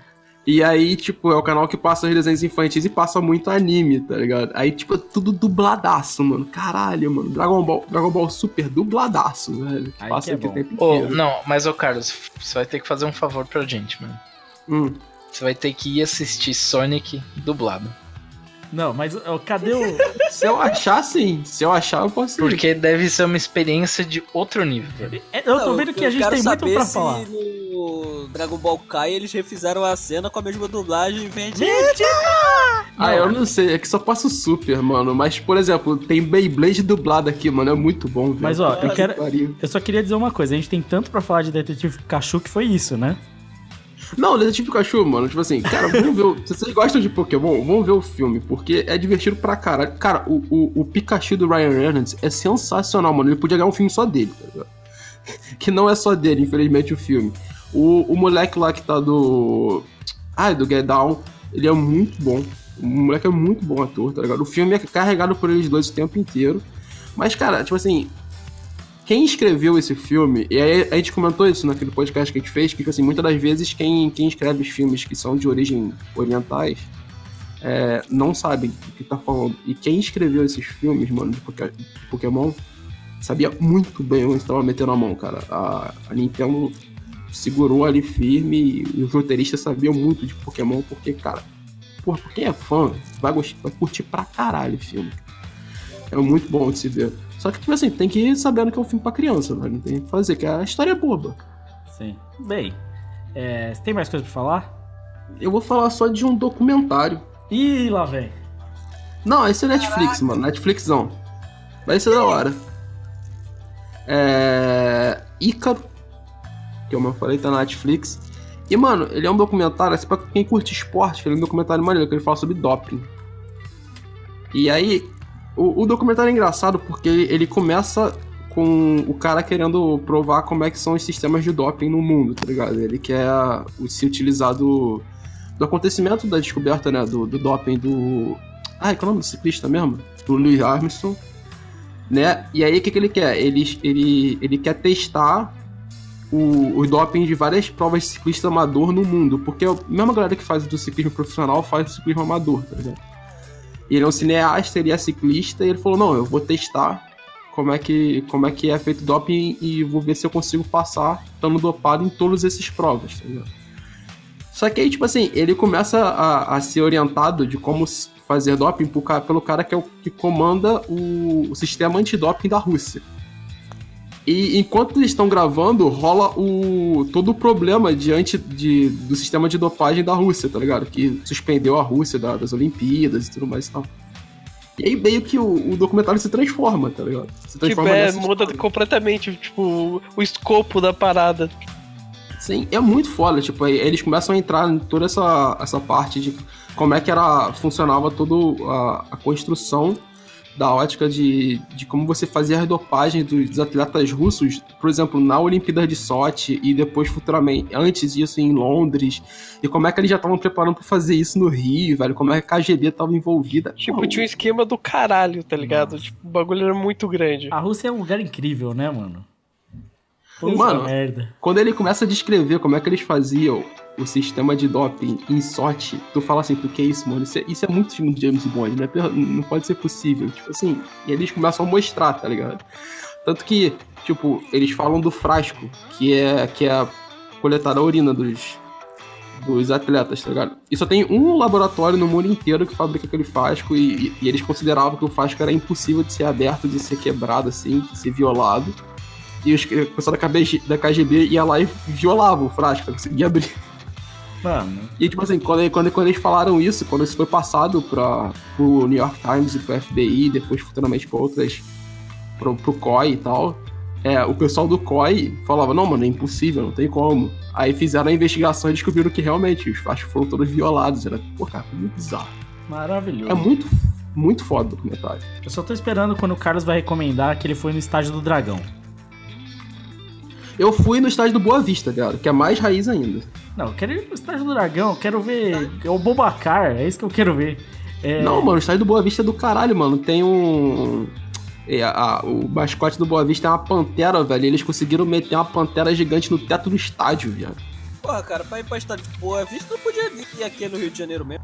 E aí, tipo, é o canal que passa os desenhos infantis e passa muito anime, tá ligado? Aí, tipo, é tudo dubladaço, mano. Caralho, mano. Dragon Ball, Dragon Ball Super dubladaço, velho. Que Aí passa que é aqui o bom. tempo Ô, inteiro. não, mas ô Carlos, você vai ter que fazer um favor pra gente, mano. Hum. Você vai ter que ir assistir Sonic dublado. Não, mas ó, cadê o. Se eu achar, sim. Se eu achar, eu posso ir. Porque deve ser uma experiência de outro nível, velho. É, Eu tô Não, vendo que eu a gente quero tem muito saber pra se falar. No Dragon Ball Kai eles refizeram a cena com a mesma dublagem Vegeta! Ah, eu não sei, é que só passa o Super, mano. Mas, por exemplo, tem Beyblade dublado aqui, mano. É muito bom, velho. Mas ó, eu Puta quero. que pariu. Eu só queria dizer uma coisa, a gente tem tanto pra falar de Detetive Pikachu que foi isso, né? Não, Detetive Pikachu, mano, tipo assim, cara, vamos ver. o- Se vocês gostam de Pokémon, vamos ver o filme, porque é divertido pra caralho. Cara, o, o, o Pikachu do Ryan Reynolds é sensacional, mano. Ele podia ganhar um filme só dele, tá ligado? Que não é só dele, infelizmente, o filme. O, o moleque lá que tá do. Ah, do Get Down, ele é muito bom. O moleque é muito bom ator, tá ligado? O filme é carregado por eles dois o tempo inteiro. Mas, cara, tipo assim. Quem escreveu esse filme, e aí a gente comentou isso naquele podcast que a gente fez, que, tipo assim, muitas das vezes quem, quem escreve os filmes que são de origem orientais é, não sabem o que tá falando. E quem escreveu esses filmes, mano, de Poké- de Pokémon, sabia muito bem onde estava metendo a mão, cara. A, a Nintendo segurou ali firme e os roteiristas sabiam muito de Pokémon, porque, cara, porra, pra quem é fã, vai, gostar, vai curtir pra caralho o filme. É muito bom de se ver. Só que, tipo assim, tem que ir sabendo que é um filme pra criança, velho. Não tem o que fazer, que a história é boba. Sim. Bem, é, você tem mais coisa pra falar? Eu vou falar só de um documentário. Ih, lá vem. Não, esse é Netflix, mano. Netflixão. Vai ser da hora. É... Ícaro. Que como eu falei, tá na Netflix. E, mano, ele é um documentário, assim, pra quem curte esporte, ele é um documentário maneiro, que ele fala sobre doping. E aí, o, o documentário é engraçado porque ele começa com o cara querendo provar como é que são os sistemas de doping no mundo, tá ligado? Ele quer o- se utilizar do, do acontecimento da descoberta, né, do, do doping do... Ai, qual é o nome do ciclista mesmo? Do Louis Armstrong, né? E aí, o que, que ele quer? Ele, ele, ele quer testar o, o doping de várias provas de ciclista amador no mundo, porque a mesma galera que faz do ciclismo profissional faz do ciclismo amador, tá ligado? E ele é um cineasta, ele é ciclista, e ele falou, não, eu vou testar como é que, como é, que é feito doping e vou ver se eu consigo passar estando dopado em todas essas provas, tá ligado? Só que aí, tipo assim, ele começa a, a ser orientado de como s- fazer doping pro ca- pelo cara que, é o, que comanda o, o sistema antidoping da Rússia. E enquanto eles estão gravando, rola o todo o problema diante de, do sistema de dopagem da Rússia, tá ligado? Que suspendeu a Rússia da, das Olimpíadas e tudo mais e tal. E aí meio que o, o documentário se transforma, tá ligado? Se transforma tipo, é, nessa muda história. completamente, tipo, o escopo da parada. Sim, é muito foda, tipo, aí eles começam a entrar em toda essa, essa parte de como é que era, funcionava toda a, a construção da ótica de, de como você fazia as dopagens dos, dos atletas russos, por exemplo, na Olimpíada de Sochi e depois futuramente, antes disso em Londres, e como é que eles já estavam preparando pra fazer isso no Rio, velho, como é que a K G B tava envolvida. Tipo, Pô, tinha um esquema do caralho, tá ligado? Nossa. Tipo, o bagulho era muito grande. A Rússia é um lugar incrível, né, mano? Puta Mano, merda. quando ele começa a descrever como é que eles faziam o sistema de doping em Sochi, tu fala assim, por que isso, mano? Isso é, isso é muito filme do James Bond, né? Não pode ser possível. Tipo assim, e eles começam a mostrar, tá ligado? Tanto que, tipo, eles falam do frasco, que é, que é coletar a urina dos, dos atletas, tá ligado? E só tem um laboratório no mundo inteiro que fabrica aquele frasco e, e eles consideravam que o frasco era impossível de ser aberto, de ser quebrado, assim, de ser violado. E os, o pessoal da K B G, da K G B ia lá e violava o frasco, não conseguia abrir. Mano. E tipo assim, quando, quando, quando eles falaram isso, quando isso foi passado para pro New York Times e pro F B I, depois futuramente para outras, pro, pro C O I e tal, é, o pessoal do C O I falava, não, mano, é impossível, não tem como. Aí fizeram a investigação e descobriram que realmente os frascos foram todos violados. Era, pô, cara, muito bizarro. Maravilhoso. É muito, muito foda o documentário. Eu só tô esperando quando o Carlos vai recomendar que ele foi no estádio do Dragão. Eu fui no estádio do Boa Vista, cara, que é mais raiz ainda. Não, eu quero ir no estádio do Dragão, eu quero ver é o Bobacar, é isso que eu quero ver. É... Não, mano, o estádio do Boa Vista é do caralho, mano. Tem um... É, a, o mascote do Boa Vista é uma pantera, velho. Eles conseguiram meter uma pantera gigante no teto do estádio, velho. Porra, cara, pra ir pra estádio de Boa Vista não podia vir aqui no Rio de Janeiro mesmo.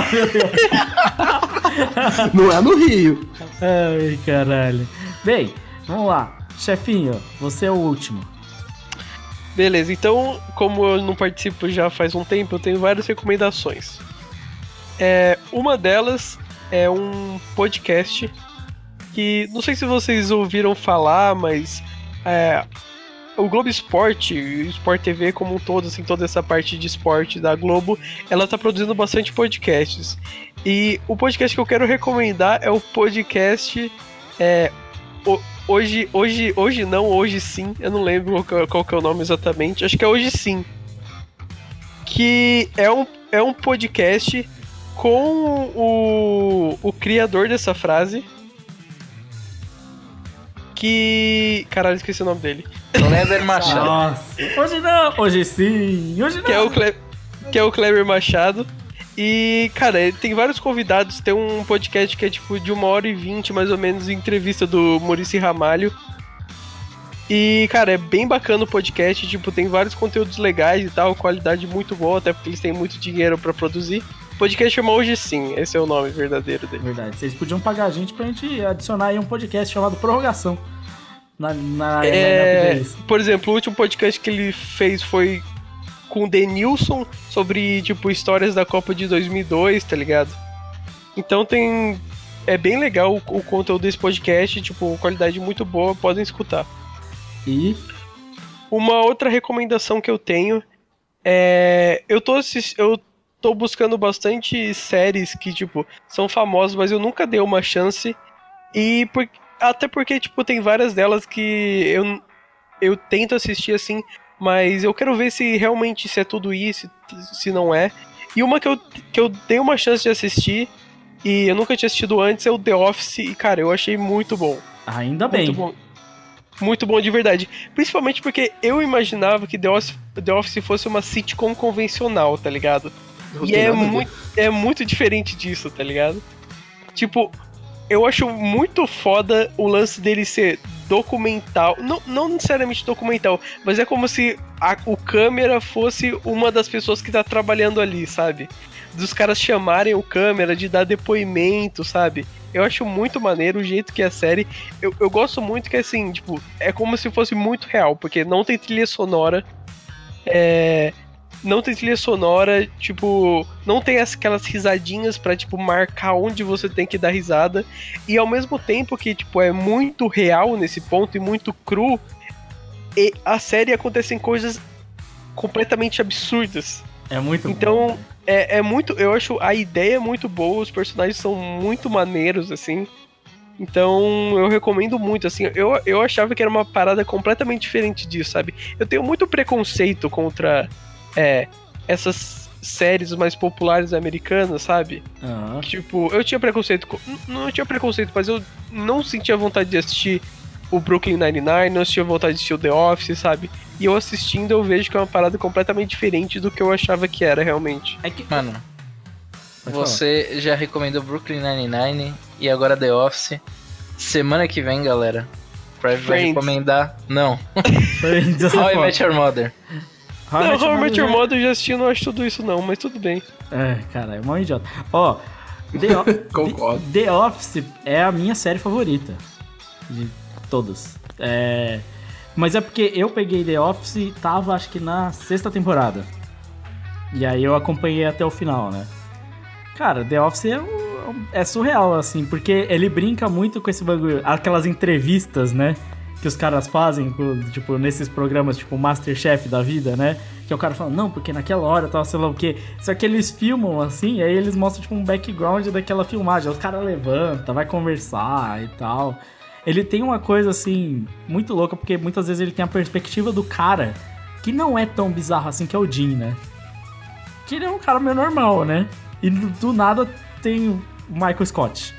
Não é no Rio. Ai, caralho. Bem, vamos lá. Chefinho, você é o último. Beleza, então, como eu não participo já faz um tempo, eu tenho várias recomendações. É, uma delas é um podcast que, não sei se vocês ouviram falar, mas é, o Globo Esporte, o Sport T V como um todo, assim, toda essa parte de esporte da Globo, ela tá produzindo bastante podcasts. E o podcast que eu quero recomendar é o podcast... É, o, Hoje, hoje, hoje não, hoje sim, eu não lembro qual que, é, qual que é o nome exatamente, acho que é Hoje Sim, que é um, é um podcast com o, o criador dessa frase, que... caralho, esqueci o nome dele. Kleber Machado. Nossa, hoje não, hoje sim, hoje não. Que é o, Cle, que é o Kleber Machado. E, cara, ele tem vários convidados. Tem um podcast que é tipo de uma hora e vinte, mais ou menos, entrevista do Muricy Ramalho. E, cara, é bem bacana o podcast. Tipo, tem vários conteúdos legais e tal, qualidade muito boa, até porque eles têm muito dinheiro pra produzir. O podcast chama Hoje Sim, esse é o nome verdadeiro dele. Verdade, vocês podiam pagar a gente pra gente adicionar aí um podcast chamado Prorrogação. Na, na, é, na por exemplo, o último podcast que ele fez foi com o Denilson sobre, tipo, histórias da Copa de dois mil e dois, tá ligado? Então tem... é bem legal o, o conteúdo desse podcast, tipo, qualidade muito boa, podem escutar. E... uma outra recomendação que eu tenho é... Eu tô, assist... eu tô buscando bastante séries que, tipo, são famosas, mas eu nunca dei uma chance. E por... até porque, tipo, tem várias delas que eu, eu tento assistir, assim... mas eu quero ver se realmente se é tudo isso, se não é. E uma que eu, que eu dei uma chance de assistir, e eu nunca tinha assistido antes, é o The Office, e cara, eu achei muito bom. Ainda bem. Muito bom. Muito bom de verdade. Principalmente porque eu imaginava que The Office, The Office fosse uma sitcom convencional, tá ligado? Não E tem é nada a ver. muito, é muito diferente disso, tá ligado? Tipo, eu acho muito foda o lance dele ser documental, não, não necessariamente documental, mas é como se a, o câmera fosse uma das pessoas que tá trabalhando ali, sabe? Dos caras chamarem o câmera, de dar depoimento, sabe? Eu acho muito maneiro o jeito que a série... Eu, eu gosto muito que, assim, tipo, é como se fosse muito real, porque não tem trilha sonora, é... não tem trilha sonora, tipo, não tem aquelas risadinhas pra, tipo, marcar onde você tem que dar risada, e ao mesmo tempo que, tipo, é muito real nesse ponto e muito cru, e a série acontecem coisas completamente absurdas. É muito Então, bom. é, é muito. Eu acho a ideia muito boa, os personagens são muito maneiros, assim. Então, eu recomendo muito, assim. Eu, eu achava que era uma parada completamente diferente disso, sabe? Eu tenho muito preconceito contra é, essas séries mais populares americanas, sabe? Aham. Tipo, eu tinha preconceito. Com, não, não tinha preconceito, mas eu não sentia vontade de assistir o Brooklyn Nine-Nine, não sentia vontade de assistir o The Office, sabe? E eu assistindo, eu vejo que é uma parada completamente diferente do que eu achava que era realmente. É que... Mano, Pode você já recomendou Brooklyn Nine-Nine e agora The Office. Semana que vem, galera, o Crave vai Friends. recomendar... Não, Friends, essa How I foto. Met Your Mother. How I Não, Met Your How I Met Your Mother Mother eu já assisti, eu não acho tudo isso não, mas tudo bem. É, cara, é mó idiota. Ó, The, o... Concordo. The, The Office é a minha série favorita. De todas. É... Mas é porque eu peguei The Office e tava, acho que na sexta temporada. E aí eu acompanhei até o final, né? Cara, The Office é, um- é surreal, assim, porque ele brinca muito com esse bagulho. Aquelas entrevistas, né? Que os caras fazem, com, tipo, nesses programas, tipo, Masterchef da vida, né? Que o cara fala, não, porque naquela hora tava sei lá o quê. Só que eles filmam, assim, e aí eles mostram, tipo, um background daquela filmagem. Aí os caras levantam, vai conversar e tal. Ele tem uma coisa, assim, muito louca, porque muitas vezes ele tem a perspectiva do cara, que não é tão bizarro assim, que é o Jim, né? Que ele é um cara meio normal, né? E do, do nada tem o Michael Scott.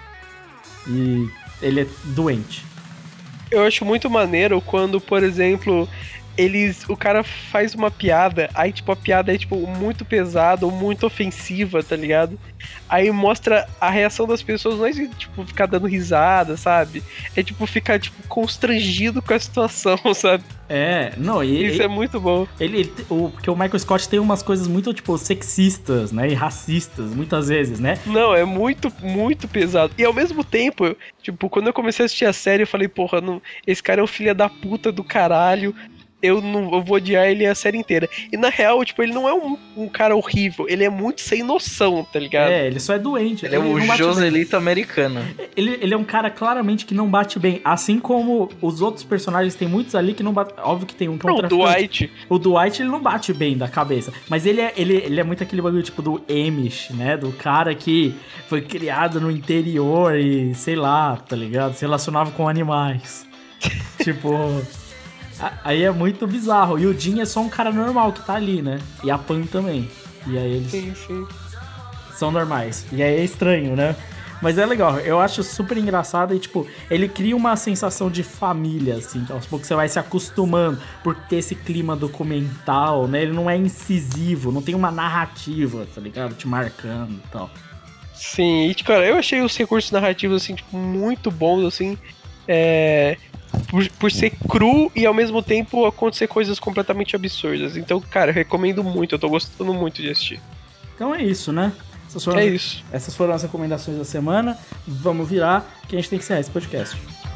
E ele é doente. Eu acho muito maneiro quando, por exemplo, eles. O cara faz uma piada, aí tipo, a piada é tipo muito pesada ou muito ofensiva, tá ligado? Aí mostra a reação das pessoas, não é tipo ficar dando risada, sabe? É tipo ficar tipo constrangido com a situação, sabe? É, não, e Isso ele, é muito bom. ele, ele- o, porque o Michael Scott tem umas coisas muito, tipo, sexistas, né? E racistas, muitas vezes, né? Não, é muito, muito pesado. E ao mesmo tempo, eu, tipo, quando eu comecei a assistir a série, eu falei, porra, não, esse cara é um filho da puta do caralho. Eu não eu vou odiar ele a série inteira. E na real, tipo, ele não é um, um cara horrível, ele é muito sem noção, tá ligado? É, ele só é doente. Ele é o não bate bem. Joselito americano. Ele, ele é um cara claramente que não bate bem. Assim como os outros personagens, tem muitos ali que não batem. Óbvio que tem um que é um Não, o traficante. Dwight. O Dwight, ele não bate bem da cabeça. Mas ele é, ele, ele é muito aquele bagulho, tipo, do Amish, né? Do cara que foi criado no interior e, sei lá, tá ligado? Se relacionava com animais. Tipo... a- Aí é muito bizarro. E o Jim é só um cara normal que tá ali, né? E a Pam também. E aí eles Sim, sim. são normais. E aí é estranho, né? Mas é legal, eu acho super engraçado e, tipo, ele cria uma sensação de família, assim, que aos poucos você vai se acostumando por ter esse clima documental, né? Ele não é incisivo, não tem uma narrativa, tá ligado? Te marcando e tal. Sim, e, cara, eu achei os recursos narrativos, assim, tipo, muito bons, assim, é... Por, por ser cru e ao mesmo tempo acontecer coisas completamente absurdas. Então, cara, eu recomendo muito, eu tô gostando muito de assistir. Então é isso, né? Essas foram, É as, isso. essas foram as recomendações da semana. Vamos virar, que a gente tem que encerrar esse podcast.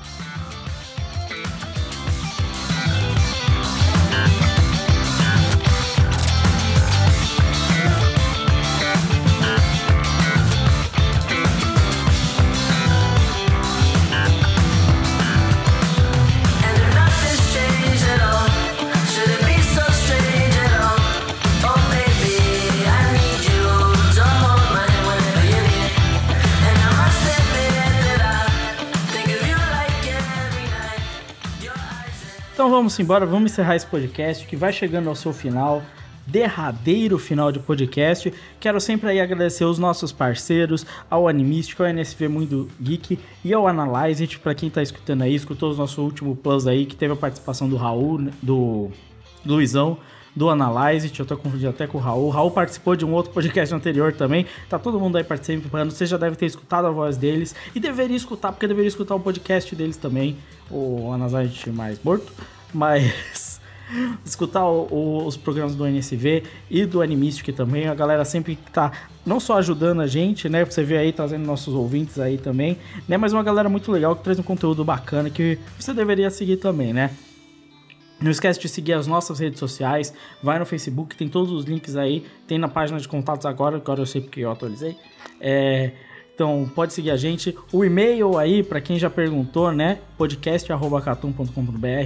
Então vamos embora, vamos encerrar esse podcast que vai chegando ao seu final, derradeiro final de podcast. Quero sempre aí agradecer os nossos parceiros, ao Animístico, ao N S V Mundo Geek e ao Analyze It, pra quem tá escutando aí, escutou o nosso último plus aí, que teve a participação do Raul, né, do Luizão, do Analyze It, eu tô confundindo até com o Raul. O Raul participou de um outro podcast anterior também, tá todo mundo aí participando, você já deve ter escutado a voz deles, e deveria escutar, porque deveria escutar o podcast deles também, o Analyze It mais morto, mas... escutar o, o, os programas do N S V e do Animistic também, a galera sempre tá não só ajudando a gente, né, você vê aí, trazendo nossos ouvintes aí também, né, mas uma galera muito legal que traz um conteúdo bacana que você deveria seguir também, né. Não esquece de seguir as nossas redes sociais, vai no Facebook, tem todos os links aí, tem na página de contatos agora, agora eu sei porque eu atualizei, é... Então, pode seguir a gente. O e-mail aí, pra quem já perguntou, né? podcast arroba catum ponto com ponto br.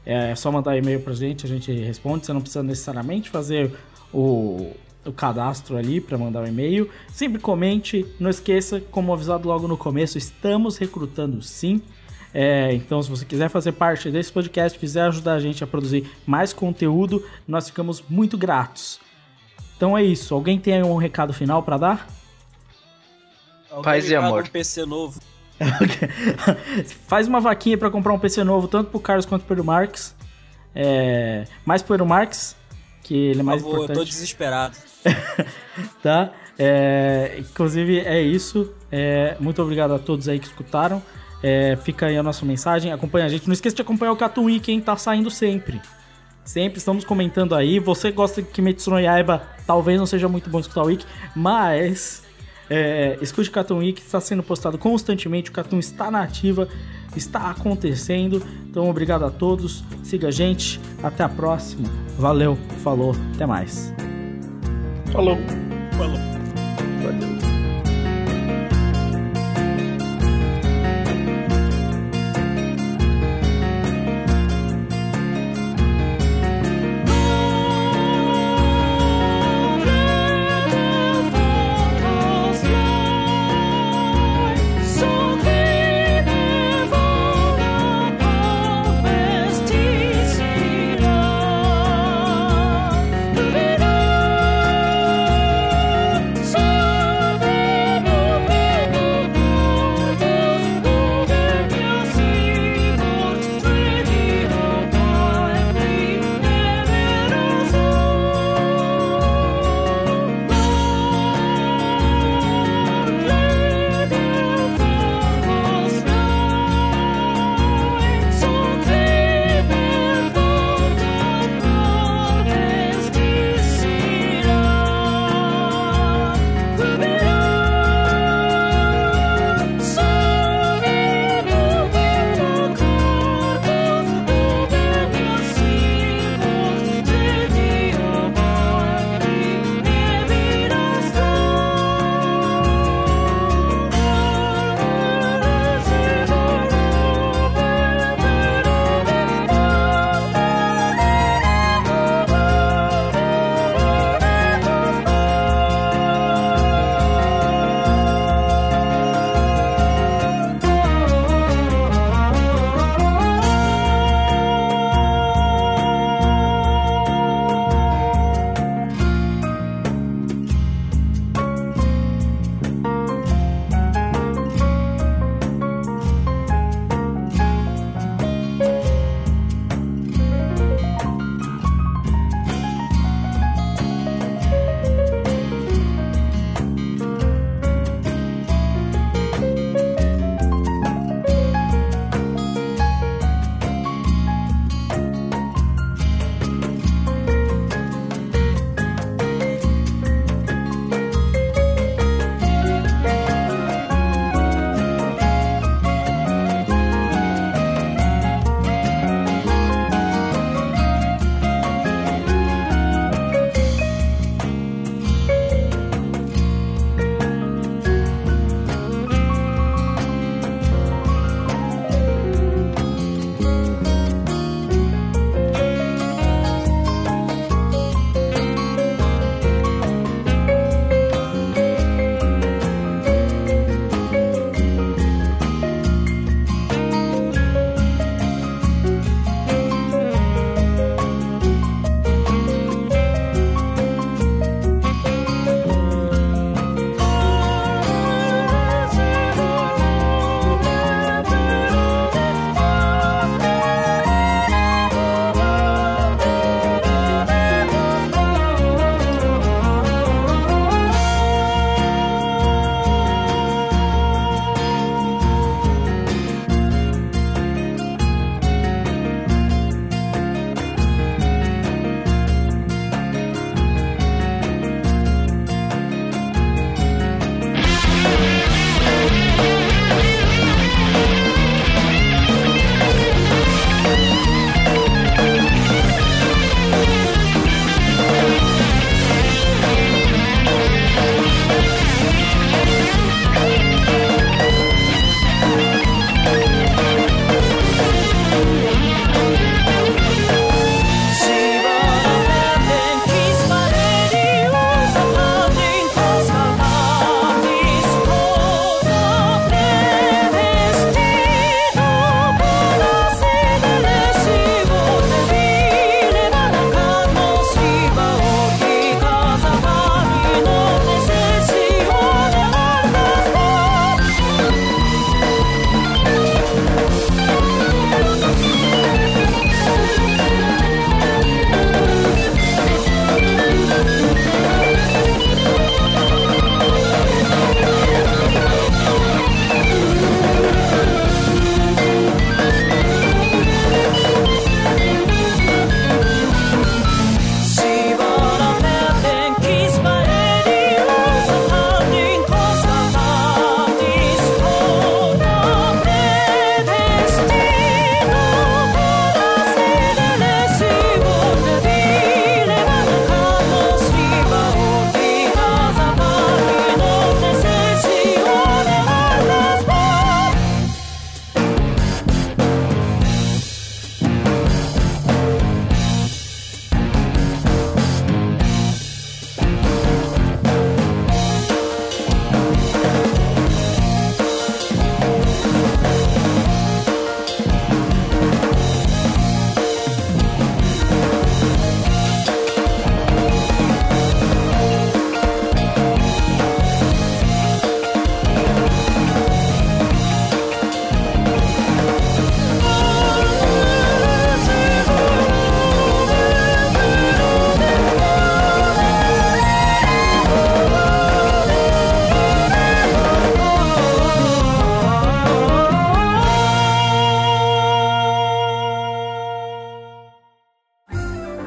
É só mandar e-mail pra gente, a gente responde. Você não precisa necessariamente fazer o, o cadastro ali para mandar o e-mail. Sempre comente, não esqueça, como avisado logo no começo, estamos recrutando sim. É, então, se você quiser fazer parte desse podcast, quiser ajudar a gente a produzir mais conteúdo, nós ficamos muito gratos. Então é isso. Alguém tem um recado final para dar? Paz e amor. Um P C novo. Faz uma vaquinha para comprar um P C novo, tanto pro Carlos quanto pro Marques. É, mais pro Marques, que ele é mais Por favor, importante. eu tô desesperado. Tá? É, inclusive é isso. É, muito obrigado a todos aí que escutaram. É, fica aí a nossa mensagem, acompanha a gente. Não esqueça de acompanhar o Cartoon Week, hein? Tá saindo sempre. Sempre estamos comentando aí. Você gosta de Kimetsu no Yaiba, talvez não seja muito bom escutar o Wiki, mas é, escute o Cartoon Week, está sendo postado constantemente. O Cartoon está na ativa, está acontecendo. Então obrigado a todos, siga a gente, até a próxima. Valeu, falou, até mais. Falou. Falou. Valeu. Show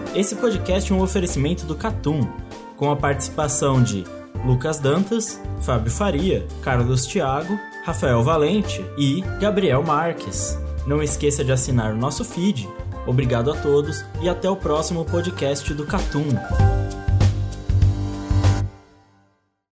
Esse podcast é um oferecimento do Catum, com a participação de Lucas Dantas, Fábio Faria, Carlos Thiago, Rafael Valente e Gabriel Marques. Não esqueça de assinar o nosso feed. Obrigado a todos e até o próximo podcast do Catum.